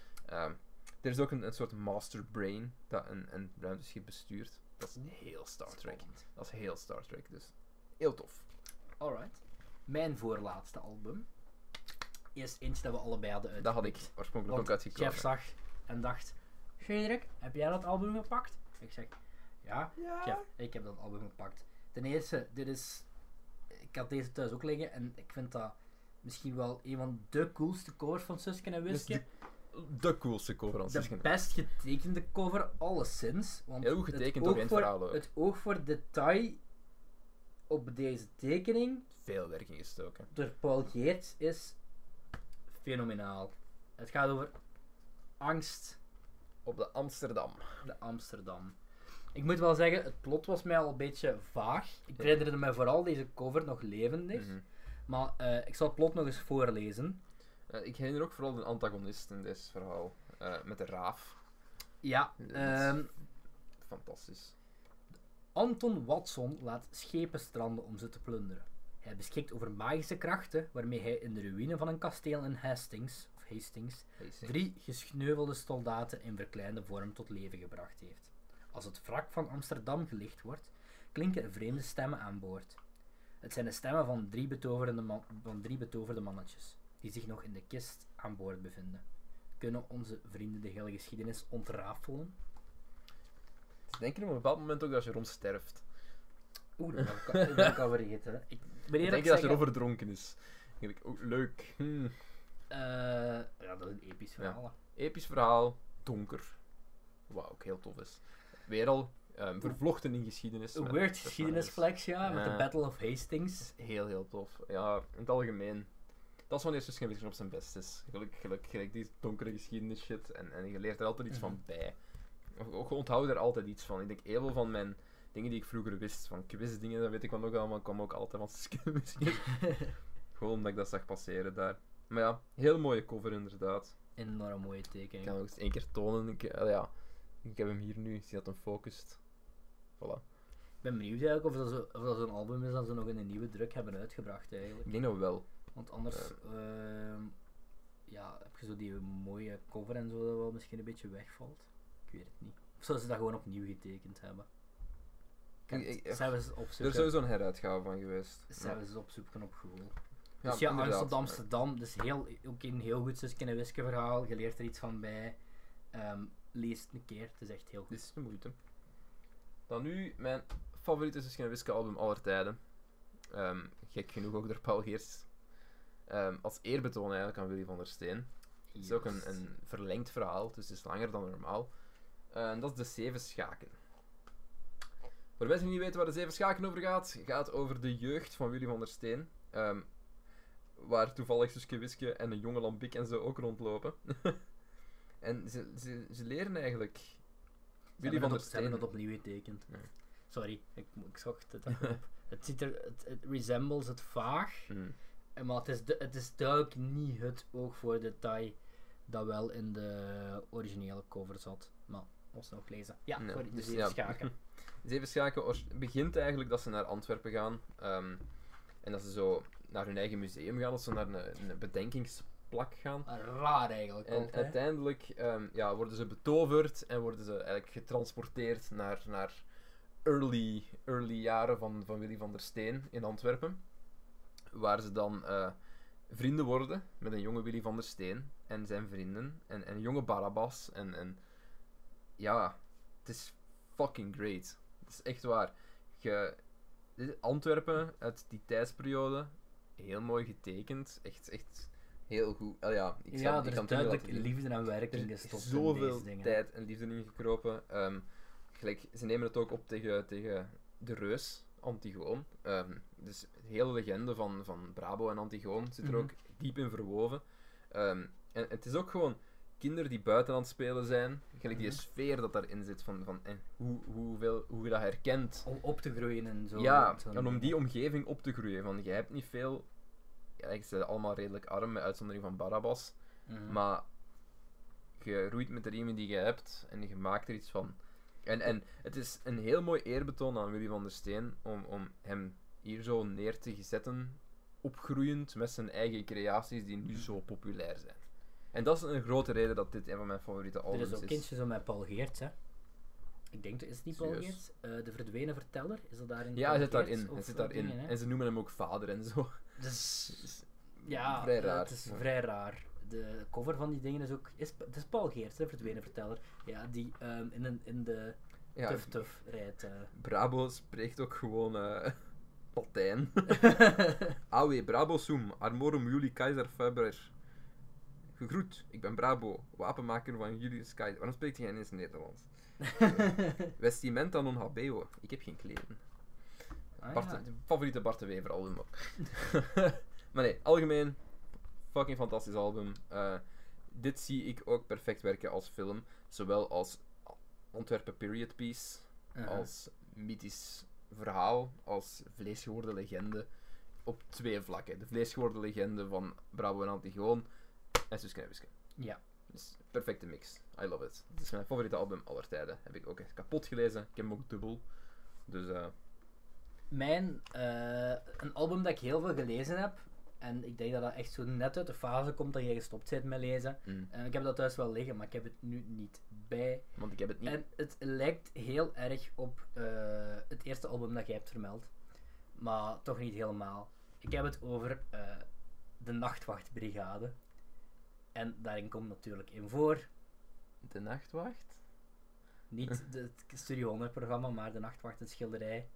Er is ook een soort master brain dat een ruimteschip bestuurt. Dat is heel Star Trek. Spannend. Dat is heel Star Trek, dus heel tof. Alright. Mijn voorlaatste album is eentje dat we allebei hadden uit. Dat had ik oorspronkelijk ook uitgekomen. Jeff zag en dacht, Frederik, heb jij dat album gepakt? Ik zeg, ja, Jeff, ik heb dat album gepakt. Ten eerste, ik had deze thuis ook liggen en ik vind dat misschien wel een van de coolste covers van Suske en Wiske. De coolste cover aan zich. De best getekende cover alleszins. Want Heel goed getekend het door oog het voor- verhaal ook. Het oog voor detail op deze tekening Veel werk in gestoken. door Paul Geerts is fenomenaal. Het gaat over angst, Op de Amsterdam. de Amsterdam. Ik moet wel zeggen, het plot was mij al een beetje vaag. Ik herinnerde me vooral deze cover nog levendig. Mhm. Maar ik zal het plot nog eens voorlezen. Ik herinner ook vooral de antagonist in dit verhaal. Met de raaf. Ja, Fantastisch. Anton Watson laat schepen stranden om ze te plunderen. Hij beschikt over magische krachten waarmee hij in de ruïne van een kasteel in Hastings 3 gesneuvelde soldaten in verkleinde vorm tot leven gebracht heeft. Als het wrak van Amsterdam gelicht wordt, klinken er vreemde stemmen aan boord. Het zijn de stemmen van drie betoverde mannetjes, die zich nog in de kist aan boord bevinden. Kunnen onze vrienden de hele geschiedenis ontrafelen? Ze denken op een bepaald moment ook dat Jeroen sterft. Oeh, dat heb ik al vergeten. Ik ben Ik eerlijk denk dat zeggen, Jeroen verdronken is. Eigenlijk ook leuk. ja, dat is een episch verhaal. hè. Episch verhaal. Donker. Wat ook heel tof is. Weer al vervlochten in geschiedenis. Een met weird personages. geschiedenisflex, ja, met de Ja. Battle of Hastings. Heel, heel tof. Ja, in het algemeen. Dat is wanneer Suske en Wiske op zijn best is. Gelijk die donkere geschiedenis shit. En je leert er altijd iets van bij. Ook onthoud er altijd iets van. Ik denk, heel veel van mijn dingen die ik vroeger wist, van quizdingen, dat weet ik van ook allemaal, kwam ook altijd van Suske en Wiske. Gewoon omdat ik dat zag passeren daar. Maar ja, heel mooie cover inderdaad. Enorm mooie Ik tekening. kan nog eens één keer tonen. Ik heb hem hier nu. Ik zie dat hem focust. Voilà. Ik ben benieuwd eigenlijk of dat zo'n album is dat ze nog in een nieuwe druk hebben uitgebracht eigenlijk. Ik denk dat wel. Want anders ja, heb je zo die mooie cover en zo dat wel misschien een beetje wegvalt. Ik weet het niet. Of zouden ze dat gewoon opnieuw getekend hebben? Zijn we eens Er is opzoeken? sowieso een heruitgave van geweest. Zijn we eens opzoeken op Google. Ja, Dus ja, inderdaad. Angst op Amsterdam, dus ook een heel goed Suske en Wiske verhaal. Je leert er iets van bij. Lees het een keer, het is echt heel Dit goed. is de moeite. Dan nu mijn favoriete Suske en Wiske album aller tijden. Gek genoeg ook door Paul Geerts. Als eerbetoon eigenlijk aan Willy van der Steen. Het is ook een verlengd verhaal, dus het is langer dan normaal. En dat is de 7 Schaken. Voor mensen die niet weten waar de 7 Schaken over gaat over de jeugd van Willy van der Steen. Waar toevallig Suske Wiske en een jonge Lambiek en zo ook rondlopen. En ze leren eigenlijk Willy van der Ze hebben Steen. dat opnieuw getekend. Nee. Sorry, ik zocht het even op. Het ziet er, het resembles het vaag, maar het is duidelijk niet het oog voor detail dat wel in de originele cover zat. Maar, ons nog lezen. Ja, Ja, sorry, de dus 7 ja. schaken. 7 Schaken begint eigenlijk dat ze naar Antwerpen gaan. En dat ze zo naar hun eigen museum gaan, dat ze naar een bedenkingsplak gaan. Raar eigenlijk En ook, hè. uiteindelijk worden ze betoverd en worden ze eigenlijk getransporteerd naar early jaren van Willy van der Steen in Antwerpen. Waar ze dan vrienden worden met een jonge Willy van der Steen en zijn vrienden. En een jonge Barabbas. En ja, het is fucking great. Het is echt waar. Antwerpen uit die tijdsperiode, heel mooi getekend. Echt heel goed. Ja, er is duidelijk liefde en werk in er is gestopt in zoveel deze dingen. tijd en liefde in gekropen. gelijk, ze nemen het ook op tegen de reus, Antigoon. Dus de hele legende van Brabo en Antigoon zit er ook diep in verwoven. En het is ook gewoon kinderen die buiten aan het spelen zijn. Gelijk die sfeer dat daarin zit van hoe je dat herkent. Om op te groeien en zo. Ja, en om die omgeving op te groeien. Van, je hebt niet veel... Ja, ik zijn allemaal redelijk arm, met uitzondering van Barabbas. Maar je roeit met de riemen die je hebt en je maakt er iets van. En het is een heel mooi eerbetoon aan Willy van der Steen om hem hier zo neer te zetten, opgroeiend met zijn eigen creaties die nu zo populair zijn. En dat is een grote reden dat dit een van mijn favoriete albums is. Er is ook kindje zo met Paul Geerts, hè. Ik denk, is het niet Paul Geerts? De Verdwenen Verteller? Is dat daarin? Ja, hij zit daarin. En ze noemen hem ook vader en zo. Dus, ja, vrij raar. Het is vrij raar. De cover van die dingen is ook... Het is Paul Geerts, de Verdwenen Verteller. Ja, die in de Tuf rijdt. Brabo spreekt ook gewoon Latijn. Awe, Brabo sum, armorum Juli Keizer Faber. Gegroet, ik ben Brabo, wapenmaker van Julius Keizer. Waarom spreekt hij ineens Nederlands? Vestimenta non habeo. Ik heb geen kleren. Favoriete Bart de Wever album ook. Maar nee, algemeen, fucking fantastisch album. Dit zie ik ook perfect werken als film. Zowel als Antwerpen period piece, als mythisch verhaal, als vleesgeworden legende. Op 2 vlakken. De vleesgeworden legende van Brabo en Antigoon en Suske en Wiske. Ja. Dus perfecte mix. I love it. Het is mijn favoriete album aller tijden. Heb ik ook echt kapot gelezen. Ik heb hem ook dubbel. Dus een album dat ik heel veel gelezen heb, en ik denk dat dat echt zo net uit de fase komt dat je gestopt bent met lezen. Ik heb dat thuis wel liggen, maar ik heb het nu niet bij. Want ik heb het niet. En het lijkt heel erg op het eerste album dat jij hebt vermeld. Maar toch niet helemaal. Ik heb het over de Nachtwachtbrigade. En daarin komt natuurlijk in voor... De Nachtwacht? Niet het Studio 100 programma, maar de Nachtwacht, het schilderij.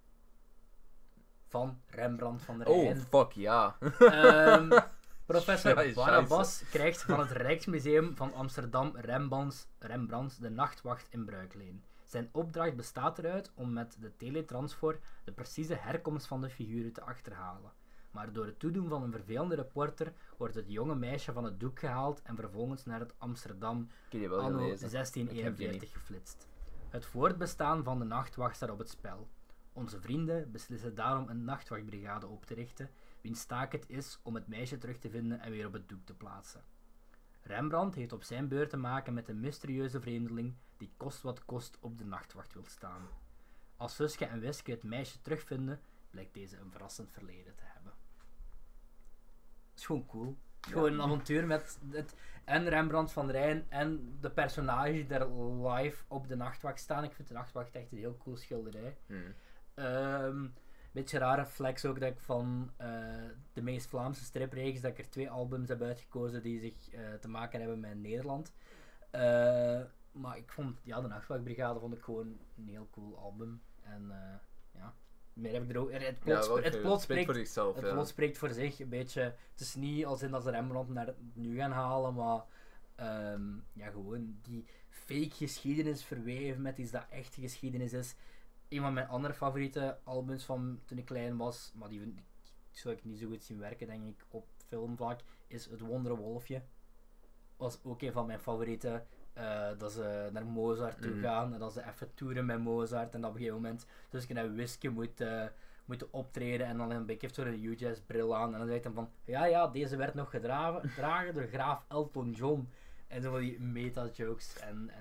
Van Rembrandt van der Rijn. Oh, fuck, ja. Professor Barabas krijgt van het Rijksmuseum van Amsterdam Rembrandt de Nachtwacht in bruikleen. Zijn opdracht bestaat eruit om met de teletransfor de precieze herkomst van de figuren te achterhalen. Maar door het toedoen van een vervelende reporter wordt het jonge meisje van het doek gehaald en vervolgens naar het Amsterdam anno 1641 geflitst. Het voortbestaan van de Nachtwacht staat op het spel. Onze vrienden beslissen daarom een nachtwachtbrigade op te richten, wiens taak het is om het meisje terug te vinden en weer op het doek te plaatsen. Rembrandt heeft op zijn beurt te maken met een mysterieuze vreemdeling die kost wat kost op de nachtwacht wil staan. Als Suske en Wiske het meisje terugvinden, blijkt deze een verrassend verleden te hebben. Dat is gewoon cool. Gewoon een avontuur met en Rembrandt van Rijn en de personages die daar live op de nachtwacht staan. Ik vind de nachtwacht echt een heel cool schilderij. Beetje rare flex ook dat ik van de meest Vlaamse stripreeks, dat ik er 2 albums heb uitgekozen die zich te maken hebben met Nederland. Maar ik vond, de Nachtwachtbrigade vond ik gewoon een heel cool album. En meer heb ik er ook. Het plot spreekt voor zichzelf. Het plot spreekt voor zich. Een beetje, het is niet als in dat ze Rembrandt naar nu gaan halen, maar gewoon die fake geschiedenis verweven met iets dat echte geschiedenis is. Een van mijn andere favoriete albums van toen ik klein was, maar die zou ik niet zo goed zien werken, denk ik, op filmvlak, is Het Wondere Wolfje. Was ook een van mijn favorieten. Dat ze naar Mozart toe gaan en dat ze even toeren met Mozart en dat op een gegeven moment Suske en Wiske moeten optreden en dan een beetje heeft zo'n U-Jazz bril aan en dan zegt hij van ja, deze werd nog gedragen door graaf Elton John en zo van die meta-jokes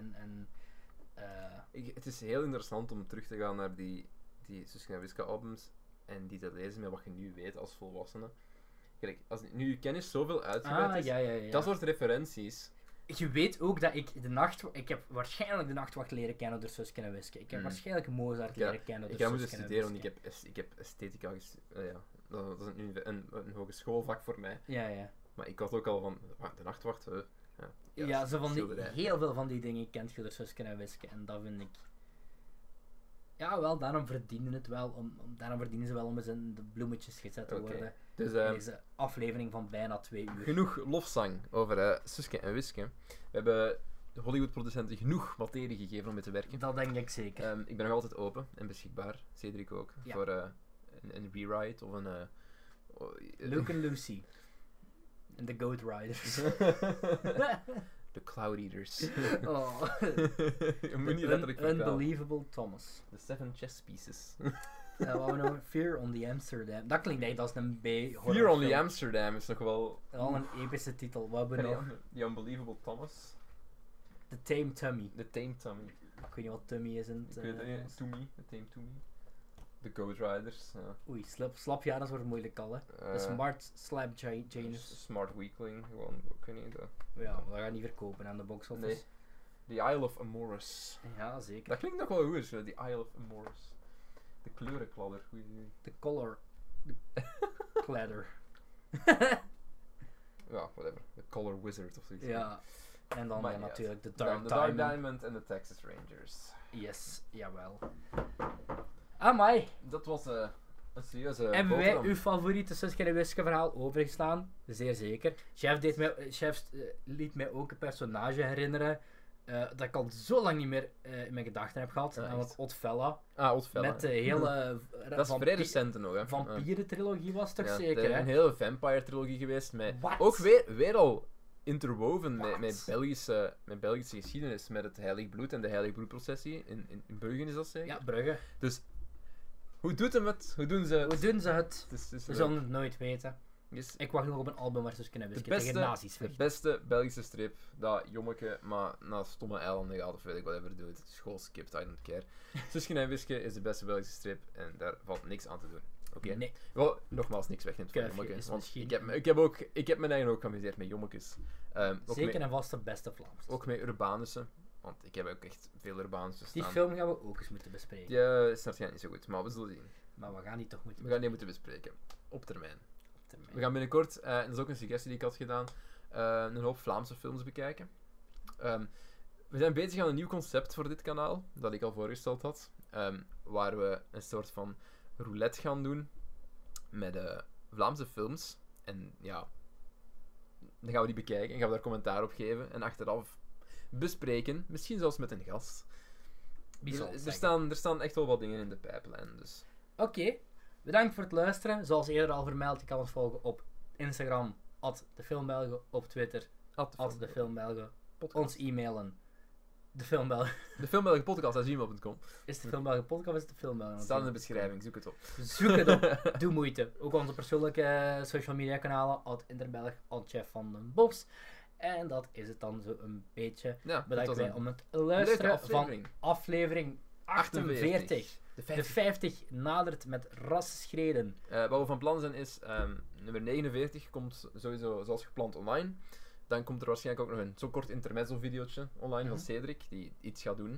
het is heel interessant om terug te gaan naar die Suske en Wiske albums en die te lezen met wat je nu weet als volwassene. Kijk, als nu je kennis zoveel uitgebreid is, dat soort referenties. Je weet ook dat ik heb waarschijnlijk de Nachtwacht leren kennen door Suske en Wiske. Ik heb waarschijnlijk Mozart leren kennen door Suske en Wiske. Ik ga moeten studeren, want ik heb esthetica dat is nu een hogeschoolvak voor mij. Ja. Maar ik had ook al van, de Nachtwacht, zo van heel veel van die dingen kent je door Suske en Wiske. En dat vind ik... Ja, wel, daarom verdienen ze wel om eens in de bloemetjes gezet te worden. Dus, deze aflevering van bijna 2 uur. Genoeg lofzang over Suske en Wiske. We hebben de Hollywood-producenten genoeg materie gegeven om mee te werken. Dat denk ik zeker. Ik ben nog altijd open en beschikbaar, Cedric ook, Ja. voor een rewrite of een... Luke en Lucy. En de Goat Riders. De Cloud Eaters. Oh. Je moet niet letterlijk vertalen. Unbelievable Thomas. The 7 chess pieces. Wat we nog? Fear on the Amsterdam. Dat klinkt echt als een B-horror. Fear on the Amsterdam is nog wel... Al een epische titel. Wat hebben we nog? The Unbelievable Thomas. The Tame Tummy. The Tame Tummy. Ik weet niet wat Tummy is in het... Ik weet het niet. Toomey. The Tame Toomey. The Ghost Riders. Ja. Oei, slapjanus wordt moeilijk al, hè. De Smart Slap Janus. Smart Weakling. Gewoon, ik weet niet. Ja, dat gaat niet verkopen aan de box office. Nee. The Isle of Amorous. Ja, zeker. Dat klinkt nog wel goed, zo. The Isle of Amorous. De kleurenkladder. The Color... Cladder. Ja, whatever. The Color Wizard of zoiets. Ja. En dan Maar natuurlijk de Dan Dark de Dark Diamond. Diamond en de Texas Rangers. Yes, jawel. Amai. Dat was een serieuze Hebben wij boterham. uw favoriete Suske en Wiske verhaal overgeslaan? Zeer zeker. Chef liet mij ook een personage herinneren dat ik al zo lang niet meer in mijn gedachten heb gehad. Ja, Namelijk echt. Oddfella. Oddfella. Met de hele Dat is vrij recent nog, hè. vampieren-trilogie was toch Ja, zeker, er is hè? een hele vampire-trilogie geweest. Met Wat? ook weer al interwoven Wat? met Belgische geschiedenis. Met het Heilig Bloed en de Heilig Bloedprocessie. In Brugge is dat zeker? Ja, Brugge. Dus, hoe doet hem het? Hoe doen ze het? Hoe doen ze het? Het is We leuk. zullen het nooit weten. Yes. Ik wacht nog op een album waar Suske en De Wiske tegen nazi's de vechten. beste Belgische strip dat jommeke maar naar stomme eilanden gaat of weet ik whatever doet. School skipt, I don't care. Suske en Wiske is de beste Belgische strip en daar valt niks aan te doen. Oké. Nee. Wel, nogmaals, niks wegneemt van Kuifje jommeke. is Want misschien- ik heb mijn eigen ook geamuseerd met jommekes. Ook Zeker met, en vast de beste Vlaams. ook met Urbanussen. Want ik heb ook echt veel Urbanussen Die staan. film gaan we ook eens moeten bespreken. Die is waarschijnlijk niet zo goed, maar we zullen zien. Maar we gaan die toch moeten We gaan die moeten bespreken. Op termijn. op termijn. We gaan binnenkort, en dat is ook een suggestie die ik had gedaan, een hoop Vlaamse films bekijken. We zijn bezig aan een nieuw concept voor dit kanaal, dat ik al voorgesteld had. Waar we een soort van roulette gaan doen met Vlaamse films. En ja, dan gaan we die bekijken en gaan we daar commentaar op geven. En achteraf bespreken, misschien zelfs met een gast. Wie zal het Er zeggen? staan echt wel wat dingen in de pijplijn, dus... Oké, bedankt voor het luisteren. Zoals eerder al vermeld, je kan ons volgen op Instagram, @defilmbelgen, op Twitter, @defilmbelgen. Ons e-mailen, defilmbelgen. De filmbelgenpodcast@gmail.com. Is het de Filmbelgen podcast of is het de Filmbelgen? Staat in de beschrijving, zoek het op. Zoek het op, doe moeite. Ook onze persoonlijke social media kanalen, @interbelg, @chef van den Bos. En dat is het dan zo een beetje. Ja, Bedankt dat was wij een om het leuke luisteren van aflevering. aflevering 48. De De 50 nadert met rassenschreden. Wat we van plan zijn is, nummer 49 komt sowieso zoals gepland online. Dan komt er waarschijnlijk ook nog een zo kort intermezzo-videootje online van Cedric, die iets gaat doen.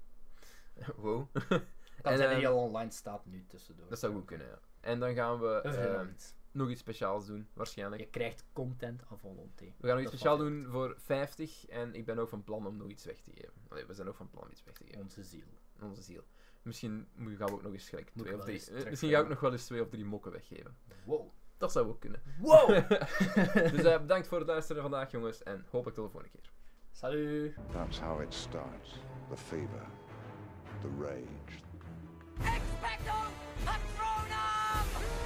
Wow. Kan En, zijn dat die al online staat nu tussendoor. Dat zou goed kunnen, ja. En dan gaan We we verzinnen iets. nog iets speciaals doen, waarschijnlijk. Je krijgt content à volonté. We gaan nog iets Dat speciaals valt doen voor 50 en ik ben ook van plan om nog iets weg te geven. Allee, we zijn ook van plan om iets weg te geven. Onze ziel. Onze ziel. Misschien gaan we ook nog eens gelijk Moet 2 ik of wel 3. eens Misschien ga ik nog wel eens 2 of 3 mokken weggeven. Wow. Dat zou ook kunnen. Wow! Dus bedankt voor het luisteren vandaag, jongens, en hopelijk tot de volgende keer. Salut! That's how it starts. The fever, the rage. Expecto Patronum!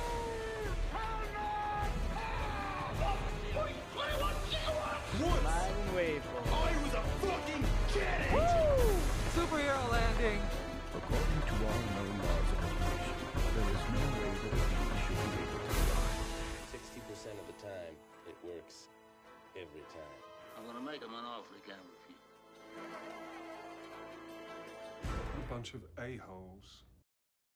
Superhero landing! According to all known laws of evolution, there is no way that a bee should be able to fly. 60% of the time, it works every time. I'm gonna make him an offer he can't refuse. A bunch of a-holes.